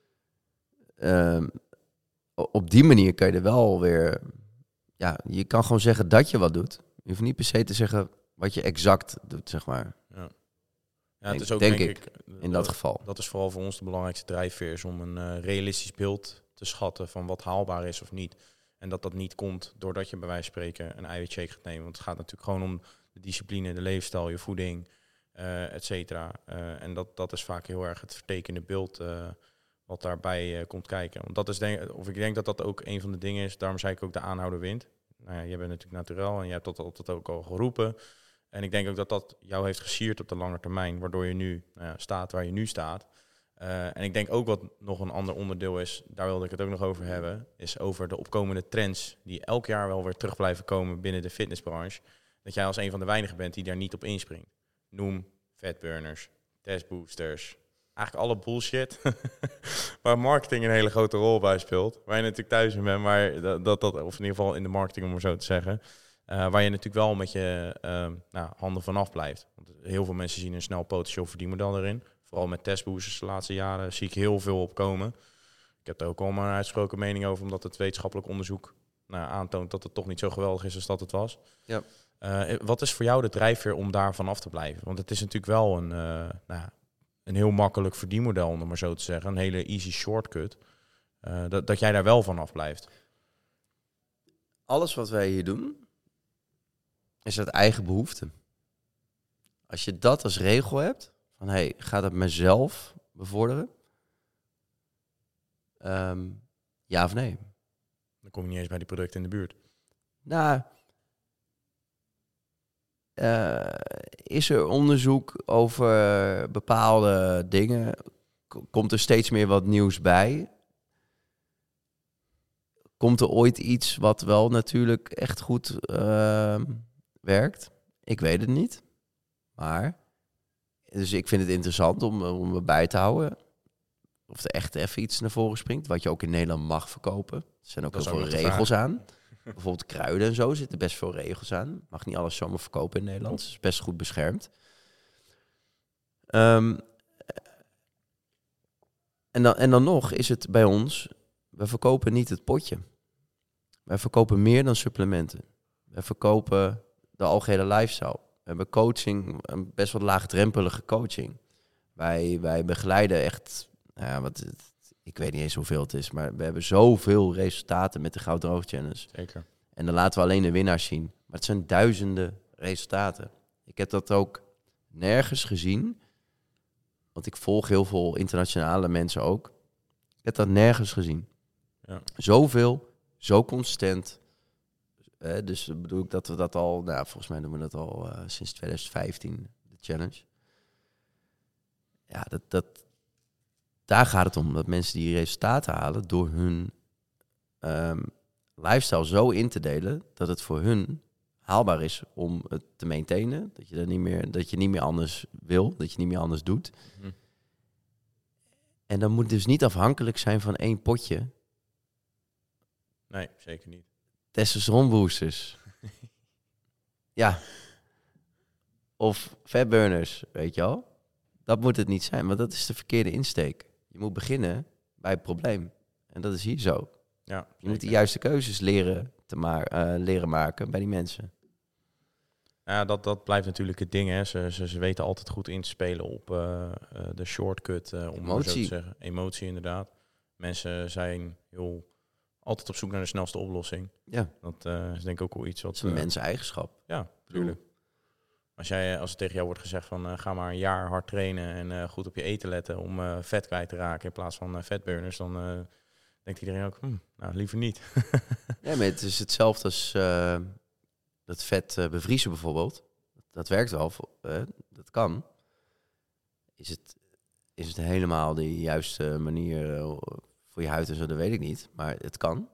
um, op die manier kan je er wel weer... Ja, je kan gewoon zeggen dat je wat doet. Je hoeft niet per se te zeggen wat je exact doet, zeg maar. Ja. Ja, het is ook, denk, denk ik, ik, in dat geval. Dat is vooral voor ons de belangrijkste drijfveer, is om een uh, realistisch beeld te schatten van wat haalbaar is of niet. En dat dat niet komt doordat je bij wijze van spreken een eiwitshake gaat nemen. Want het gaat natuurlijk gewoon om de discipline, de leefstijl, je voeding, uh, et cetera. Uh, en dat, dat is vaak heel erg het vertekende beeld uh, wat daarbij uh, komt kijken. Want dat is denk, of ik denk dat dat ook een van de dingen is, daarom zei ik ook de aanhouder wint. Nou ja, jij bent natuurlijk naturel en je hebt dat altijd ook al geroepen. En ik denk ook dat dat jou heeft gesierd op de lange termijn, waardoor je nu nou ja, staat waar je nu staat. Uh, en ik denk ook wat nog een ander onderdeel is, daar wilde ik het ook nog over hebben, is over de opkomende trends die elk jaar wel weer terug blijven komen binnen de fitnessbranche. Dat jij als een van de weinigen bent die daar niet op inspringt. Noem fatburners, testboosters, eigenlijk alle bullshit waar marketing een hele grote rol bij speelt. Waar je natuurlijk thuis in bent, maar dat, dat, dat of in ieder geval in de marketing, om maar zo te zeggen. waar je natuurlijk wel met je uh, nou, handen vanaf blijft. Want heel veel mensen zien een snel potentieel verdienmodel erin. Vooral met testboosters de laatste jaren zie ik heel veel opkomen. Ik heb er ook al maar een uitsproken mening over, omdat het wetenschappelijk onderzoek nou, aantoont dat het toch niet zo geweldig is als dat het was. Ja. Uh, wat is voor jou de drijfveer om daar vanaf te blijven? Want het is natuurlijk wel een, uh, nou, een heel makkelijk verdienmodel, om het maar zo te zeggen. Een hele easy shortcut. Uh, dat, dat jij daar wel vanaf blijft. Alles wat wij hier doen, is uit eigen behoefte. Als je dat als regel hebt, van hey, gaat het mezelf bevorderen? Um, ja of nee? Dan kom je niet eens bij die producten in de buurt. Nou, uh, is er onderzoek over bepaalde dingen? K- komt er steeds meer wat nieuws bij? Komt er ooit iets wat wel natuurlijk echt goed uh, werkt? Ik weet het niet. Maar, dus ik vind het interessant om, om me bij te houden. Of er echt even iets naar voren springt. Wat je ook in Nederland mag verkopen. Er zijn ook heel veel regels aan. Bijvoorbeeld kruiden en zo zitten best veel regels aan. Mag niet alles zomaar verkopen in Nederland. Het is best goed beschermd. Um, en, dan, en dan nog is het bij ons... We verkopen niet het potje. Wij verkopen meer dan supplementen. We verkopen de algehele lifestyle. We hebben coaching, een best wel laagdrempelige coaching. Wij, wij begeleiden echt... Nou ja, wat, ik weet niet eens hoeveel het is, maar we hebben zoveel resultaten met de Goud Droog Challenge. Zeker. En dan laten we alleen de winnaars zien. Maar het zijn duizenden resultaten. Ik heb dat ook nergens gezien. Want ik volg heel veel internationale mensen ook. Ik heb dat nergens gezien. Ja. Zoveel, zo consistent. Eh, dus bedoel ik dat we dat al... Nou, volgens mij doen we dat al uh, sinds twintig vijftien, de challenge. Ja, dat... dat Daar gaat het om, dat mensen die resultaten halen door hun um, lifestyle zo in te delen dat het voor hun haalbaar is om het te maintainen. Dat je er niet meer, dat je niet meer anders wil, dat je niet meer anders doet. Hm. En dat moet dus niet afhankelijk zijn van één potje. Nee, zeker niet. Testosteronboosters. Ja. Of fatburners, weet je wel. Dat moet het niet zijn, want dat is de verkeerde insteek. Je moet beginnen bij het probleem. En dat is hier zo. Ja, je zeker. moet de juiste keuzes leren, te ma- uh, leren maken bij die mensen. Ja, dat, dat blijft natuurlijk het ding. Hè. Ze, ze, ze weten altijd goed in te spelen op uh, uh, de shortcut, uh, om maar zo te zeggen. Emotie, inderdaad. Mensen zijn heel altijd op zoek naar de snelste oplossing. Ja. Dat uh, is denk ik ook wel iets wat... Dat is een uh, mensen-eigenschap. Ja, natuurlijk. Als, jij, als het tegen jou wordt gezegd van uh, ga maar een jaar hard trainen en uh, goed op je eten letten om uh, vet kwijt te raken in plaats van uh, fatburners, dan uh, denkt iedereen ook, hm, nou liever niet. Ja, maar het is hetzelfde als uh, dat vet uh, bevriezen bijvoorbeeld. Dat werkt wel, uh, dat kan. Is het, is het helemaal de juiste manier uh, voor je huid en zo, dat weet ik niet. Maar het kan.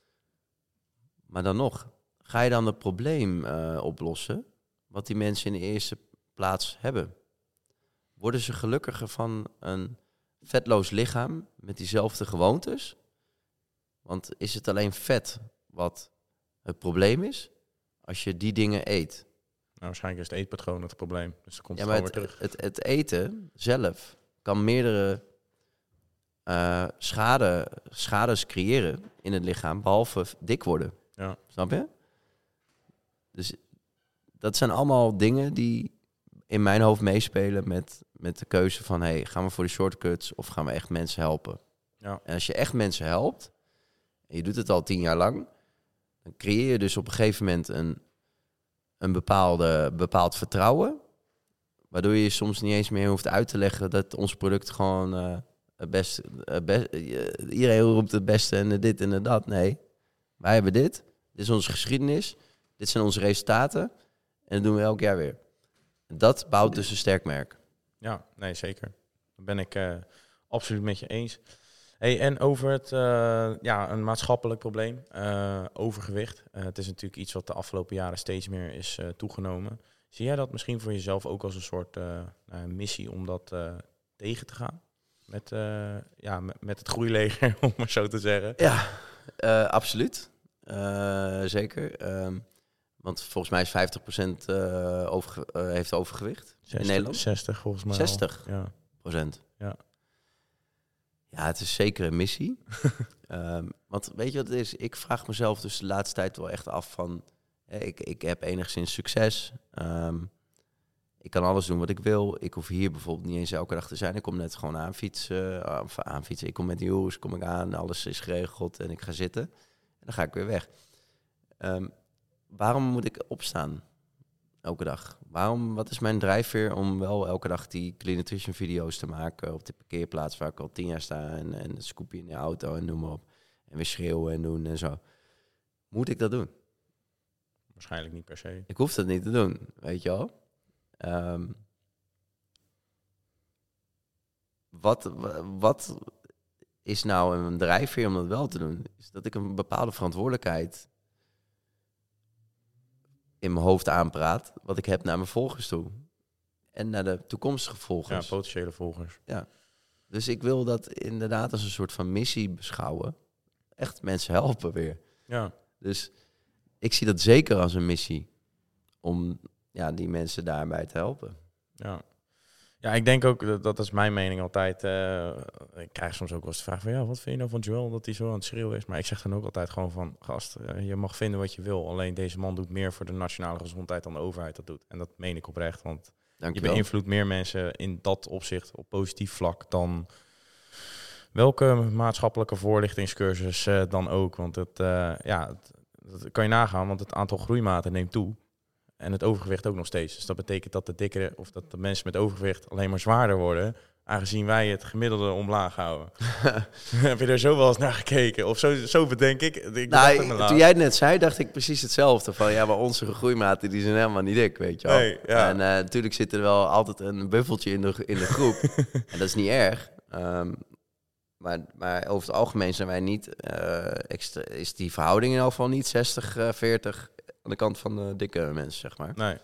Maar dan nog, ga je dan het probleem uh, oplossen wat die mensen in de eerste plaats hebben? Worden ze gelukkiger van een vetloos lichaam met diezelfde gewoontes? Want is het alleen vet wat het probleem is als je die dingen eet? Nou, waarschijnlijk is het eetpatroon het probleem. Dus dan komt ja, het maar gewoon het, weer terug. Het, het eten zelf kan meerdere uh, schade, schades creëren in het lichaam, behalve dik worden. Ja. Snap je? Dus dat zijn allemaal dingen die in mijn hoofd meespelen met, met de keuze van, hey, gaan we voor de shortcuts of gaan we echt mensen helpen? Ja. En als je echt mensen helpt, en je doet het al tien jaar lang, dan creëer je dus op een gegeven moment een, een bepaalde, bepaald vertrouwen, waardoor je soms niet eens meer hoeft uit te leggen dat ons product gewoon uh, het beste, uh, best, uh, iedereen roept het beste en dit en dat. Nee, wij hebben dit. Dit is onze geschiedenis. Dit zijn onze resultaten. En dat doen we elk jaar weer. En dat bouwt dus een sterk merk. Ja, nee, zeker. Dat ben ik uh, absoluut met je eens. Hey, en over het, uh, ja, een maatschappelijk probleem, uh, overgewicht. Uh, het is natuurlijk iets wat de afgelopen jaren steeds meer is uh, toegenomen. Zie jij dat misschien voor jezelf ook als een soort uh, uh, missie om dat uh, tegen te gaan? Met, uh, ja, met, met het groeileger, om maar zo te zeggen. Ja, uh, absoluut. Uh, zeker. Um, Want volgens mij is vijftig procent uh, overge- uh, heeft overgewicht zestig, in Nederland. zestig volgens mij zestig Ja. procent. Ja. Ja, het is zeker een missie. um, want weet je wat het is? Ik vraag mezelf dus de laatste tijd wel echt af van... Eh, ik, ik heb enigszins succes. Um, ik kan alles doen wat ik wil. Ik hoef hier bijvoorbeeld niet eens elke dag te zijn. Ik kom net gewoon aanfietsen. Uh, aanfietsen. Ik kom met nieuws, kom ik aan. Alles is geregeld en ik ga zitten. En dan ga ik weer weg. Um, waarom moet ik opstaan? Elke dag. Waarom, wat is mijn drijfveer om wel elke dag die Clean Nutrition video's te maken op de parkeerplaats waar ik al tien jaar sta en, en het scoopje in de auto en noem maar op. En weer schreeuwen en doen en zo. Moet ik dat doen? Waarschijnlijk niet per se. Ik hoef dat niet te doen, weet je wel. Um, wat, wat is nou een drijfveer om dat wel te doen? Is dat ik een bepaalde verantwoordelijkheid in mijn hoofd aanpraat, wat ik heb naar mijn volgers toe. En naar de toekomstige volgers. Ja, potentiële volgers. Ja. Dus ik wil dat inderdaad als een soort van missie beschouwen. Echt mensen helpen weer. Ja. Dus ik zie dat zeker als een missie. Om ja, die mensen daarbij te helpen. Ja. Ja, ik denk ook, dat, dat is mijn mening altijd. Uh, ik krijg soms ook wel eens de vraag van, ja, wat vind je nou van Joel dat hij zo aan het schreeuwen is? Maar ik zeg dan ook altijd gewoon van, gast, uh, je mag vinden wat je wil. Alleen deze man doet meer voor de nationale gezondheid dan de overheid dat doet. En dat meen ik oprecht, want Dankjewel. Je beïnvloedt meer mensen in dat opzicht op positief vlak dan welke maatschappelijke voorlichtingscursus uh, dan ook. Want het, uh, ja, het, dat kan je nagaan, want het aantal groeimaten neemt toe. En het overgewicht ook nog steeds. Dus dat betekent dat de dikkere of dat de mensen met overgewicht alleen maar zwaarder worden, aangezien wij het gemiddelde omlaag houden. Heb je er zo wel eens naar gekeken? Of zo, zo bedenk ik. ik nou, toen jij het net zei, dacht ik precies hetzelfde. Van ja, maar onze groeimaten die zijn helemaal niet dik, weet je wel. Nee, ja. En uh, natuurlijk zit er wel altijd een buffeltje in de, in de groep. En dat is niet erg. Um, maar, maar over het algemeen zijn wij niet, uh, extra, is die verhouding in elk geval niet zestig veertig aan de kant van de dikke mensen, zeg maar. Nee.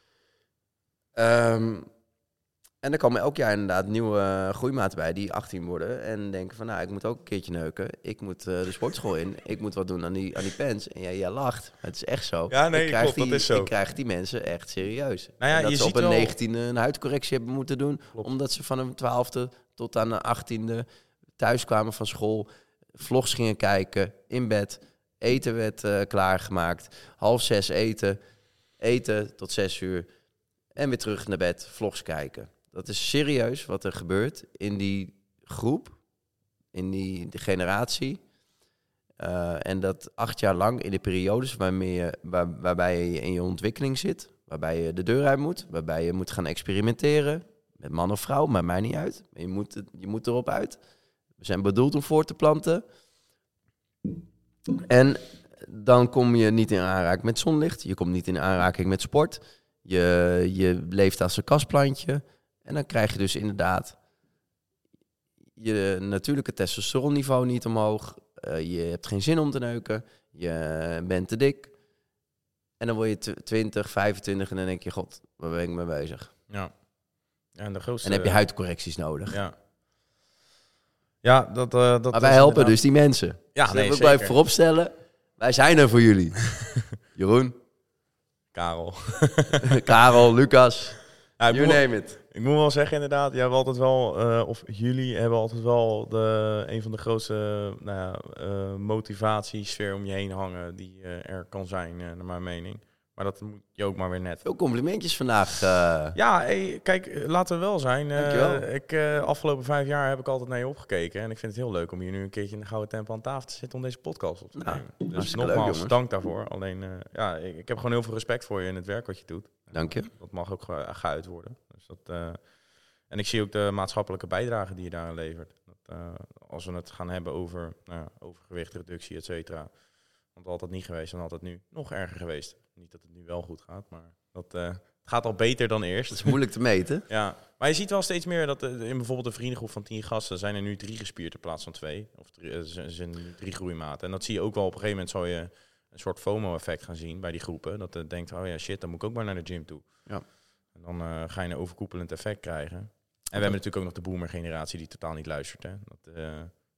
Um, en er komen elk jaar inderdaad nieuwe uh, groeimaten bij die achttien worden en denken van, nou, ik moet ook een keertje neuken. Ik moet uh, de sportschool in. Ik moet wat doen aan die, aan die pens. En jij, jij lacht. Het is echt zo. Ja, nee, ik krijg klopt, die, dat is zo. Ik krijg die mensen echt serieus. Nou ja, en dat je ze ziet op een wel... negentiende een huidcorrectie hebben moeten doen. Klopt. Omdat ze van een twaalfde tot aan de achttiende thuis kwamen van school. Vlogs gingen kijken, in bed. Eten werd uh, klaargemaakt. Half zes eten. Eten tot zes uur. En weer terug naar bed. Vlogs kijken. Dat is serieus wat er gebeurt in die groep. In die, die generatie. Uh, en dat acht jaar lang in de periodes waarmee je, waar, waarbij je in je ontwikkeling zit. Waarbij je de deur uit moet. Waarbij je moet gaan experimenteren. Met man of vrouw, maakt mij niet uit. Je moet, je moet erop uit. We zijn bedoeld om voor te planten. En dan kom je niet in aanraking met zonlicht. Je komt niet in aanraking met sport. Je, je leeft als een kastplantje. En dan krijg je dus inderdaad je natuurlijke testosteronniveau niet omhoog. Uh, je hebt geen zin om te neuken. Je bent te dik. En dan word je twintig, vijfentwintig en dan denk je, god, waar ben ik mee bezig? Ja. En, de grootste... en heb je huidcorrecties nodig. Ja. Ja, dat, uh, dat maar wij helpen inderdaad dus die mensen. Ja, dus nee, dat wil ik voorop stellen. Wij zijn er voor jullie. Jeroen. Karel. Karel, Lucas. Ja, you moet, name it. Ik moet wel zeggen inderdaad, jij hebben altijd wel, uh, of jullie hebben altijd wel de, een van de grootste nou ja, uh, motivatiesfeer om je heen hangen die uh, er kan zijn, uh, naar mijn mening. Maar dat moet je ook maar weer net. Veel complimentjes vandaag. Uh... Ja, hey, kijk, laten we wel zijn. Uh, ik, uh, afgelopen vijf jaar heb ik altijd naar je opgekeken. En ik vind het heel leuk om hier nu een keertje in de Gouden Tempo aan tafel te zitten om deze podcast op te nemen. Nou, dus nogmaals, leuk, dank daarvoor. Alleen, uh, ja, ik, ik heb gewoon heel veel respect voor je in het werk wat je doet. Dank je. Dat mag ook ge- geuit worden. Dus dat, uh, en ik zie ook de maatschappelijke bijdrage die je daaraan levert. Dat, uh, als we het gaan hebben over nou ja, overgewicht, reductie, et cetera. Want altijd niet geweest en altijd nu nog erger geweest. Niet dat het nu wel goed gaat, maar dat, uh, het gaat al beter dan eerst. Dat is moeilijk te meten. Ja, maar je ziet wel steeds meer dat uh, in bijvoorbeeld een vriendengroep van tien gasten zijn er nu drie gespierd in plaats van twee. Of drie, uh, er zijn nu drie groeimaten. En dat zie je ook wel op een gegeven moment, zal je een soort FOMO-effect gaan zien bij die groepen. Dat je denkt, oh ja shit, dan moet ik ook maar naar de gym toe. Ja. En dan uh, ga je een overkoepelend effect krijgen. En we hebben natuurlijk ook nog de boomer-generatie die totaal niet luistert. Hè? Dat, uh,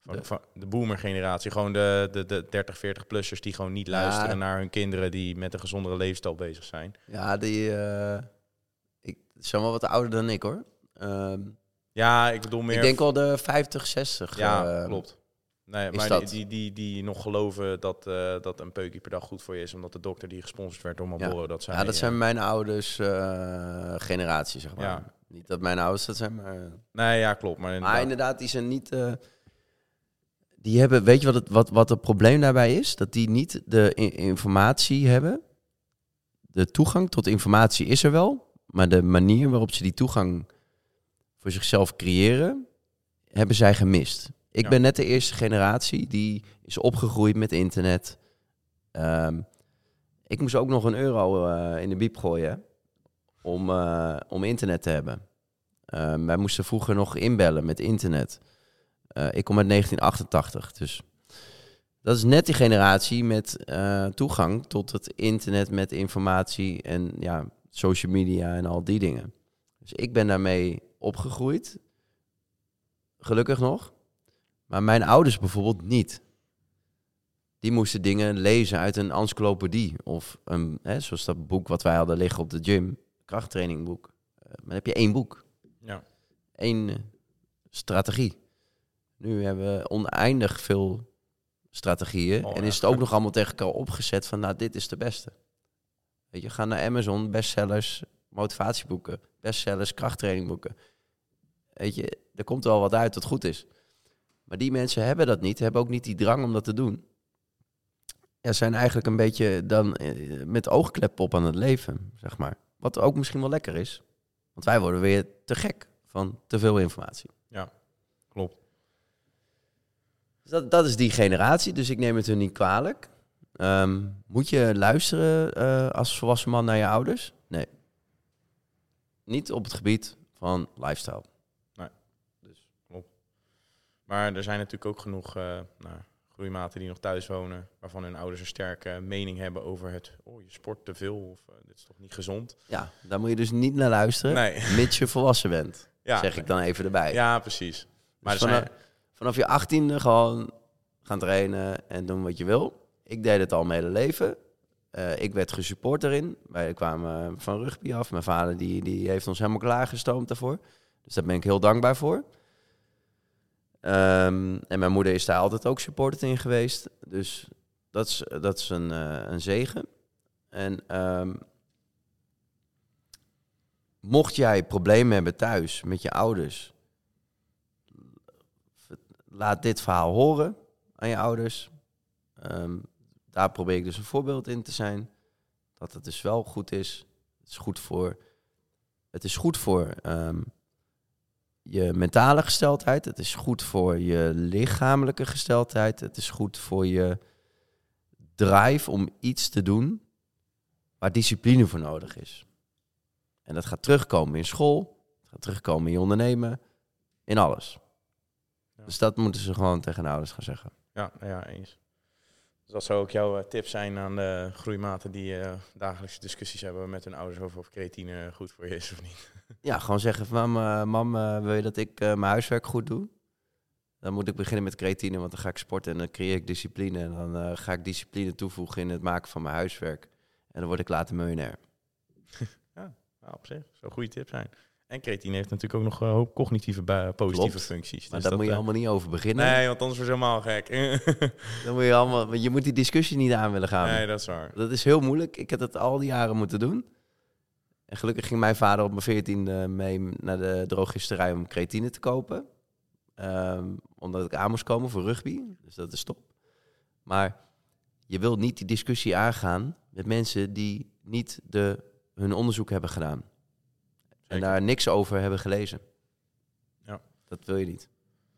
Van, van de boomer-generatie. Gewoon de, de, de dertig, veertig-plussers die gewoon niet luisteren ja. naar hun kinderen die met een gezondere leefstijl bezig zijn. Ja, die uh, ik, zijn wel wat ouder dan ik, hoor. Um, ja, ik bedoel meer... Ik denk al de vijftig, zestig. Ja, uh, klopt. Nee, maar die, die, die, die nog geloven dat, uh, dat een peukje per dag goed voor je is, omdat de dokter die gesponsord werd door Marlboro, ja. dat zijn... Ja, dat ja. zijn mijn ouders uh, generatie, zeg maar. Ja. Niet dat mijn ouders dat zijn, maar... Nee, ja, klopt. Maar inderdaad, maar inderdaad die zijn niet... Uh, die hebben, weet je wat het, wat, wat het probleem daarbij is? Dat die niet de i- informatie hebben. De toegang tot informatie is er wel, maar de manier waarop ze die toegang voor zichzelf creëren, hebben zij gemist. Ik ja. ben net de eerste generatie die is opgegroeid met internet. Um, ik moest ook nog een euro uh, in de biep gooien om, uh, om internet te hebben. Um, wij moesten vroeger nog inbellen met internet. Uh, ik kom uit negentien achtentachtig, dus dat is net die generatie met uh, toegang tot het internet met informatie en ja, social media en al die dingen. Dus ik ben daarmee opgegroeid, gelukkig nog. Maar mijn ouders bijvoorbeeld niet. Die moesten dingen lezen uit een encyclopedie. Of een, hè, zoals dat boek wat wij hadden liggen op de gym. Krachttrainingboek. Uh, maar dan heb je één boek. Ja. Eén uh, strategie. Nu hebben we oneindig veel strategieën. Oh, en is het ook nog allemaal tegen elkaar opgezet van, nou, dit is de beste. Weet je, ga naar Amazon, bestsellers, motivatieboeken. Bestsellers, krachttrainingboeken. Weet je, er komt wel wat uit dat goed is. Maar die mensen hebben dat niet, hebben ook niet die drang om dat te doen. Ja, zijn eigenlijk een beetje dan eh, met oogkleppen op aan het leven, zeg maar. Wat ook misschien wel lekker is. Want wij worden weer te gek van te veel informatie. Ja, klopt. Dus dat, dat is die generatie, dus ik neem het hun niet kwalijk. Um, moet je luisteren uh, als volwassen man naar je ouders? Nee. Niet op het gebied van lifestyle. Maar er zijn natuurlijk ook genoeg uh, nou, groeimaten die nog thuis wonen, waarvan hun ouders een sterke mening hebben over het, oh, je sport te veel of uh, dit is toch niet gezond. Ja, daar moet je dus niet naar luisteren, nee. mits je volwassen bent, ja, zeg ik dan even erbij. Ja, precies. Maar dus vanaf, zijn... vanaf je achttiende gewoon gaan trainen en doen wat je wil. Ik deed het al mijn hele leven. Uh, ik werd gesupport erin. Wij kwamen van rugby af. Mijn vader die, die heeft ons helemaal klaargestoomd daarvoor. Dus daar ben ik heel dankbaar voor. Um, en mijn moeder is daar altijd ook supporter in geweest. Dus dat is, dat is een, uh, een zegen. En um, mocht jij problemen hebben thuis met je ouders, laat dit verhaal horen aan je ouders. Um, daar probeer ik dus een voorbeeld in te zijn. Dat het dus wel goed is. Het is goed voor, het is goed voor um, je mentale gesteldheid. Het is goed voor je lichamelijke gesteldheid. Het is goed voor je drive om iets te doen waar discipline voor nodig is. En dat gaat terugkomen in school. Het gaat terugkomen in je ondernemen. In alles. Ja. Dus dat moeten ze gewoon tegen de ouders gaan zeggen. Ja, ja, eens. Dus dat zou ook jouw uh, tip zijn aan de groeimaten die uh, dagelijkse discussies hebben met hun ouders over of creatine goed voor je is of niet. Ja, gewoon zeggen van, mam, mam uh, wil je dat ik uh, mijn huiswerk goed doe? Dan moet ik beginnen met creatine, want dan ga ik sporten en dan creëer ik discipline. En dan uh, ga ik discipline toevoegen in het maken van mijn huiswerk. En dan word ik later miljonair. Ja, nou, op zich. Dat zou een goede tip zijn. En creatine heeft natuurlijk ook nog een hoop cognitieve uh, positieve Klopt. functies. Maar dus daar dat, moet je uh, allemaal niet over beginnen. Nee, want anders wordt het helemaal gek. Dan moet je allemaal, je moet die discussie niet aan willen gaan. Nee, dat is waar. Dat is heel moeilijk. Ik heb dat al die jaren moeten doen. En gelukkig ging mijn vader op mijn veertiende mee naar de drooggisterij om creatine te kopen. Um, omdat ik aan moest komen voor rugby. Dus dat is top. Maar je wilt niet die discussie aangaan met mensen die niet de, hun onderzoek hebben gedaan. En daar niks over hebben gelezen. Ja. Dat wil je niet.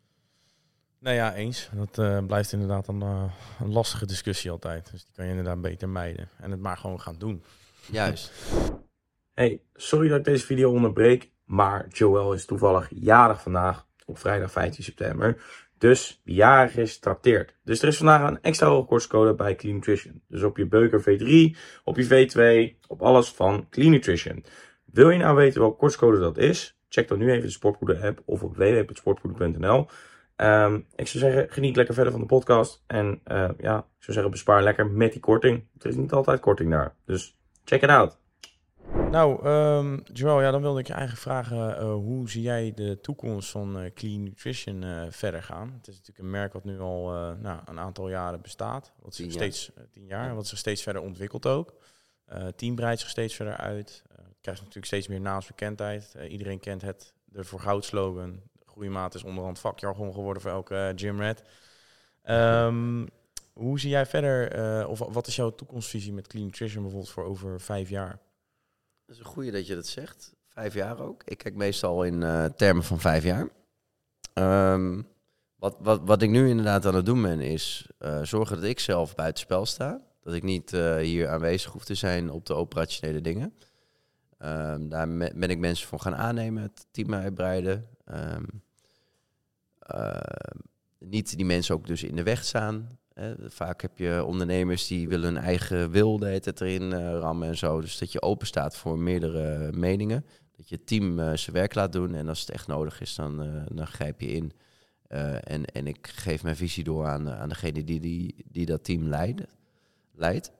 Nou ja, eens. Dat uh, blijft inderdaad een, uh, een lastige discussie altijd. Dus die kan je inderdaad beter mijden. En het maar gewoon gaan doen. Juist. Hey, sorry dat ik deze video onderbreek. Maar Joël is toevallig jarig vandaag. Op vrijdag vijftien september. Dus wie jarig is, trakteert. Dus er is vandaag een extra hoge kortingscode bij Clean Nutrition. Dus op je Beuker V drie, op je V twee, op alles van Clean Nutrition. Wil je nou weten welke kortingscode dat is? Check dan nu even de Sportpoeder app of op w w w punt sportpoeder punt n l. Um, ik zou zeggen, geniet lekker verder van de podcast. En uh, ja, ik zou zeggen, bespaar lekker met die korting. Er is niet altijd korting daar. Dus check it out. Nou, um, Joël, ja, dan wilde ik je eigenlijk vragen, uh, hoe zie jij de toekomst van uh, Clean Nutrition uh, verder gaan? Het is natuurlijk een merk wat nu al uh, nou, een aantal jaren bestaat. Wat zich steeds, uh, tien jaar, wat zich steeds verder ontwikkelt ook. Uh, het team breidt zich steeds verder uit. Uh, krijgt natuurlijk steeds meer naamsbekendheid. Uh, iedereen kent het, de voor goud slogan. Groeimaat is onderhand vakjargon geworden voor elke uh, gymrat. Um, hoe zie jij verder, uh, of wat is jouw toekomstvisie met Clean Nutrition bijvoorbeeld voor over vijf jaar? Dat is een goeie dat je dat zegt. Vijf jaar ook. Ik kijk meestal in uh, termen van vijf jaar. Um, wat, wat, wat ik nu inderdaad aan het doen ben, is uh, zorgen dat ik zelf buitenspel sta. Dat ik niet uh, hier aanwezig hoef te zijn op de operationele dingen. Um, daar me- ben ik mensen voor gaan aannemen, het team uitbreiden. Um, uh, niet die mensen ook dus in de weg staan. Hè. Vaak heb je ondernemers die willen hun eigen wil de hele tijd erin uh, rammen en zo. Dus dat je open staat voor meerdere meningen. Dat je het team uh, zijn werk laat doen en als het echt nodig is, dan, uh, dan grijp je in. Uh, en, en ik geef mijn visie door aan, aan degene die, die, die dat team leidt. leidt.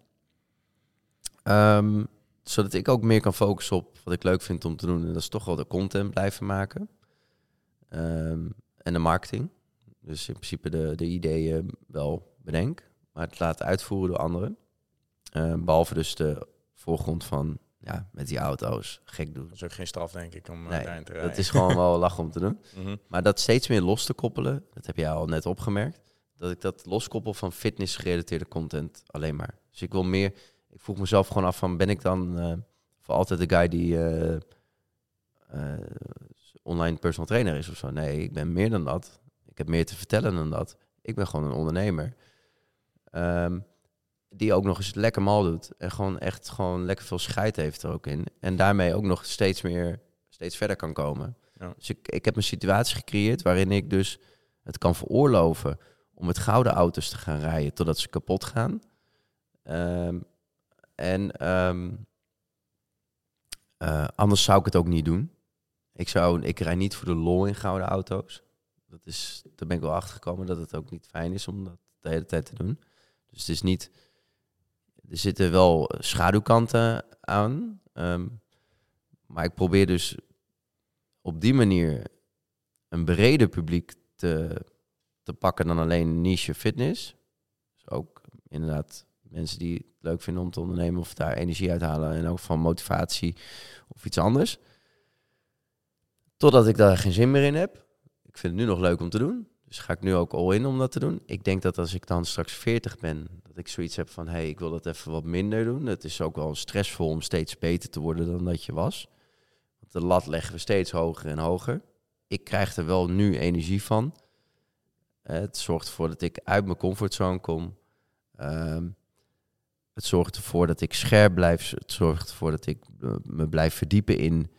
Um, zodat ik ook meer kan focussen op wat ik leuk vind om te doen. En dat is toch wel de content blijven maken. Um, en de marketing. Dus in principe de, de ideeën wel bedenk. Maar het laten uitvoeren door anderen. Uh, behalve dus de voorgrond van, ja, met die auto's. Gek doen. Dat is ook geen straf, denk ik, om nee, daarin te rijden. Dat is gewoon wel lachen om te doen. Mm-hmm. Maar dat steeds meer los te koppelen, dat heb jij al net opgemerkt. Dat ik dat loskoppel van fitness-gerelateerde content alleen maar. Dus ik wil meer... Ik vroeg mezelf gewoon af van, ben ik dan uh, voor altijd de guy die uh, uh, online personal trainer is of zo? Nee, ik ben meer dan dat. Ik heb meer te vertellen dan dat. Ik ben gewoon een ondernemer. Um, die ook nog eens lekker mal doet. En gewoon echt gewoon lekker veel scheid heeft er ook in. En daarmee ook nog steeds meer, steeds verder kan komen. Ja. Dus ik, ik heb een situatie gecreëerd waarin ik dus het kan veroorloven om met gouden auto's te gaan rijden totdat ze kapot gaan. Um, en um, uh, anders zou ik het ook niet doen. Ik, zou, ik rij niet voor de lol in gouden auto's. Dat is, daar ben ik wel achter gekomen dat het ook niet fijn is om dat de hele tijd te doen. Dus het is niet... Er zitten wel schaduwkanten aan. Um, maar ik probeer dus op die manier een breder publiek te, te pakken dan alleen niche fitness. Dus ook inderdaad mensen die het leuk vinden om te ondernemen of daar energie uithalen en ook van motivatie of iets anders. Totdat ik daar geen zin meer in heb. Ik vind het nu nog leuk om te doen. Dus ga ik nu ook all in om dat te doen. Ik denk dat als ik dan straks veertig ben, dat ik zoiets heb van, hé, hey, ik wil dat even wat minder doen. Het is ook wel stressvol om steeds beter te worden dan dat je was. Want de lat leggen we steeds hoger en hoger. Ik krijg er wel nu energie van. Het zorgt ervoor dat ik uit mijn comfortzone kom. Um, het zorgt ervoor dat ik scherp blijf. Het zorgt ervoor dat ik me blijf verdiepen in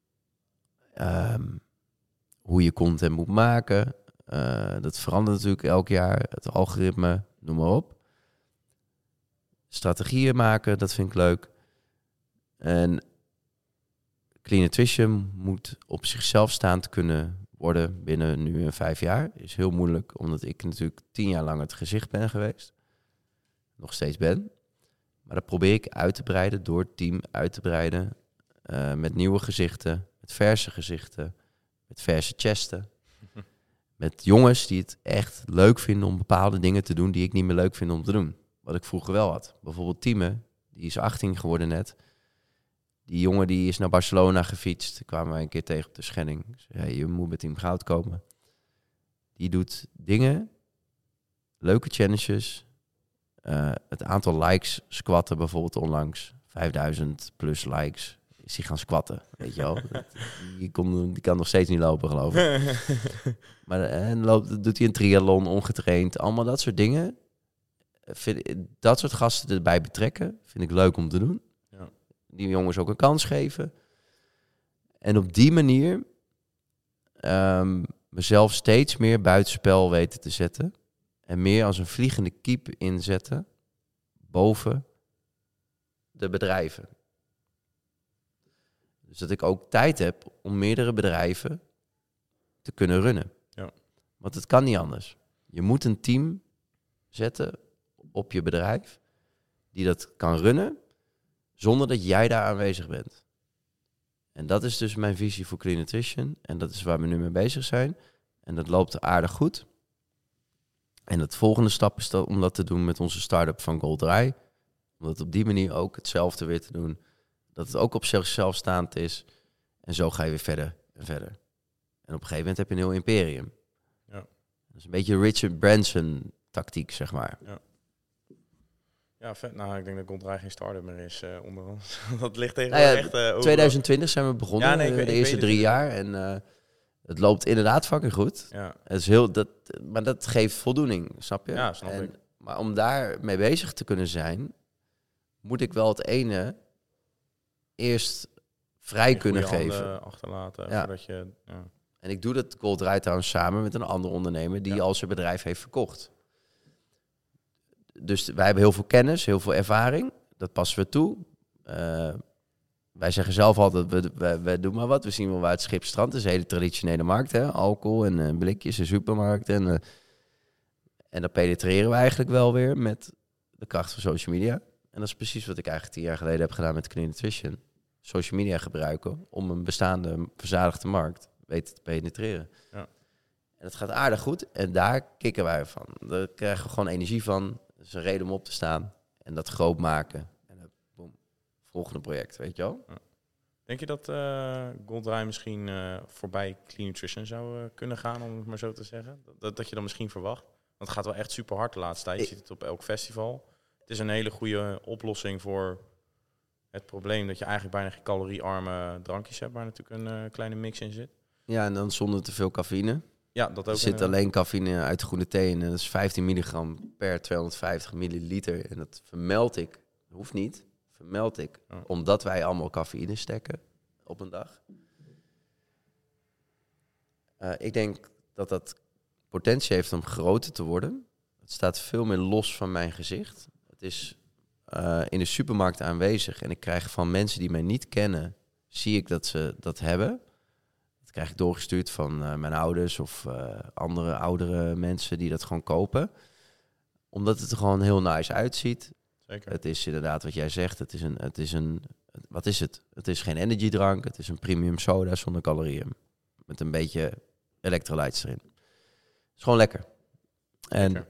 um, hoe je content moet maken. Uh, dat verandert natuurlijk elk jaar. Het algoritme, noem maar op. Strategieën maken, dat vind ik leuk. En Clean Nutrition moet op zichzelf staand kunnen worden binnen nu en vijf jaar. Is heel moeilijk, omdat ik natuurlijk tien jaar lang het gezicht ben geweest. Nog steeds ben. Maar dat probeer ik uit te breiden, door het team uit te breiden. Uh, met nieuwe gezichten, met verse gezichten, met verse chesten. Met jongens die het echt leuk vinden om bepaalde dingen te doen die ik niet meer leuk vind om te doen. Wat ik vroeger wel had. Bijvoorbeeld Tieme, die is achttien geworden net. Die jongen die is naar Barcelona gefietst. Daar kwamen wij een keer tegen op de Schenning. Ik zei, hey, je moet met Team Goud komen. Die doet dingen, leuke challenges. Uh, het aantal likes squatten bijvoorbeeld onlangs. vijfduizend plus likes. Is hij gaan squatten, weet je wel. die, kon, die kan nog steeds niet lopen, geloof ik. Maar en loopt, doet hij een triathlon, ongetraind. Allemaal dat soort dingen. Vind, dat soort gasten erbij betrekken, vind ik leuk om te doen. Ja. Die jongens ook een kans geven. En op die manier um, mezelf steeds meer buitenspel weten te zetten. En meer als een vliegende kiep inzetten boven de bedrijven. Dus dat ik ook tijd heb om meerdere bedrijven te kunnen runnen. Ja. Want het kan niet anders. Je moet een team zetten op je bedrijf die dat kan runnen zonder dat jij daar aanwezig bent. En dat is dus mijn visie voor Clean Nutrition. En dat is waar we nu mee bezig zijn. En dat loopt aardig goed. En de volgende stap is dat, om dat te doen met onze start-up van Goldry. Om dat op die manier ook hetzelfde weer te doen. Dat het ook op zichzelf staand is. En zo ga je weer verder en verder. En op een gegeven moment heb je een heel imperium. Ja. Dat is een beetje Richard Branson tactiek, zeg maar. Ja. Ja, vet. Nou, ik denk dat Goldry geen start-up meer is uh, onder ons. Dat ligt tegenwoordig Nou ja, echt... Uh, overal. twintig twintig zijn we begonnen, Ja, nee, ik uh, weet- de ik eerste weet drie het. jaar. En uh, het loopt inderdaad fucking goed. Ja, Het is heel, dat, maar dat geeft voldoening, snap je? Ja, snap en, ik. Maar om daar mee bezig te kunnen zijn, moet ik wel het ene eerst vrij in kunnen goede geven. handen achterlaten, Ja. voordat je... Ja. En ik doe dat Goldry trouwens samen met een andere ondernemer die Ja. al zijn bedrijf heeft verkocht. Dus wij hebben heel veel kennis, heel veel ervaring. Dat passen we toe. Uh, wij zeggen zelf altijd, we, we, we doen maar wat. We zien wel waar het schip strandt. Het is een hele traditionele markt, hè? Alcohol en uh, blikjes en supermarkten. En, uh, en dat penetreren we eigenlijk wel weer met de kracht van social media. En dat is precies wat ik eigenlijk tien jaar geleden heb gedaan met Clean Nutrition. Social media gebruiken om een bestaande verzadigde markt weten te penetreren. Ja. En het gaat aardig goed. En daar kicken wij van. Daar krijgen we gewoon energie van. Dat is een reden om op te staan. En dat groot maken. En dan, boom, volgende project, weet je wel? Ja. Denk je dat uh, Goldry misschien uh, voorbij Clean Nutrition zou uh, kunnen gaan, om het maar zo te zeggen? Dat, dat je dan misschien verwacht? Want het gaat wel echt super hard de laatste tijd. Je Ik... ziet het op elk festival. Het is een hele goede oplossing voor het probleem dat je eigenlijk bijna geen caloriearme drankjes hebt, waar natuurlijk een uh, kleine mix in zit. Ja, en dan zonder te veel cafeïne. Ja, dat ook. Er zit alleen cafeïne uit groene thee in. En dat is vijftien milligram per tweehonderdvijftig milliliter. En dat vermeld ik. Dat hoeft niet. Vermeld ik. Ja. Omdat wij allemaal cafeïne stekken op een dag. Uh, ik denk dat dat potentie heeft om groter te worden. Het staat veel meer los van mijn gezicht. Het is uh, in de supermarkt aanwezig. En ik krijg van mensen die mij niet kennen, zie ik dat ze dat hebben. Dat krijg ik doorgestuurd van uh, mijn ouders of uh, andere oudere mensen die dat gewoon kopen. Omdat het er gewoon heel nice uitziet. Zeker. Het is inderdaad wat jij zegt. Het is een, het is een, wat is het? Het is geen energiedrank. Het is een premium soda zonder calorieën. Met een beetje electrolytes erin. Het is gewoon lekker. En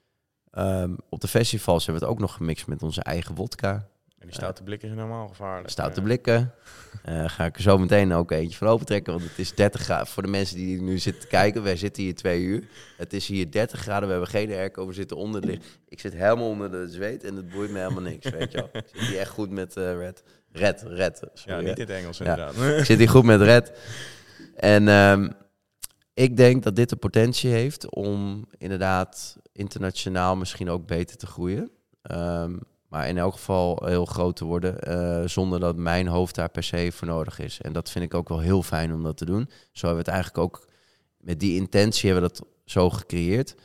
um, op de festivals hebben we het ook nog gemixt met onze eigen wodka. En die stoute blikken zijn helemaal gevaarlijk. Stoute blikken. Uh, ga ik er zo meteen ook eentje van opentrekken. Want het is dertig graden. Voor de mensen die nu zitten te kijken. Wij zitten hier twee uur. Het is hier dertig graden. We hebben geen airco. We zitten onder het licht. Ik zit helemaal onder de zweet. En het boeit me helemaal niks. Weet je wel. Ik zit hier echt goed met uh, Red. Red, Red. Sorry, ja, niet in het Engels inderdaad. Ja. Ik zit hier goed met Red. En um, ik denk dat dit de potentie heeft om inderdaad internationaal misschien ook beter te groeien. Um, Maar in elk geval heel groot te worden, uh, zonder dat mijn hoofd daar per se voor nodig is. En dat vind ik ook wel heel fijn om dat te doen. Zo hebben we het eigenlijk ook, met die intentie hebben we dat zo gecreëerd.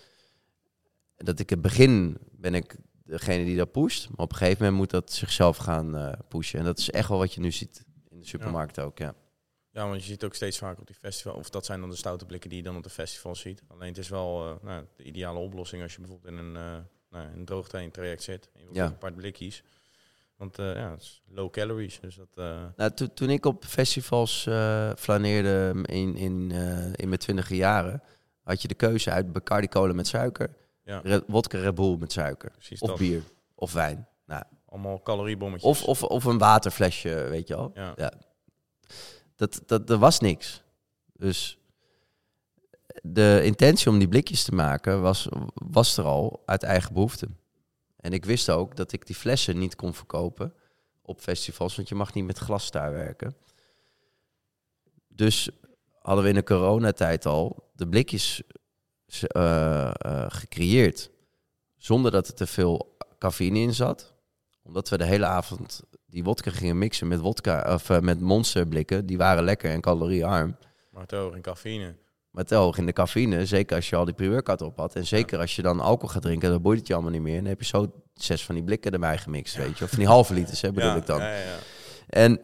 Dat ik het begin ben ik degene die dat pusht. Maar op een gegeven moment moet dat zichzelf gaan uh, pushen. En dat is echt wel wat je nu ziet in de supermarkt ja. ook, ja. Ja, want je ziet ook steeds vaker op die festival, of dat zijn dan de stoute blikken die je dan op de festival ziet. Alleen het is wel uh, nou, de ideale oplossing als je bijvoorbeeld in een... Uh, Nou, in een droogtraining traject zit. En je ja. een apart blikjes. Want uh, ja, het is low calories. Dus dat, uh... nou, to- toen ik op festivals uh, flaneerde in, in, uh, in mijn twintige jaren, had je de keuze uit Bacardi Cola met suiker, ja. Red, wodka Red Bull met suiker. Precies of dat. bier. Of wijn. Nou. Allemaal caloriebommetjes. Of, of, of een waterflesje, weet je al. Ja. Ja. Dat, dat, er was niks. Dus de intentie om die blikjes te maken was, was er al uit eigen behoefte. En ik wist ook dat ik die flessen niet kon verkopen op festivals, want je mag niet met glas daar werken. Dus hadden we in de coronatijd al de blikjes uh, uh, gecreëerd, zonder dat er te veel cafeïne in zat. Omdat we de hele avond die wodka gingen mixen met wodka of uh, met monsterblikken, die waren lekker en caloriearm. Maar het hoog in cafeïne. Met hoog in de cafeïne, zeker als je al die pre-workout op had. En zeker ja. als je dan alcohol gaat drinken, dan boeit het je allemaal niet meer. En dan heb je zo zes van die blikken erbij gemixt, ja. weet je. Of van die halve liters, hè, bedoel ja, ik dan. Ja, ja, ja. En,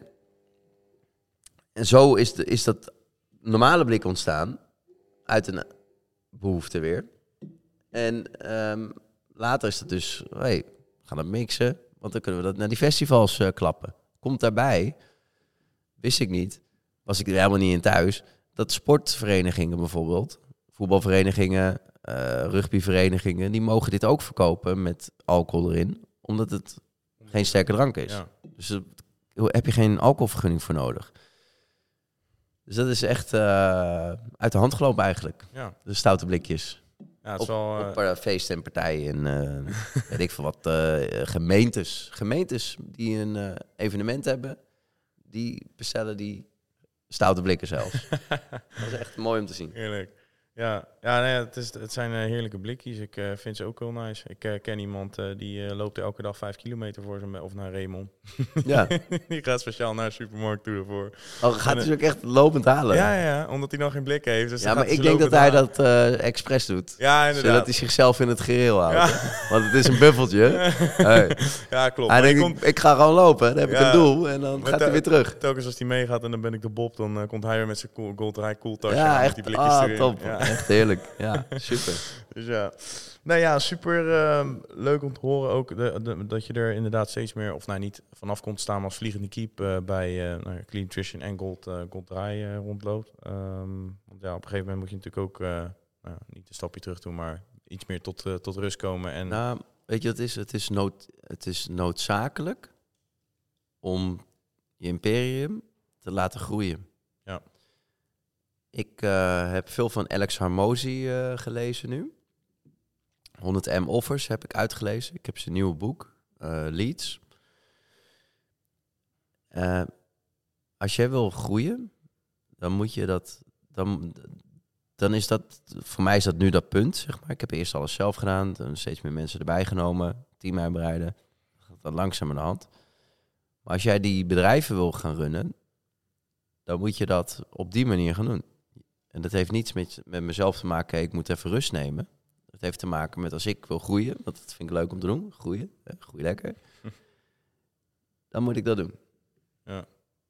en zo is, de, is dat normale blik ontstaan uit een behoefte weer. En um, later is het dus, hey, we gaan dat mixen. Want dan kunnen we dat naar die festivals uh, klappen. Komt daarbij, wist ik niet, was ik er helemaal niet in thuis, dat sportverenigingen bijvoorbeeld, voetbalverenigingen, uh, rugbyverenigingen, die mogen dit ook verkopen met alcohol erin, omdat het geen sterke drank is. Ja. Dus daar heb je geen alcoholvergunning voor nodig. Dus dat is echt uh, uit de hand gelopen eigenlijk. Ja. De stoute blikjes. Ja, het is op, wel, uh... op uh, feesten en partijen en uh, weet ik veel wat. Uh, gemeentes. Gemeentes die een uh, evenement hebben, die bestellen die stoute blikken zelfs. Dat is echt mooi om te zien. Heerlijk. Ja, ja nee, het, is, het zijn uh, heerlijke blikjes. Ik uh, vind ze ook heel nice. Ik uh, ken iemand uh, die uh, loopt elke dag vijf kilometer voor zijn of naar Raymond. Ja. Die gaat speciaal naar de supermarkt toe ervoor. Oh, gaat hij dus ook echt lopend halen? Ja, ja, omdat hij nog geen blik heeft. Dus ja, maar ik denk dat hij halen. dat uh, expres doet. Ja, inderdaad. Zodat hij zichzelf in het gereel houdt. Ja. Want het is een buffeltje. Hey. Ja, klopt. Hij denkt, komt... ik ga gewoon lopen, dan heb ja, ik een doel en dan gaat hij weer terug. Telkens als hij meegaat en dan ben ik de Bob, dan uh, komt hij weer met zijn cool, Goldrij koeltasje ja, aan echt, met die blikjes ah, erin. Top. Ja. Echt heerlijk. Ja, super. Dus ja, nou ja, super uh, leuk om te horen ook de, de, dat je er inderdaad steeds meer, of nou niet vanaf komt staan als vliegende keep uh, bij uh, nou, Clean Nutrition en Gold, uh, Gold Dry uh, rondloopt. Um, want ja, op een gegeven moment moet je natuurlijk ook uh, nou, niet een stapje terug doen, maar iets meer tot, uh, tot rust komen. En nou, weet je wat het is? Het is, nood, het is noodzakelijk om je imperium te laten groeien. Ja. Ik uh, heb veel van Alex Hormozi uh, gelezen nu. honderd M Offers heb ik uitgelezen. Ik heb zijn nieuwe boek, uh, Leads. Uh, als jij wil groeien, dan moet je dat... Dan, dan is dat... Voor mij is dat nu dat punt, zeg maar. Ik heb eerst alles zelf gedaan. Dan steeds meer mensen erbij genomen. Team uitbreiden. Dat gaat dan langzaam aan de hand. Maar als jij die bedrijven wil gaan runnen, dan moet je dat op die manier gaan doen. En dat heeft niets met, met mezelf te maken, ik moet even rust nemen. Dat heeft te maken met als ik wil groeien, want dat vind ik leuk om te doen, groeien, groei lekker. Dan moet ik dat doen. Ja.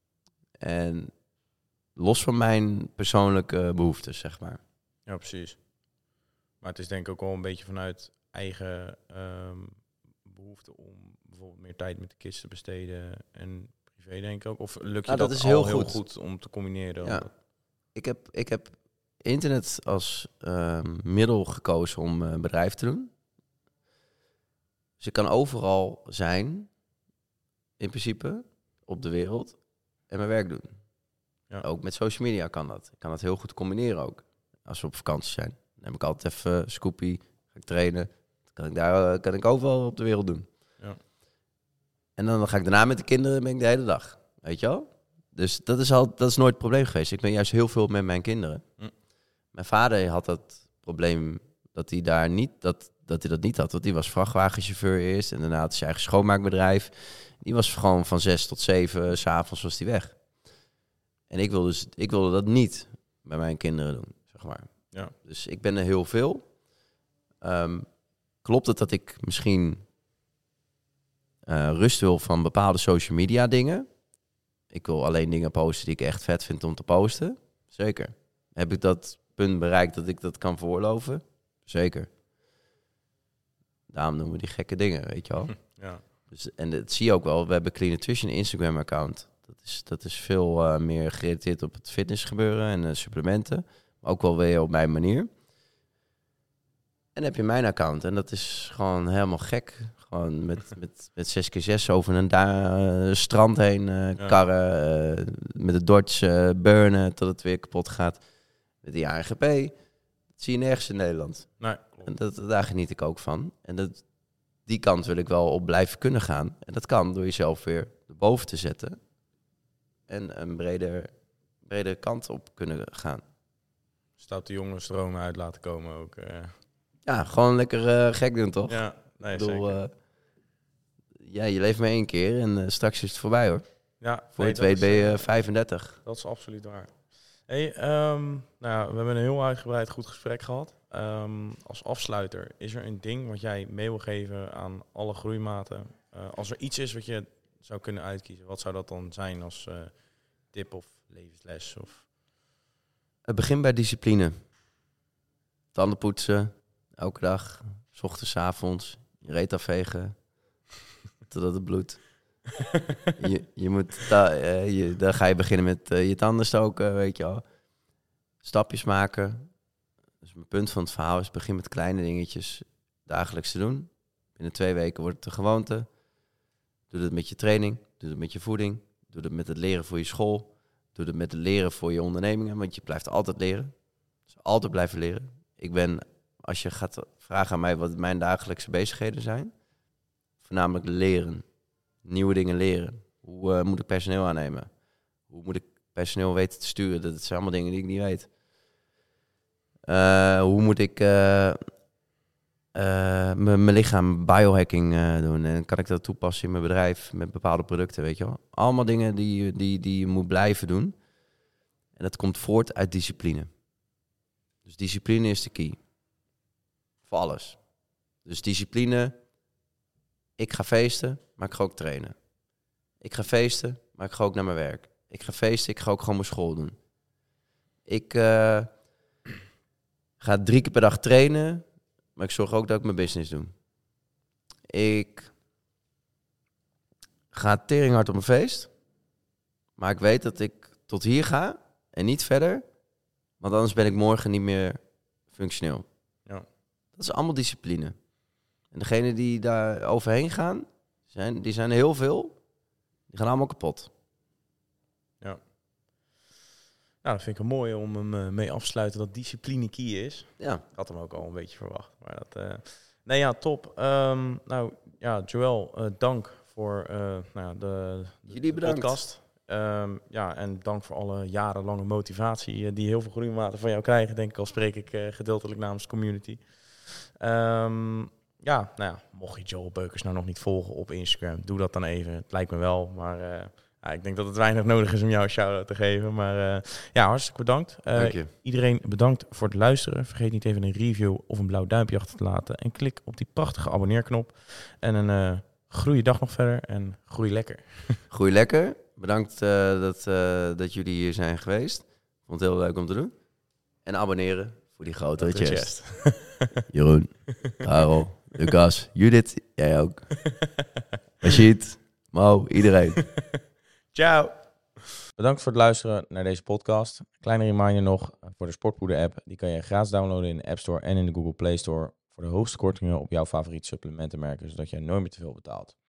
En los van mijn persoonlijke behoeftes, zeg maar. Ja, precies. Maar het is denk ik ook wel een beetje vanuit eigen um, behoefte om bijvoorbeeld meer tijd met de kids te besteden en privé denk ik ook. Of lukt je nou, dat, dat is heel, heel goed. goed om te combineren? Ja. Ik heb, ik heb internet als uh, middel gekozen om een bedrijf te doen. Dus ik kan overal zijn, in principe, op de wereld, en mijn werk doen. Ja. Ook met social media kan dat. Ik kan dat heel goed combineren ook, als we op vakantie zijn. Dan heb ik altijd even uh, Scoopy, ga ik trainen. Dan kan ik, daar, uh, kan ik overal op de wereld doen. Ja. En dan ga ik daarna met de kinderen, ben ik de hele dag. Weet je wel? Dus dat is, al, dat is nooit het probleem geweest. Ik ben juist heel veel met mijn kinderen. Hm. Mijn vader had dat probleem dat hij daar niet, dat, dat hij dat niet had. Want die was vrachtwagenchauffeur eerst en daarna had hij zijn eigen schoonmaakbedrijf. Die was gewoon van zes tot zeven, 's avonds was hij weg. En ik wilde, dus, ik wilde dat niet bij mijn kinderen doen, zeg maar. Ja. Dus ik ben er heel veel. Um, klopt het dat ik misschien uh, rust wil van bepaalde social media dingen? Ik wil alleen dingen posten die ik echt vet vind om te posten. Zeker. Heb ik dat punt bereikt dat ik dat kan veroorloven? Zeker. Daarom doen we die gekke dingen, weet je wel. Ja. Dus, en dat zie je ook wel. We hebben Clean Nutrition Instagram-account. Dat is, dat is veel uh, meer gerelateerd op het fitnessgebeuren en uh, supplementen. Maar ook wel weer op mijn manier. En dan heb je mijn account. En dat is gewoon helemaal gek. Gewoon met, met, met zes keer zes over een da- uh, strand heen uh, ja. karren. Uh, met de Dodge uh, burnen tot het weer kapot gaat. Met die A N G P. Dat zie je nergens in Nederland. Nee, en dat, daar geniet ik ook van. En dat, die kant wil ik wel op blijven kunnen gaan. En dat kan door jezelf weer erboven te zetten. En een breder, breder kant op kunnen gaan. Stoute jongen stromen uit laten komen ook. Uh. Ja, gewoon lekker uh, gek doen, toch? Ja, nee, ik bedoel, uh, ja, je leeft maar één keer en uh, straks is het voorbij, hoor. Ja, voor nee, je het weet ben je uh, vijfendertig. Dat is absoluut waar. Hey, um, nou ja, we hebben een heel uitgebreid goed gesprek gehad. Um, als afsluiter, is er een ding wat jij mee wil geven aan alle groeimaten? Uh, als er iets is wat je zou kunnen uitkiezen, wat zou dat dan zijn als uh, tip of levensles? Of? Het begint bij discipline. Tanden poetsen, elke dag. 's Ochtends, 's avonds. Je reet afvegen. Totdat het bloedt. je, je moet, da, uh, je, dan ga je beginnen met uh, je tanden stoken, weet je wel. Stapjes maken. Dus mijn punt van het verhaal is, begin met kleine dingetjes dagelijks te doen. Binnen twee weken wordt het een gewoonte. Doe het met je training, doe het met je voeding, doe het met het leren voor je school, doe het met het leren voor je ondernemingen, want je blijft altijd leren. Dus altijd blijven leren. Ik ben, als je gaat vragen aan mij wat mijn dagelijkse bezigheden zijn, voornamelijk leren. Nieuwe dingen leren. Hoe uh, moet ik personeel aannemen? Hoe moet ik personeel weten te sturen? Dat zijn allemaal dingen die ik niet weet. Uh, hoe moet ik uh, uh, mijn lichaam biohacking uh, doen? En kan ik dat toepassen in mijn bedrijf met bepaalde producten, weet je wel? Allemaal dingen die, die, die je moet blijven doen. En dat komt voort uit discipline. Dus discipline is de key. Voor alles. Dus discipline. Ik ga feesten, maar ik ga ook trainen. Ik ga feesten, maar ik ga ook naar mijn werk. Ik ga feesten, ik ga ook gewoon mijn school doen. Ik uh, ga drie keer per dag trainen, maar ik zorg ook dat ik mijn business doe. Ik ga teringhard op een feest, maar ik weet dat ik tot hier ga en niet verder, want anders ben ik morgen niet meer functioneel. Ja. Dat is allemaal discipline. En degenen die daar overheen gaan, zijn, die zijn heel veel, die gaan allemaal kapot. Ja. Nou, dat vind ik een mooi om hem uh, mee af te sluiten dat discipline key is. Ja. Ik had hem ook al een beetje verwacht. Maar dat, uh... Nee, ja, top. Um, nou, ja, Joël, uh, dank voor uh, nou ja, de, de, Jullie de bedankt. podcast. Um, ja, en dank voor alle jarenlange motivatie uh, die heel veel groeimaten van jou krijgen. Denk ik, al spreek ik uh, gedeeltelijk namens de community. Um, ja, nou ja, mocht je Joël Beukers nou nog niet volgen op Instagram, doe dat dan even. Het lijkt me wel, maar uh, ja, ik denk dat het weinig nodig is om jou een shout-out te geven. Maar uh, ja, hartstikke bedankt. Uh, Dank je. Iedereen bedankt voor het luisteren. Vergeet niet even een review of een blauw duimpje achter te laten. En klik op die prachtige abonneerknop. En een uh, goeie dag nog verder en groei lekker. Groei lekker. Bedankt uh, dat, uh, dat jullie hier zijn geweest. Vond het heel leuk om te doen. En abonneren voor die grotere chest. chest. Jeroen, Karel, Lucas, Judith, jij ook. Rashid, Mo, iedereen. Ciao. Bedankt voor het luisteren naar deze podcast. Kleine reminder nog voor de Sportpoeder app. Die kan je gratis downloaden in de App Store en in de Google Play Store. Voor de hoogste kortingen op jouw favoriete supplementenmerken, zodat je nooit meer te veel betaalt.